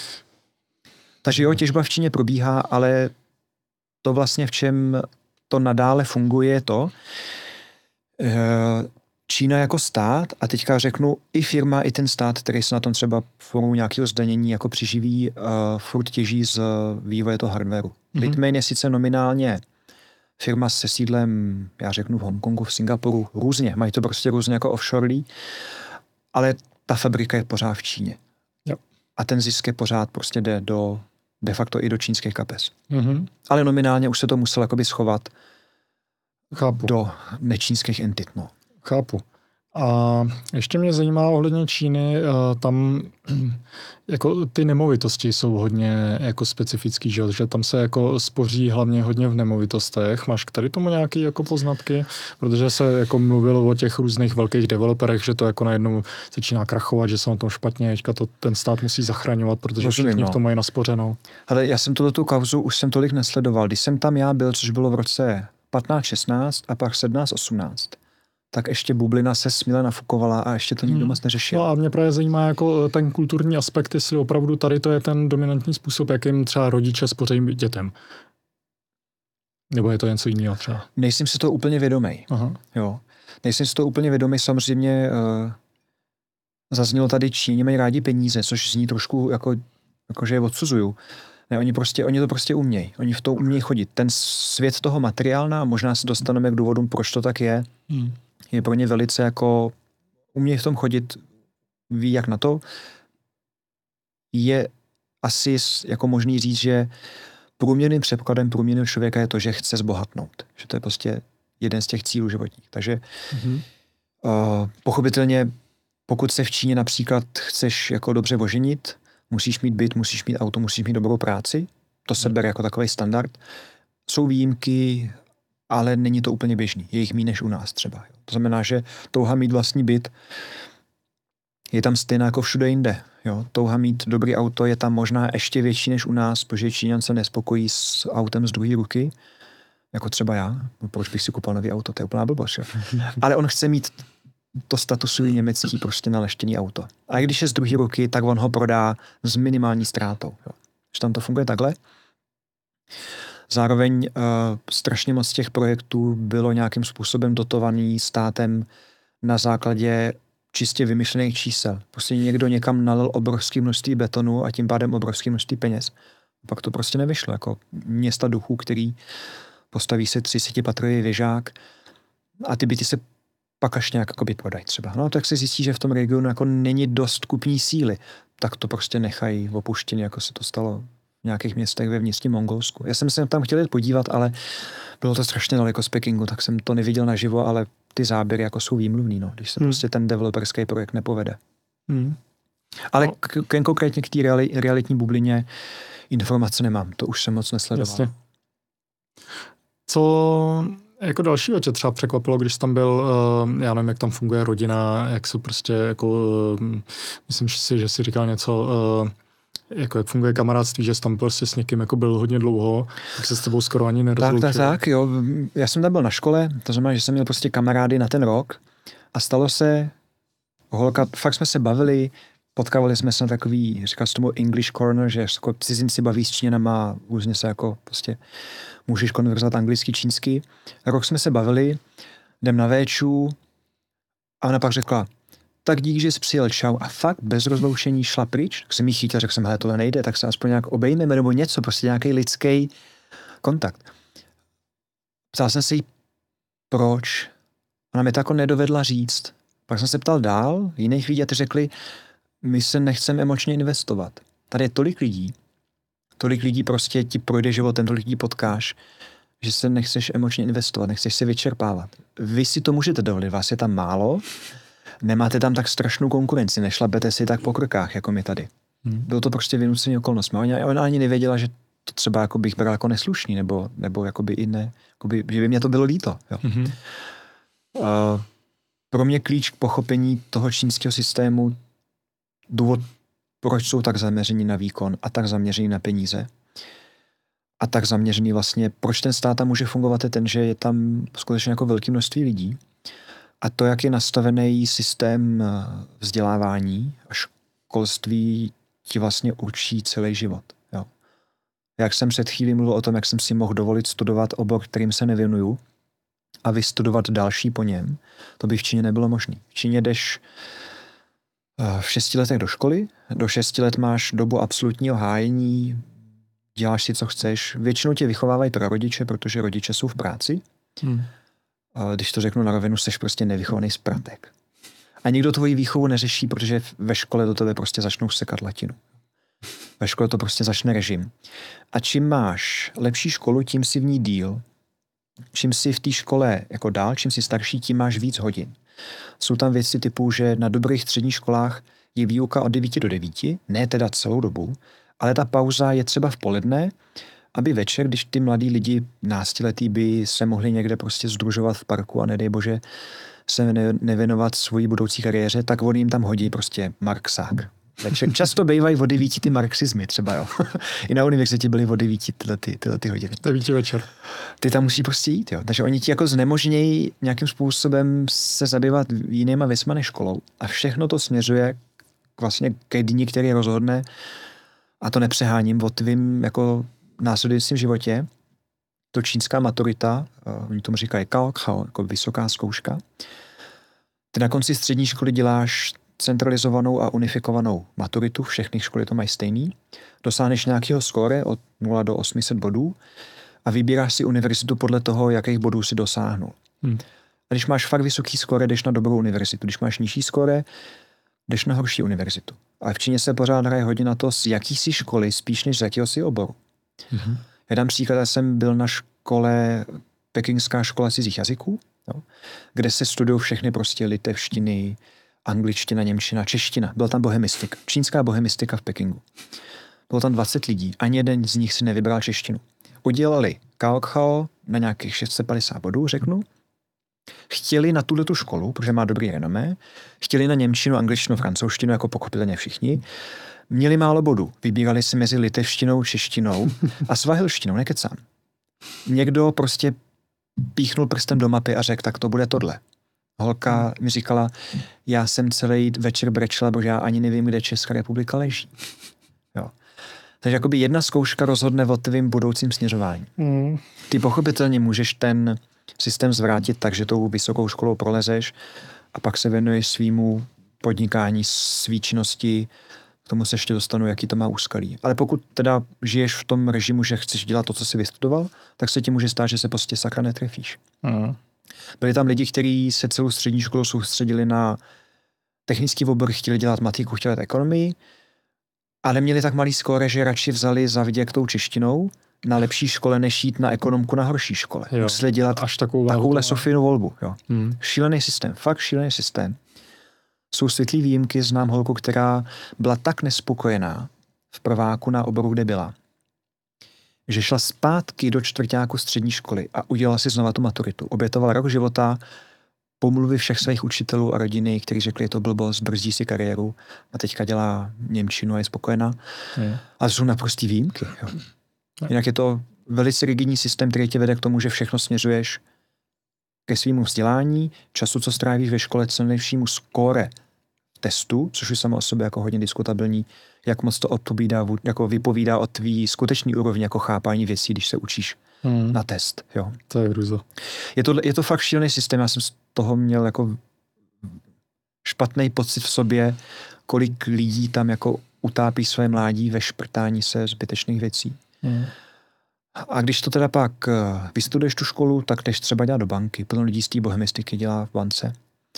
Takže jo, těžba v Číně probíhá, ale to vlastně v čem to nadále funguje je to, Čína jako stát, a teďka řeknu i firma, i ten stát, který se na tom třeba formou nějakého zdanění jako přiživí, uh, furt těží z vývoje toho hardwareu. Mm-hmm. Bitmain je sice nominálně firma se sídlem, já řeknu v Hongkongu, v Singapuru, různě, mají to prostě různě jako offshore, ale ta fabrika je pořád v Číně. Jo. A ten zisk je pořád prostě jde do, de facto i do čínských kapes. Mm-hmm. Ale nominálně už se to musel jakoby schovat Chápu. do nečínských entit, no. Chápu. A ještě mě zajímá ohledně Číny, tam jako ty nemovitosti jsou hodně jako specifický, že, že tam se jako spoří hlavně hodně v nemovitostech. Máš k tady tomu nějaké jako poznatky? Protože se jako mluvilo o těch různých velkých developerech, že to jako najednou začíná krachovat, že se na tom špatně, teďka to ten stát musí zachraňovat, protože Rozumím, všichni no. v tom mají naspořeno. Ale já jsem tuto kauzu už jsem tolik nesledoval. Když jsem tam já byl, což bylo v roce patnáct šestnáct a pak sedmnáct osmnáct, tak ještě bublina se směle nafukovala a ještě to nikdo hmm. moc neřešil. No a mě právě zajímá jako ten kulturní aspekt, jestli opravdu tady to je ten dominantní způsob, jakým třeba rodiče spoří dětem. Nebo je to něco jiného třeba? Nejsem si to úplně vědomý. Aha. Jo. Nejsem si to úplně vědomý. Samozřejmě uh, zaznělo tady, Číně mají rádi peníze, což zní trošku jako, jako že je odsuzuju. Ne, oni, prostě, oni to prostě umějí. Oni v tom umějí chodit. Ten svět toho materiálna, možná se dostaneme k důvodům, proč to tak je, hmm. je pro ně velice jako, umějí v tom chodit, ví jak na to. Je asi jako možný říct, že průměrným předpokladem průměrného člověka je to, že chce zbohatnout. Že to je prostě jeden z těch cílů životních. Takže hmm. uh, pochopitelně, pokud se v Číně například chceš jako dobře oženit, musíš mít byt, musíš mít auto, musíš mít dobrou práci. To se bere jako takový standard. Jsou výjimky, ale není to úplně běžný. Je jich méně než u nás třeba. To znamená, že touha mít vlastní byt je tam stejná jako všude jinde. Jo? Touha mít dobrý auto je tam možná ještě větší než u nás, protože Číňan se nespokojí s autem z druhé ruky, jako třeba já. No, proč bych si kupoval nový auto? To je úplná blbost. Ale on chce mít to statusuje německý prostě naleštěný auto. A když je z druhé ruky, tak on ho prodá s minimální ztrátou. Jo. Že tam to funguje takhle. Zároveň uh, strašně moc těch projektů bylo nějakým způsobem dotovaný státem na základě čistě vymyšlených čísel. Prostě někdo někam nalil obrovské množství betonu a tím pádem obrovské množství peněz. Pak to prostě nevyšlo. Jako města duchů, který postaví se třicetipatrový věžák a ty byty se pak až nějak jako byt prodají třeba. No tak se zjistí, že v tom regionu jako není dost kupní síly. Tak to prostě nechají opuštění, jako se to stalo v nějakých městech ve vnitřní Mongolsku. Já jsem se tam chtěl jít podívat, ale bylo to strašně daleko z Pekingu, tak jsem to neviděl naživo, ale ty záběry jako jsou výmluvný, no, když se hmm. prostě ten developerský projekt nepovede. Hmm. Ale no. k, k, konkrétně k té reali, realitní bublině informace nemám, to už jsem moc nesledoval. Jasně. Co jako dalšího tě třeba překvapilo, když tam byl, uh, já nevím, jak tam funguje rodina, jak jsou prostě jako, uh, myslím si, že si říkal něco, uh, jako jak funguje kamarádství, že jsi tam prostě s někým jako byl hodně dlouho, tak se s tebou skoro ani nerozloučil. Tak, tak, tak, jo. Já jsem tam byl na škole, to znamená, že jsem měl prostě kamarády na ten rok a stalo se, holka, fakt jsme se bavili, potkávali jsme se na takový, říkal jsem tomu English Corner, že jako cizinci baví s Číňanama, různě se jako prostě můžeš konverzovat anglicky, čínsky. Rok jsme se bavili, jdem na véču a ona pak řekla, tak dík, že jsi přijel, čau. A fakt bez rozloučení šla pryč. Tak jsem jí chytil, řekl jsem, hele, tohle nejde, tak se aspoň nějak obejmeme nebo něco, prostě nějaký lidský kontakt. Ptal jsem se jí, proč? Ona mi to jako nedovedla říct. Pak jsem se ptal dál, jiných lidí a ty řekli, my se nechceme emočně investovat. Tady je tolik lidí, tolik lidí prostě ti projde životem, tolik lidí potkáš, že se nechceš emočně investovat, nechceš se vyčerpávat. Vy si to můžete dovolit, vás je tam málo, nemáte tam tak strašnou konkurenci, nešlapete si tak po krkách, jako my tady. Hmm. Bylo to prostě vynucený okolnostmi. Ona, ona ani nevěděla, že to třeba jako bych bral jako neslušný, nebo, nebo jakoby i ne, jakoby, že by mě to bylo líto. Jo. Hmm. Uh, pro mě klíč k pochopení toho čínského systému, důvod, proč jsou tak zaměření na výkon a tak zaměření na peníze a tak zaměřený vlastně, proč ten stát tam může fungovat, je ten, že je tam skutečně jako velké množství lidí a to, jak je nastavený systém vzdělávání a školství, ti vlastně učí celý život. Jo. Jak jsem před chvílí mluvil o tom, jak jsem si mohl dovolit studovat obor, kterým se nevěnuju, a vystudovat další po něm, to by v Číně nebylo možné. V Číně jdeš v šesti letech do školy, do šesti let máš dobu absolutního hájení, děláš si, co chceš. Většinou tě vychovávají prarodiče, protože rodiče jsou v práci. Hmm. Když to řeknu na rovinu, jsi prostě nevychovaný spratek. A nikdo tvoji výchovu neřeší, protože ve škole do tebe prostě začnou sekat latinu. Ve škole to prostě začne režim. A čím máš lepší školu, tím si v ní díl. Čím si v té škole jako dál, čím si starší, tím máš víc hodin. Jsou tam věci typu, že na dobrých středních školách je výuka od devíti do devíti, ne teda celou dobu, ale ta pauza je třeba v poledne, aby večer, když ty mladí lidi náctiletí by se mohli někde prostě sdružovat v parku a nedej bože se ne- nevěnovat svojí budoucí kariéře, tak oni jim tam hodí prostě marxák. Večer. Často bývají o devíti ty marxizmy třeba, jo. I na univerzitě byly o devíti tyhle, ty, tyhle ty hodiny. Devíti večer. Ty tam musí prostě jít, jo. Takže oni ti jako znemožnějí nějakým způsobem se zabývat jinýma věcma než školou. A všechno to směřuje k vlastně ke dní, který rozhodne, a to nepřeháním, o tvým jako následujícím životě. To čínská maturita, uh, oni tomu říkají gaokao, jako vysoká zkouška. Ty na konci střední školy děláš centralizovanou a unifikovanou maturitu, všechny školy to mají stejný. Dosáhneš nějakého skóre od nula do osm set bodů a vybíráš si univerzitu podle toho, jakých bodů si dosáhnul. Hmm. A když máš fakt vysoký skóre, jdeš na dobrou univerzitu. Když máš nižší skóre, jdeš na horší univerzitu. A v Číně se pořád hraje hodně na to, z jaký si školy, spíš než z jakého si oboru. Hmm. Já dám příklad, já jsem byl na škole, pekingská škola cizích jazyků, no, kde se studují všechny prostě litevštiny, angličtina, němčina, čeština. Byla tam bohemistika. Čínská bohemistika v Pekingu. Bylo tam dvacet lidí. Ani jeden z nich si nevybral češtinu. Udělali gaokao na nějakých šest set padesát bodů, řeknu. Chtěli na tuto školu, protože má dobrý renomé. Chtěli na němčinu, angličtinu, francouzštinu, jako pochopitelně všichni. Měli málo bodů. Vybírali si mezi litevštinou, češtinou a svahilštinou, nekecám. Někdo prostě píchnul prstem do mapy a řekl, tak to bude tohle. Holka mi říkala, já jsem celý večer brečela, protože já ani nevím, kde Česká republika leží. Jo. Takže jakoby jedna zkouška rozhodne o tvým budoucím směřování. Mm. Ty pochopitelně můžeš ten systém zvrátit tak, že tou vysokou školou prolezeš a pak se věnuješ svýmu podnikání, svý činnosti, k tomu se ještě dostanu, jaký to má úskalí. Ale pokud teda žiješ v tom režimu, že chceš dělat to, co jsi vystudoval, tak se ti může stát, že se prostě sakra netrefíš. Mm. Byli tam lidi, kteří se celou střední školu soustředili na technický obor, chtěli dělat matiku, chtěli dělat ekonomii, ale měli tak malý skóre, že radši vzali za vděk tou češtinou na lepší škole, než jít na ekonomku na horší škole. Jo. Museli dělat až takovouhle Sofinu volbu. Jo. Hmm. Šílený systém, fakt šílený systém. Jsou světlý výjimky, znám holku, která byla tak nespokojená v prváku na oboru, kde byla, že šla zpátky do čtvrťáku střední školy a udělala si znova tu maturitu. Obětovala rok života, pomluvy všech svých učitelů a rodiny, kteří řekli, je to blbost, brzdí si kariéru a teďka dělá němčinu a je spokojená. Je. Ale to jsou naprostý výjimky. Jo. Jinak je to velice rigidní systém, který tě vede k tomu, že všechno směřuješ ke svýmu vzdělání, času, co strávíš ve škole, co nejlepšímu skóre testu, což je samo o sobě jako hodně diskutabilní, jak moc to odpovídá, jako vypovídá o tvý skutečný úrovni jako chápání věcí, když se učíš hmm. na test. Jo. To je hruzo. Je to, je to fakt šílený systém. Já jsem z toho měl jako špatný pocit v sobě, kolik lidí tam jako utápí své mládí ve šprtání se zbytečných věcí. Hmm. A když to teda pak vystuduješ tu školu, tak jdeš třeba dělat do banky. Plno lidí z té bohemistiky dělá v bance.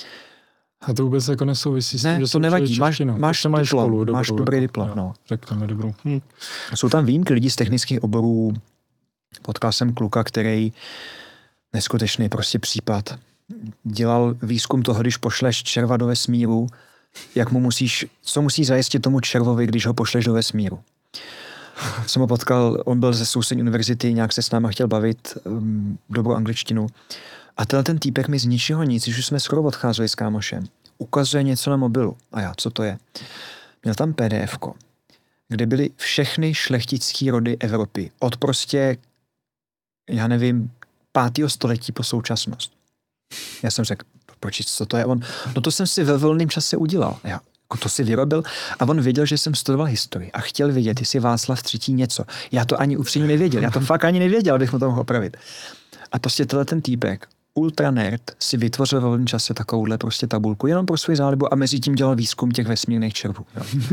A to vůbec jako nesouvisí s tím, ne, že to nevadí. Máš, máš, diplom, školu, dobrou, máš dobrý jako, diplom. Jo, no. Řekněme dobrou. Hm. Jsou tam výjimky lidí z technických oborů. Potkal jsem kluka, který neskutečný prostě případ. Dělal výzkum toho, když pošleš červa do vesmíru, jak mu musíš, co musí zajistit tomu červovi, když ho pošleš do vesmíru. Jsem ho potkal, on byl ze sousední univerzity, nějak se s náma chtěl bavit, um, dobrou angličtinu. A tenhle ten týpek mi z ničeho nic, když už jsme skoro odcházeli s kámošem, ukazuje něco na mobilu. A já, co to je? Měl tam P D F ko, kde byly všechny šlechtické rody Evropy. Od prostě, já nevím, pátého století po současnost. Já jsem řekl, proč, co to je? On, no to jsem si ve volném čase udělal. Já, jako to si vyrobil a on věděl, že jsem studoval historii a chtěl vědět, jestli Václav třetí něco. Já to ani upřímně nevěděl. Já to fakt ani nevěděl, abych mu to mohl opravit. A prostě tenhle ten týpek ultra nerd si vytvořil ve volném čase takovouhle prostě tabulku jenom pro svou zálibu a mezi tím dělal výzkum těch vesmírných červů.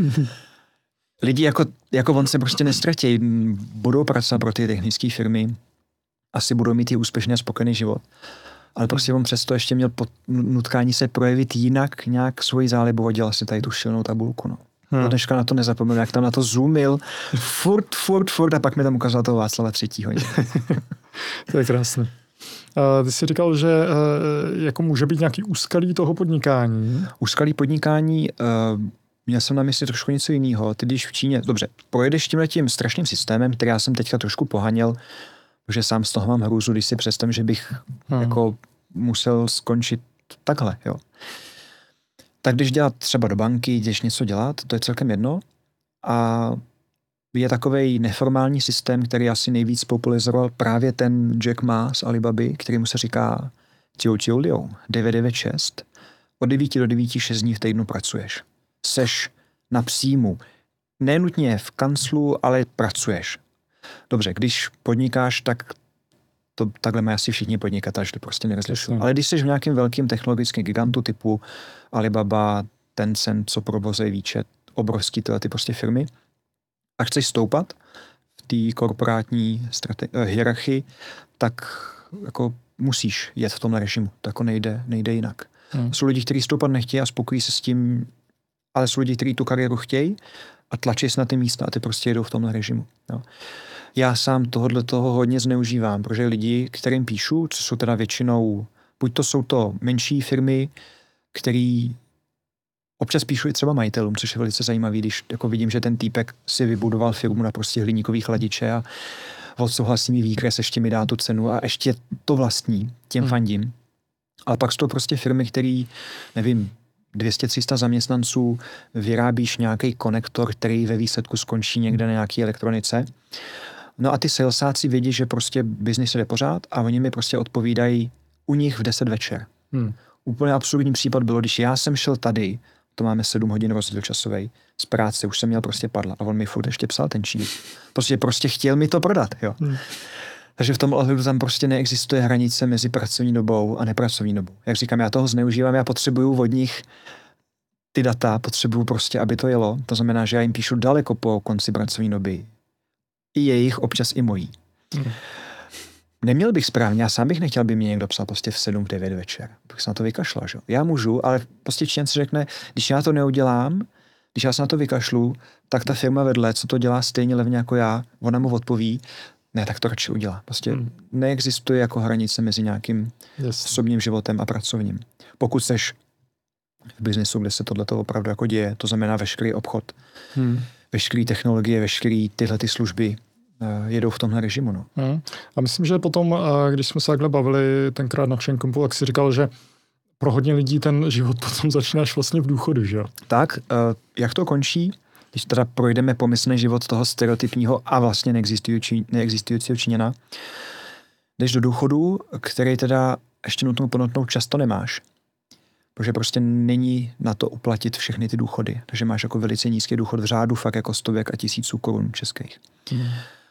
Lidi jako, jako on se prostě nestratí, budou pracovat pro ty technické firmy, asi budou mít i úspěšný a spokojený život. Ale prostě on přesto ještě měl pod nutkání se projevit jinak nějak svoji zálibu a dělal si tady tu šilnou tabulku. No. Hmm. Dneška na to nezapomněl, jak tam na to zoomil, furt, furt, furt a pak mi tam ukázal toho Václava třetího. To je krásné. Uh, ty jsi říkal, že uh, jako může být nějaký úskalí toho podnikání. Úskalí podnikání, uh, měl jsem na mysli trošku něco jiného. Ty když v Číně, dobře, projedeš tímhletím strašným systémem, který já jsem teďka trošku pohaněl, protože sám z toho mám hrůzu, když si představím, že bych hmm. jako musel skončit takhle, jo. Tak když dělat třeba do banky, jdeš něco dělat, to je celkem jedno. A je takovej neformální systém, který asi nejvíc popularizoval právě ten Jack Ma z Alibaby, kterému se říká Tiu Tiu Liu, devět devět šest. Od devíti do devíti šest dní v týdnu pracuješ. Seš na příjmu. Nenutně v kanclu, ale pracuješ. Dobře, když podnikáš, tak to takhle mají asi všichni podnikatelé, že to prostě nerozlišují. Ale když jsi v nějakém velkém technologickém gigantu typu Alibaba, Tencent, co provozuje výčet, obrovský tyhle ty prostě firmy, a chceš stoupat v té korporátní strate- hierarchii, tak jako musíš jet v tom režimu. To jako nejde, nejde jinak. Hmm. Jsou lidi, kteří stoupat nechtějí a spokojí se s tím, ale jsou lidi, kteří tu kariéru chtějí a tlačí se na ty místa a ty prostě jedou v tomhle režimu. Jo. Já sám tohohle toho hodně zneužívám, protože lidi, kterým píšu, co jsou teda většinou, buď to jsou to menší firmy, který občas píšu i třeba majitelům, což je velice zajímavý, když jako vidím, že ten týpek si vybudoval firmu na prostě hliníkový chladiče a odsouhlasí mi výkres, ještě mi dá tu cenu a ještě to vlastní, těm hmm. fandím. Ale pak jsou to prostě firmy, který, nevím, dvě stě tři sta zaměstnanců, vyrábíš nějaký konektor, který ve výsledku skončí někde na nějaké elektronice. No a ty salesáci vědí, že prostě biznis jde pořád a oni mi prostě odpovídají u nich v deset večer. Hmm. Úplně absurdní případ bylo, když já jsem šel tady, to máme sedm hodin rozdíl časovej, z práce, už jsem měl prostě padla a on mi furt ještě psal ten čín. Prostě prostě chtěl mi to prodat, jo. Hmm. Takže v tom ohledu tam prostě neexistuje hranice mezi pracovní dobou a nepracovní dobou. Jak říkám, já toho zneužívám, já potřebuju od nich ty data, potřebuju prostě, aby to jelo. To znamená, že já jim píšu daleko po konci pracovní doby. I jejich, občas i mojí. Hmm. Neměl bych správně, já sám bych nechtěl, by mě někdo psal prostě v sedm, v devět večer. Bych se na to vykašlal, že? Já můžu, ale prostě Číňan si řekne, když já to neudělám, když já se na to vykašlu, tak ta firma vedle, co to dělá stejně levně jako já, ona mu odpoví, ne, tak to radši udělá. Prostě hmm. neexistuje jako hranice mezi nějakým yes. osobním životem a pracovním. Pokud seš v biznesu, kde se tohleto opravdu jako děje, to znamená veškerý obchod, hmm. veškerý technologie, veškerý tyhle ty služby jedou v tomhle režimu. No. Hmm. A myslím, že potom, když jsme se takhle bavili tenkrát na všem kompu, tak si říkal, že pro hodně lidí ten život potom začínáš vlastně v důchodu, že jo? Tak, jak to končí, když teda projdeme pomyslný život toho stereotypního a vlastně neexistující, neexistujícího Číňana, jdeš do důchodu, který teda ještě nutnou ponoutnou často nemáš, protože prostě není na to uplatit všechny ty důchody, takže máš jako velice nízký důchod v řádu fakt jako stovek a tisíců korun českých. Hmm.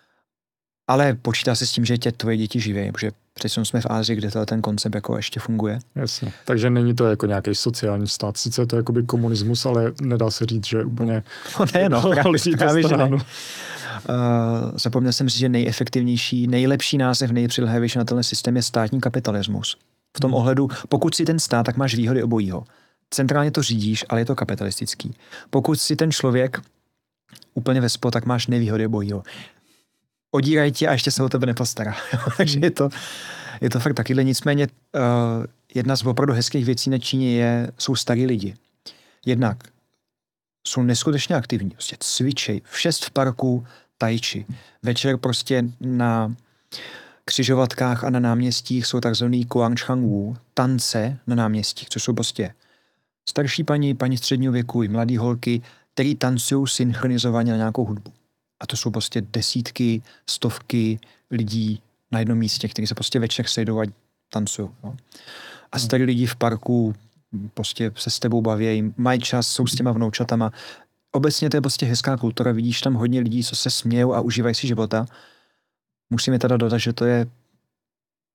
Ale počítá se s tím, že tě tvoje děti živí, protože přece jsme v Ázii, kde ten koncept jako ještě funguje. Jasně. Takže není to jako nějaký sociální stát. Sice je to jakoby komunismus, ale nedá se říct, že úplně... No ne, no, právě, právě že ne. Uh, zapomněl jsem říct, že nejefektivnější, nejlepší název, nejpřilhavější na tenhle systém je státní kapitalismus. V tom ohledu, pokud si ten stát, tak máš výhody obojího. Centrálně to řídíš, ale je to kapitalistický. Pokud si ten člověk úplně ve spod, tak máš nevýhody obojího. Odírají tě a ještě se o tebe nepostará. Takže je to, je to fakt takyhle. Nicméně uh, jedna z opravdu hezkých věcí na Číně je, jsou starí lidi. Jednak jsou neskutečně aktivní. Prostě cvičej. V šest v parku tai chi. Večer prostě na křižovatkách a na náměstích jsou takzvaný Guangchangwu, tance na náměstích, což jsou prostě starší paní, paní středního věku i mladý holky, který tancují synchronizovaně na nějakou hudbu. A to jsou prostě desítky, stovky lidí na jednom místě, kteří se prostě večer sejdou a tancují. No. A starý lidi v parku prostě se s tebou baví, mají čas, jsou s těma vnoučatama. Obecně to je prostě hezká kultura, vidíš tam hodně lidí, co se smějou a užívají si života. Musíme teda dodat, že to je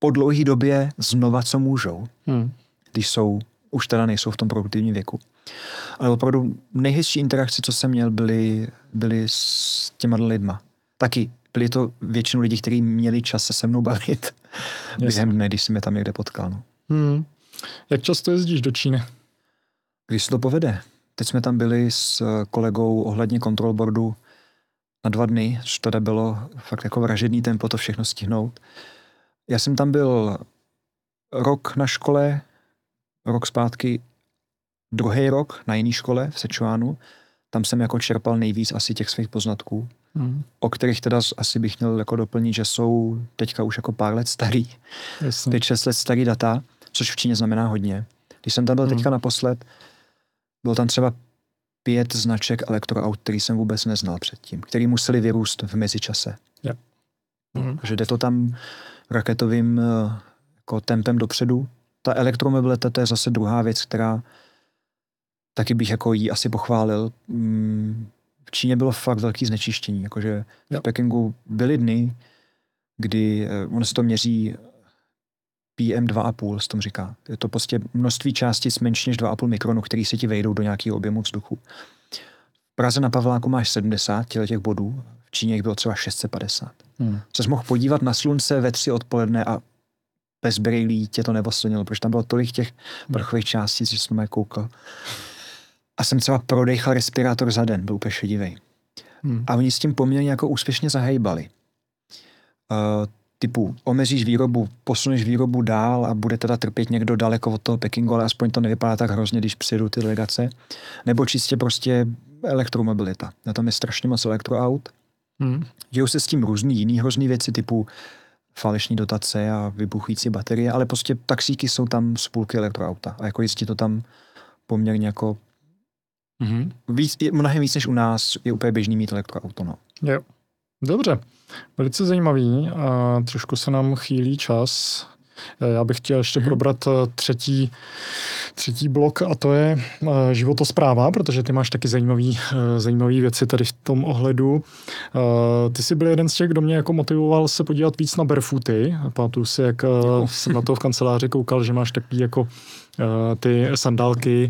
po dlouhé době znova, co můžou, hmm. když jsou, už teda nejsou v tom produktivním věku. Ale opravdu nejhezčí interakce, co jsem měl, byly, byly s těma lidma. Taky byli to většinou lidi, kteří měli čas se se mnou bavit během dne, když jsem je tam někde potkal. No. Hmm. Jak často jezdíš do Číny? Když se to povede. Teď jsme tam byli s kolegou ohledně control boardu na dva dny, což teda bylo fakt jako vražedný tempo to všechno stihnout. Já jsem tam byl rok na škole, rok zpátky, druhý rok na jiný škole v Sečuánu. Tam jsem jako čerpal nejvíc asi těch svých poznatků, hmm. o kterých teda asi bych měl jako doplnit, že jsou teďka už jako pár let starý. Jasně. Pět, šest let starý data, což v Číně znamená hodně. Když jsem tam byl hmm. teďka naposled, bylo tam třeba pět značek elektroaut, který jsem vůbec neznal předtím, který museli vyrůst v mezičase. Yeah. Mm. Takže jde to tam raketovým jako tempem dopředu. Ta elektromobilita, to je zase druhá věc, která taky bych jako jí asi pochválil. V Číně bylo fakt velký znečištění. Jakože yeah. v Pekingu byly dny, kdy ono se to měří P M dva a půl, se tomu říká. Je to prostě množství částic menší než dva a půl mikronu, který se ti vejdou do nějakého objemu vzduchu. V Praze na Pavláku máš sedmdesát těch bodů, v Číně jich bylo třeba šest set padesát. Hmm. Ses mohl podívat na slunce ve tři odpoledne a bez brejlí tě to nevoslnilo, protože tam bylo tolik těch prchových částic, že jsem je koukal. A jsem třeba prodejchal respirátor za den, byl úplně šedivej. Hmm. A oni s tím poměrně jako úspěšně zahejbali. Uh, typu omezíš výrobu, posuneš výrobu dál a bude teda trpět někdo daleko od toho Pekingu, ale aspoň to nevypadá tak hrozně, když přijedou ty delegace. Nebo čistě prostě elektromobilita. Na tom je strašně moc elektroaut. Hmm. Dějou se s tím různý jiný hrozný věci typu falešní dotace a vybuchující baterie, ale prostě taxíky jsou tam z půlky elektroauta. A jako jistě to tam poměrně jako hmm. víc, mnohem víc než u nás je úplně běžný mít elektroauto. No. Jo. Dobře, velice zajímavý a trošku se nám chýlí čas. Já bych chtěl ještě probrat třetí, třetí blok a to je životospráva, protože ty máš taky zajímavý, zajímavý věci tady v tom ohledu. Ty jsi byl jeden z těch, kdo mě jako motivoval se podívat víc na barefooty. Pamatuju si, jak Děkuji. jsem na to v kanceláři koukal, že máš takový jako ty sandálky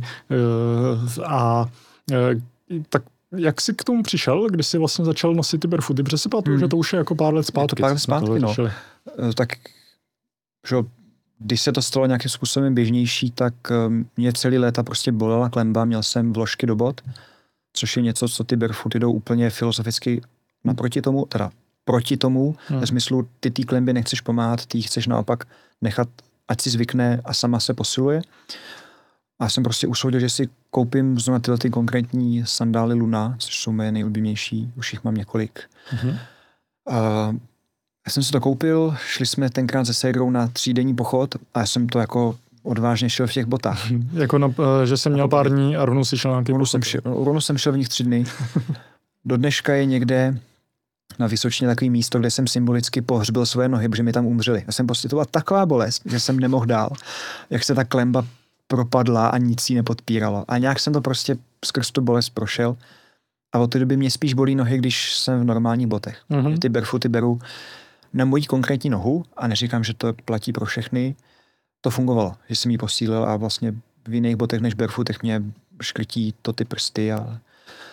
a tak jak jsi k tomu přišel, když jsi vlastně začal nosit ty barefooty? Protože si pamatuju, hmm. že to už je jako pár let zpátky. Je to pár let zpátky, no. Tak, že když se to stalo nějakým způsobem běžnější, tak mě celý léta prostě bolela klemba, měl jsem vložky do bot, což je něco, co ty barefooty jdou úplně filozoficky naproti tomu, teda proti tomu, hmm. ve smyslu, ty té klemby nechceš pomáhat, ty chceš naopak nechat, ať si zvykne a sama se posiluje. A jsem prostě usoudil, že si koupím znovu tyhle ty konkrétní sandály Luna, což jsou moje nejoblíbenější, už jich mám několik. Mm-hmm. Uh, já jsem si to koupil, šli jsme tenkrát se Segrou na třídenní pochod a já jsem to jako odvážně šel v těch botách. Jako na, že jsem měl pár dní a rovnou si šel na nějaký rovnou jsem šel, rovnou jsem šel v nich tři dny. Do dneška je někde na Vysočině takový místo, kde jsem symbolicky pohřbil své nohy, protože mi tam umřeli. Já jsem prostě, to byla taková bolest, že jsem nemohl dál. Jak se ta klemba propadla a nic jí nepodpíralo. A nějak jsem to prostě skrz tu bolest prošel. A od té doby mě spíš bolí nohy, když jsem v normálních botech. Mm-hmm. Ty barefooty beru na moji konkrétní nohu a neříkám, že to platí pro všechny. To fungovalo, že jsem ji posílil a vlastně v jiných botech než barefootech mě škrtí to ty prsty. A, uh,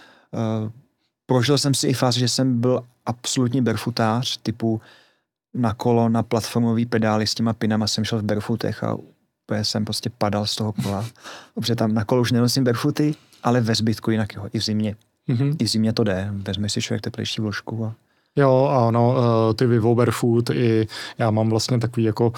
prožil jsem si i fázi, že jsem byl absolutní barefootář, typu na kolo, na platformový pedály s těma pinama jsem šel v barefootech a jsem prostě padal z toho kola. Protože tam na kolo už nenosím barefooty, ale ve zbytku jinak jo, i v zimě. Mm-hmm. I v zimě to jde. Vezme si člověk teplejší vložku. A... Jo, ano, ty Vivo Barefoot i já mám vlastně takový jako,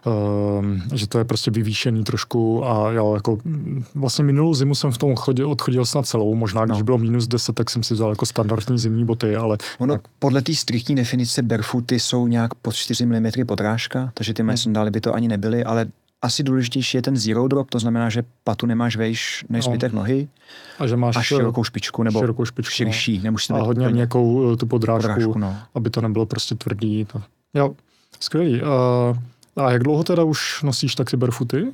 že to je prostě vyvýšený trošku a jo, jako vlastně minulou zimu jsem v tom odchodil, odchodil snad celou, možná když no. bylo minus deset, tak jsem si vzal jako standardní zimní boty, ale... Ono tak... podle té striktní definice barefooty jsou nějak pod čtyři milimetry podrážka, takže ty moje hmm. sandály by to ani nebyly, ale asi důležitější je ten zero drop, to znamená, že patu nemáš vejš než zbytek no. nohy a že máš a širokou špičku, nebo širokou špičku, širší. No. Nemusíte a hodně nějakou tu podrážku, podrážku no. aby to nebylo prostě tvrdý. To. Jo, skvělý. Uh, a jak dlouho teda už nosíš taky barefooty?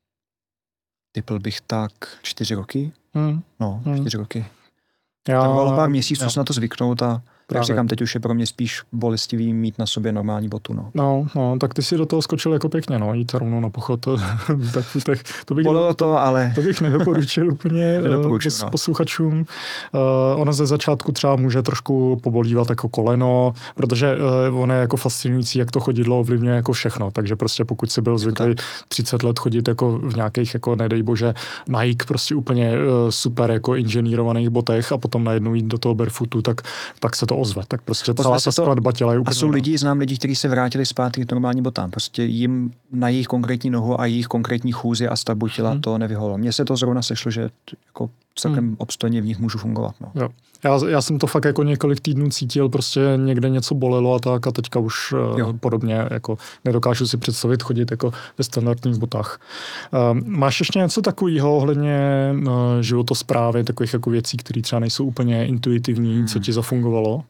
Typl bych tak čtyři roky. Hmm. No, hmm. čtyři roky. Já... Trvalo pár měsíců se na to zvyknout a Jak říkám, teď už je pro mě spíš bolestivý mít na sobě normální botu. No, no, no tak ty si do toho skočil jako pěkně, no, jít rovnou na pochod. tak, tak, to bych, Bolelo to, ale... To bych nedoporučil úplně Nedoporučil, no. posluchačům. Uh, ono ze začátku třeba může trošku pobolívat jako koleno, protože uh, ono je jako fascinující, jak to chodidlo ovlivňuje jako všechno. Takže prostě pokud si byl zvyklý třicet let chodit jako v nějakých, jako nedej bože, Nike, prostě úplně uh, super jako inženýrovaných botech a potom najednou jít do toho barefootu, tak, tak se to ozve. Tak prostě celá ta skladba těla je úplně... A jsou lidi, znám lidi, kteří se vrátili zpátky k normální botám. Prostě jim na jejich konkrétní nohu a jejich konkrétní chůzi a stavbu těla hmm. to nevyhovovalo. Mně se to zrovna sešlo, že jako celkem hmm. obstojně v nich můžu fungovat. No. Jo. Já, já jsem to fakt jako několik týdnů cítil, prostě někde něco bolelo a tak a teďka už jo. podobně jako nedokážu si představit chodit jako ve standardních botách. Um, máš ještě něco takového ohledně uh, životosprávy, takových jako věcí, které třeba nejsou úplně intuitivní, hmm. co ti zafungovalo?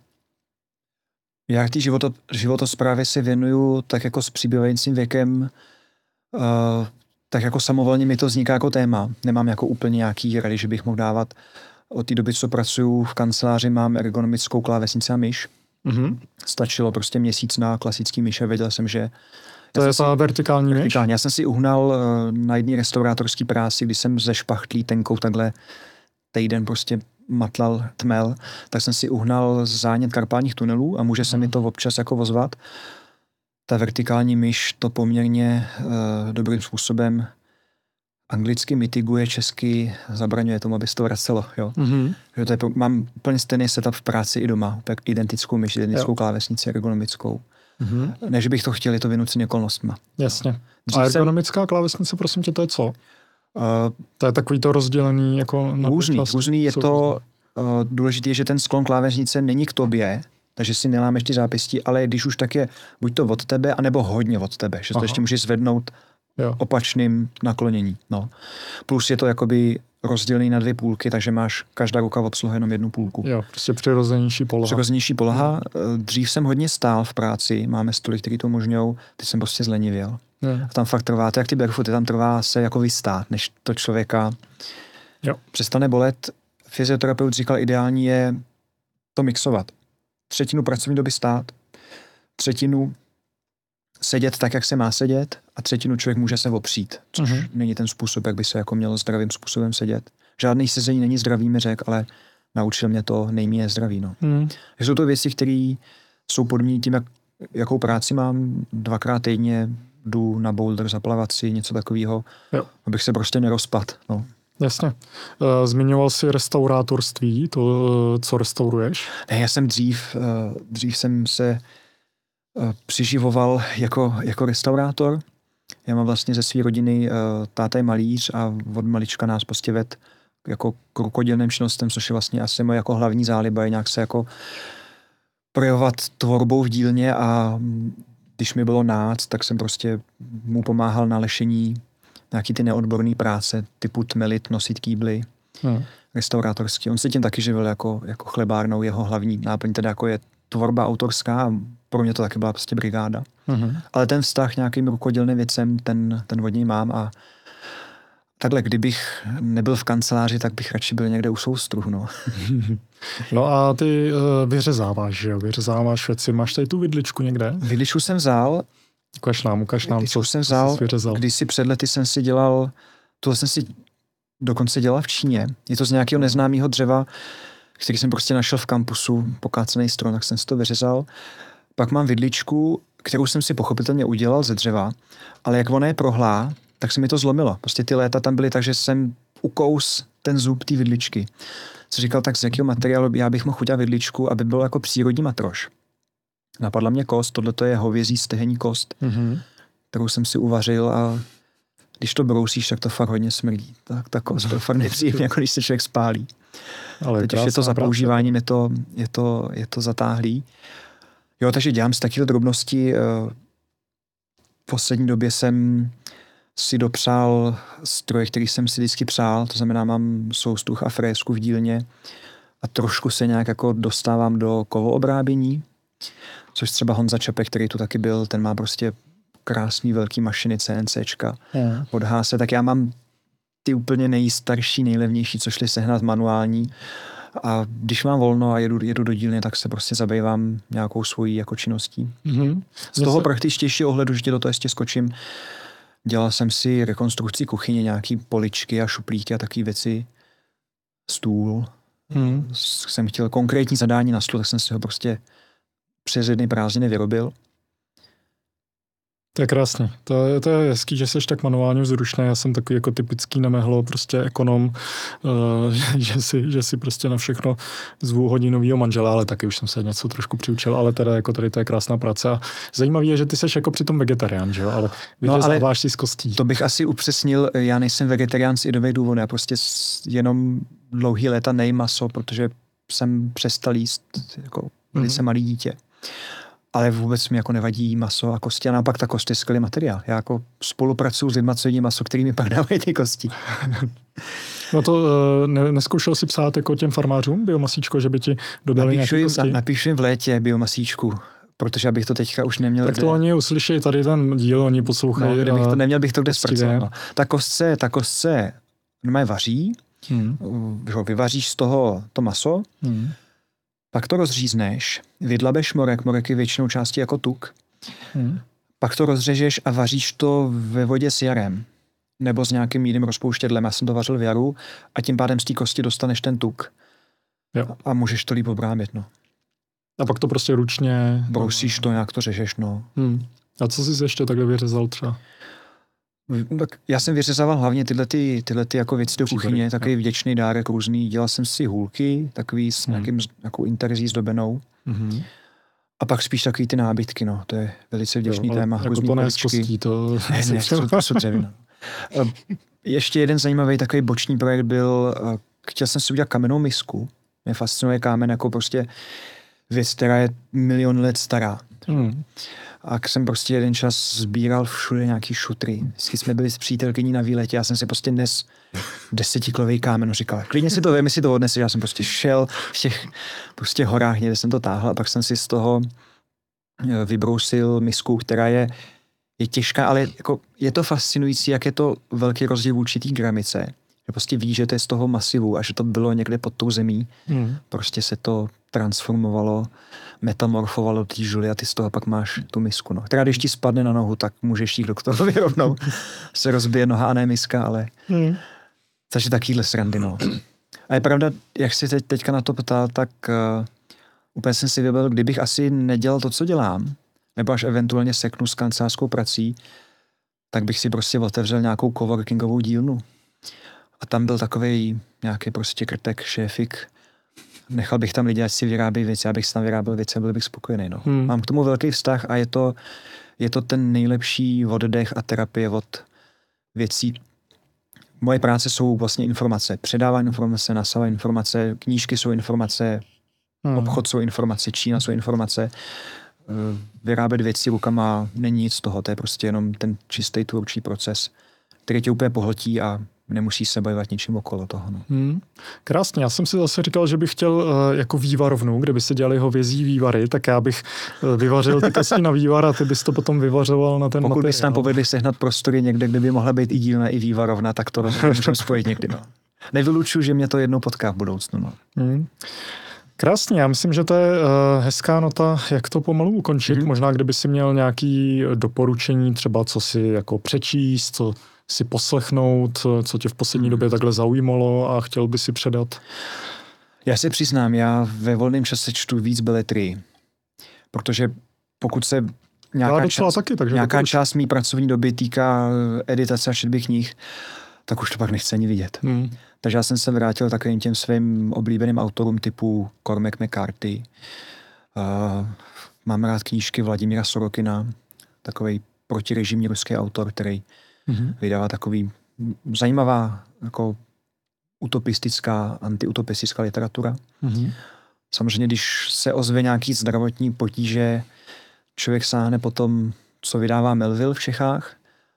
Já k té životo, životosprávě se věnuju tak jako s přibývajícím věkem, uh, tak jako samovolně mi to vzniká jako téma. Nemám jako úplně nějaký rady, že bych mohl dávat. Od té doby, co pracuju v kanceláři, mám ergonomickou klávesnici a myš. Mm-hmm. Stačilo prostě měsíc na klasický myš a věděl jsem, že... To je ta vertikální myš? Já jsem si uhnal uh, na jedné restaurátorské práci, kdy jsem ze špachtlí tenkou takhle týden prostě matlal, tmel, tak jsem si uhnal zánět karpálních tunelů a může se mi to občas jako ozvat. Ta vertikální myš to poměrně uh, dobrým způsobem anglicky mitiguje, česky zabraňuje tomu, aby se to vracelo. Jo? Mm-hmm. Že to je, mám úplně stejný setup v práci i doma. Identickou myš, identickou jo. klávesnici, ergonomickou. Mm-hmm. Ne, že bych to chtěl, je to vynucený okolnostma. Jasně. A ergonomická jsem... klávesnice, prosím tě, to je co? Uh, to je takový to rozdělený jako... Různý, různý je to... Uh, důležité je, že ten sklon klávesnice není k tobě, takže si nelámeš ty zápěstí, ale když už tak je buď to od tebe, anebo hodně od tebe, že to ještě můžeš zvednout jo. opačným naklonění. No. Plus je to jakoby rozdělený na dvě půlky, takže máš každá ruka obsluhuje jenom jednu půlku. Jo, prostě přirozenější poloha. Přirozenější poloha. Dřív jsem hodně stál v práci, máme stoly, který to umožňují, teď jsem prostě zlenivěl. Jo. A tam fakt trvá, to jak ty barefooty, tam trvá se jako vystát, než to člověka jo. přestane bolet. Fyzioterapeut říkal, ideální je to mixovat. Třetinu pracovní doby stát, třetinu sedět tak, jak se má sedět a třetinu člověk může se opřít, což uh-huh. není ten způsob, jak by se jako mělo zdravým způsobem sedět. Žádný sezení není zdravý, mi řekl, ale naučil mě to nejméně zdraví. No. Uh-huh. Jsou to věci, které jsou podmíněny tím, jak, jakou práci mám. Dvakrát týdně jdu na boulder, zaplavat si, něco takového, jo. abych se prostě nerozpad. No. Jasně. Zmiňoval jsi restaurátorství, to, co restauruješ? Ne, já jsem dřív, dřív jsem se přiživoval jako, jako restaurátor. Já mám vlastně ze své rodiny, táta je malíř a od malička nás prostě ved jako k rukodělným činnostem, což je vlastně asi moje jako hlavní záliba, je nějak se jako projevovat tvorbou v dílně a když mi bylo nác, tak jsem prostě mu pomáhal na lešení nějaký ty neodborné práce, typu tmelit, nosit kýbly, hmm. restaurátorský. On se tím taky živil jako, jako chlebárnou, jeho hlavní náplň teda jako je tvorba autorská a pro mě to taky byla prostě brigáda. Hmm. Ale ten vztah nějakým rukodělným věcem, ten, ten od něj mám a takhle, kdybych nebyl v kanceláři, tak bych radši byl někde u soustruhu, no. No a ty uh, vyřezáváš, že jo? Vyřezáváš věci. Máš tady tu vidličku někde? Vidličku jsem vzal. Ukaž nám, ukaž nám, co, jsem vzal, co když si před lety jsem si dělal, tohle jsem si dokonce dělal v Číně. Je to z nějakého neznámého dřeva, který jsem prostě našel v kampusu, pokácený strom, tak jsem si to vyřezal. Pak mám vidličku, kterou jsem si pochopitelně udělal ze dřeva, ale jak ona je prohlá, tak se mi to zlomilo. Prostě ty léta tam byly tak, že jsem ukous ten zub té vidličky. Jsem říkal, tak z jakého materiálu já bych mohl udělat vidličku, aby bylo jako přírodní matroš. Napadla mě kost, tohleto je hovězí stehenní kost, mm-hmm. kterou jsem si uvařil a když to brousíš, tak to fakt hodně smrdí. Tak ta kost, to fakt nepříjemně, jako když se člověk spálí. Ale teď už je to za používáním, je to, je, to, je to zatáhlý. Jo, takže dělám z takové drobnosti. V poslední době jsem si dopřál stroj, který jsem si vždycky přál, to znamená, mám soustuch a frézku v dílně a trošku se nějak jako dostávám do kovoobrábění, což třeba Honza Čapek, který tu taky byl, ten má prostě krásný velký mašiny CNCčka yeah. od H S, tak já mám ty úplně nejstarší, nejlevnější, co šli sehnat manuální A když mám volno a jedu, jedu do dílny, tak se prostě zabývám nějakou svojí jako činností. Mm-hmm. Z toho se... praktičtějšího ohledu, že tě do toho ještě skočím, dělal jsem si rekonstrukci kuchyně, nějaký poličky a šuplíky a takové věci, stůl. Mm. Jsem chtěl konkrétní zadání na stůl, tak jsem si ho prostě přes jedny prázdniny vyrobil. To je krásně. To je, to je hezký, že jsi tak manuálně vzrušný. Já jsem takový jako typický nemehlo, prostě ekonom, uh, že, si, že si prostě na všechno zvu hodinovýho manžela, ale taky už jsem se něco trošku přiučil, ale teda jako tady to je krásná práce. A zajímavý je, že ty jsi jako přitom vegetarián, že jo? Ale vyřezáváš no, si z kostí. To bych asi upřesnil, já nejsem vegetarián z ideových důvodů, já prostě jenom dlouhý léta nejím maso, protože jsem přestal jíst jako velice mm-hmm. malý dítě. Ale vůbec mi jako nevadí maso a kosti. A naopak ta kost je skvělý materiál. Já jako spolupracuju s lidma, co jedí maso, který mi pak dávají ty kosti. No to ne, neskoušel si psát jako těm farmářům biomasíčko, že by ti dodali napíšu nějaké jim, kosti? Napíšu jim v létě biomasíčku, protože abych to teďka už neměl... Tak to kde... oni uslyší tady ten díl, oni poslouchají. No, to, neměl bych to kde zpracovat. No. Ta kostce, ta kostce normálně vaří, hmm. vyvaříš z toho to maso, hmm. pak to rozřízneš, vydlabeš morek, morek je většinou části jako tuk, hmm. pak to rozřežeš a vaříš to ve vodě s jarem, nebo s nějakým jiným rozpouštědlem. Já jsem to vařil v jaru a tím pádem z té kosti dostaneš ten tuk. Jo. A můžeš to líp obrábět, no. A pak to prostě ručně... Brousíš to, nějak to řežeš, no. Hmm. A co jsi ještě takhle vyřezal třeba? Tak já jsem vyřezával hlavně tyhle, ty, tyhle ty jako věci do kuchyně, takový vděčný dárek různý. Dělal jsem si hůlky, takový s nějakým hmm. nějakou interzí zdobenou. Hmm. A pak spíš takový ty nábytky, no. To je velice vděčný jo, téma. Jako to ne z kostí, to... Ne, ne, to jsou dřevina. Ještě jeden zajímavý takový boční projekt byl, chtěl jsem si udělat kamennou misku. Mě fascinuje kámen jako prostě věc, která je milion let stará. Hmm. A jsem prostě jeden čas sbíral všude nějaký šutry. Vždycky jsme byli s přítelkyní na výletě, já jsem si prostě dnes desetikilový kámen říkal, klidně si to vem, si to odnesi. Já jsem prostě šel v těch prostě horách, někde jsem to táhl a pak jsem si z toho vybrousil misku, která je, je těžká, ale jako je to fascinující, jak je to velký rozdíl vůči té gramice. Že prostě víš, že to je z toho masivu a že to bylo někde pod tou zemí. Hmm. Prostě se to transformovalo, metamorfovalo té žuly a ty z toho pak máš tu misku. No. Která když ti spadne na nohu, tak můžeš jít doktorovi rovnou. Se rozbije noha a ne miska, ale... Hmm. Takže takovýhle srandy, no. A je pravda, jak jsi teď, teďka na to ptal, tak uh, úplně jsem si vybavil, kdybych asi nedělal to, co dělám, nebo až eventuálně seknu s kancelářskou prací, tak bych si prostě otevřel nějakou coworkingovou dílnu. A tam byl takovej nějaký prostě krtek, šéfik. Nechal bych tam lidi, ať si vyrábějí věci, abych si tam vyráběl věci a byl bych spokojený. No. Hmm. Mám k tomu velký vztah a je to, je to ten nejlepší oddech a terapie od věcí. Moje práce jsou vlastně informace. Předávání informace, nasávání informace, knížky jsou informace, hmm. obchod jsou informace, Čína jsou informace. Vyrábět věci rukama není nic z toho, to je prostě jenom ten čistý tvůrčí proces, který tě úplně pohltí a nemusíš se bojovat ničím okolo toho. No. Hmm. Krásně, já jsem si zase říkal, že bych chtěl uh, jako vývarovnu, kde by se dělali hovězí vývary, tak já bych uh, vyvařil ty kosti na vývar a ty bys to potom vyvařoval na ten Pokud materiál. bys tam povedli sehnat prostory někde, kde by mohla být i dílna, i vývarovna, tak to můžeme spojit někdy. No. Nevylučuju, že mě to jednou potká v budoucnu. No. Hmm. Krásně, já myslím, že to je uh, hezká nota, jak to pomalu ukončit. Hmm. Možná, kdyby si měl nějaké doporučení, třeba co si jako přečíst, co si poslechnout, co tě v poslední době takhle zaujímalo a chtěl by si předat? Já se přiznám, já ve volném čase čtu víc beletrii, protože pokud se nějaká, čas, taky, takže nějaká část mý pracovní doby týká editace a četby knih, tak už to pak nechci ani vidět. Hmm. Takže já jsem se vrátil takovým těm svým oblíbeným autorům typu Cormac McCarthy. Uh, mám rád knížky Vladimíra Sorokina, takovej protirežimní ruský autor, který mm-hmm. vydává takový zajímavá jako utopistická, antiutopistická literatura. Mm-hmm. Samozřejmě, když se ozve nějaký zdravotní potíže, člověk sáhne potom, co vydává Melville v Čechách.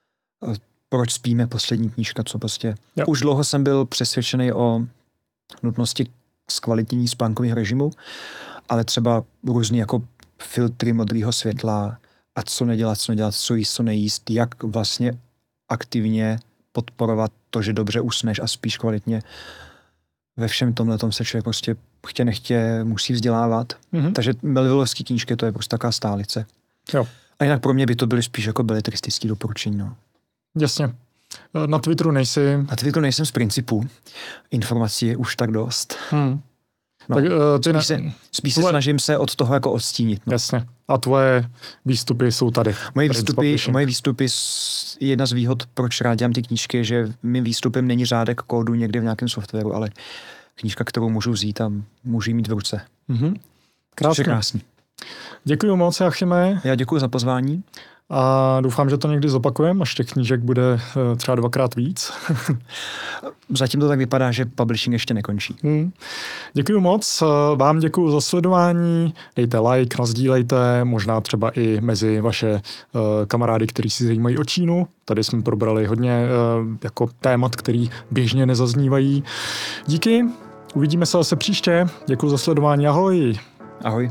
Proč spíme, poslední knížka, co prostě... Jo. Už dlouho jsem byl přesvědčený o nutnosti zkvalitnění spánkových režimů, ale třeba různý jako filtry modrého světla a co nedělat, co nedělat, co jíst, co nejíst, jak vlastně aktivně podporovat to, že dobře usneš a spíš kvalitně. ve všem tomhletom se člověk prostě chtě nechtě musí vzdělávat. Mm-hmm. Takže Melvillovský knížky, to je prostě taková stálice. Jo. A jinak pro mě by to byly spíš jako beletristické doporučení. No. Jasně. Na Twitteru nejsi? Na Twitteru nejsem z principu. Informací je už tak dost. Hmm. No, tak, uh, ty spíš ne... se, spíš tvoje... se snažím se od toho jako odstínit. No. Jasně. A tvoje výstupy jsou tady. Moje výstupy, moje výstupy, jedna z výhod, proč rád dělám ty knížky, je, že mým výstupem není řádek kódu někde v nějakém softwaru, ale knížka, kterou můžu vzít a můžu ji mít v ruce. Mm-hmm. Krásný. Krásný. Děkuji moc, Jáchyme. Já děkuji za pozvání. A doufám, že to někdy zopakujeme, až těch knížek bude třeba dvakrát víc. Zatím to tak vypadá, že publishing ještě nekončí. Hmm. Děkuji moc. Vám děkuji za sledování. Dejte like, nasdílejte, možná třeba i mezi vaše uh, kamarády, kteří si zajímají o Čínu. Tady jsme probrali hodně uh, jako témat, který běžně nezaznívají. Díky. Uvidíme se zase příště. Děkuji za sledování. Ahoj. Ahoj.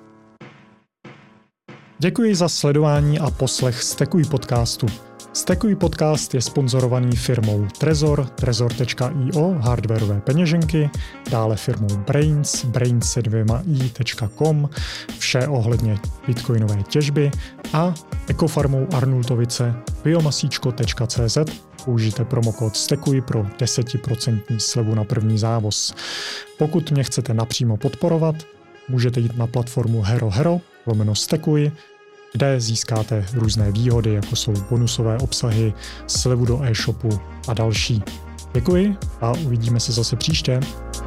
Děkuji za sledování a poslech Stekuj podcastu. Stekuj podcast je sponzorovaný firmou Trezor, trezor tečka io, hardwareové peněženky, dále firmou Brains, brains se dvěma i tečka com, vše ohledně bitcoinové těžby a ekofarmou Arnultovice, biomasíčko tečka cz. Použijte promokód Stekuj pro deset procent slevu na první závoz. Pokud mě chcete napřímo podporovat, můžete jít na platformu Hero Hero, lomeno Stekuj, kde získáte různé výhody, jako jsou bonusové obsahy, slevu do e-shopu a další. Děkuji a uvidíme se zase příště.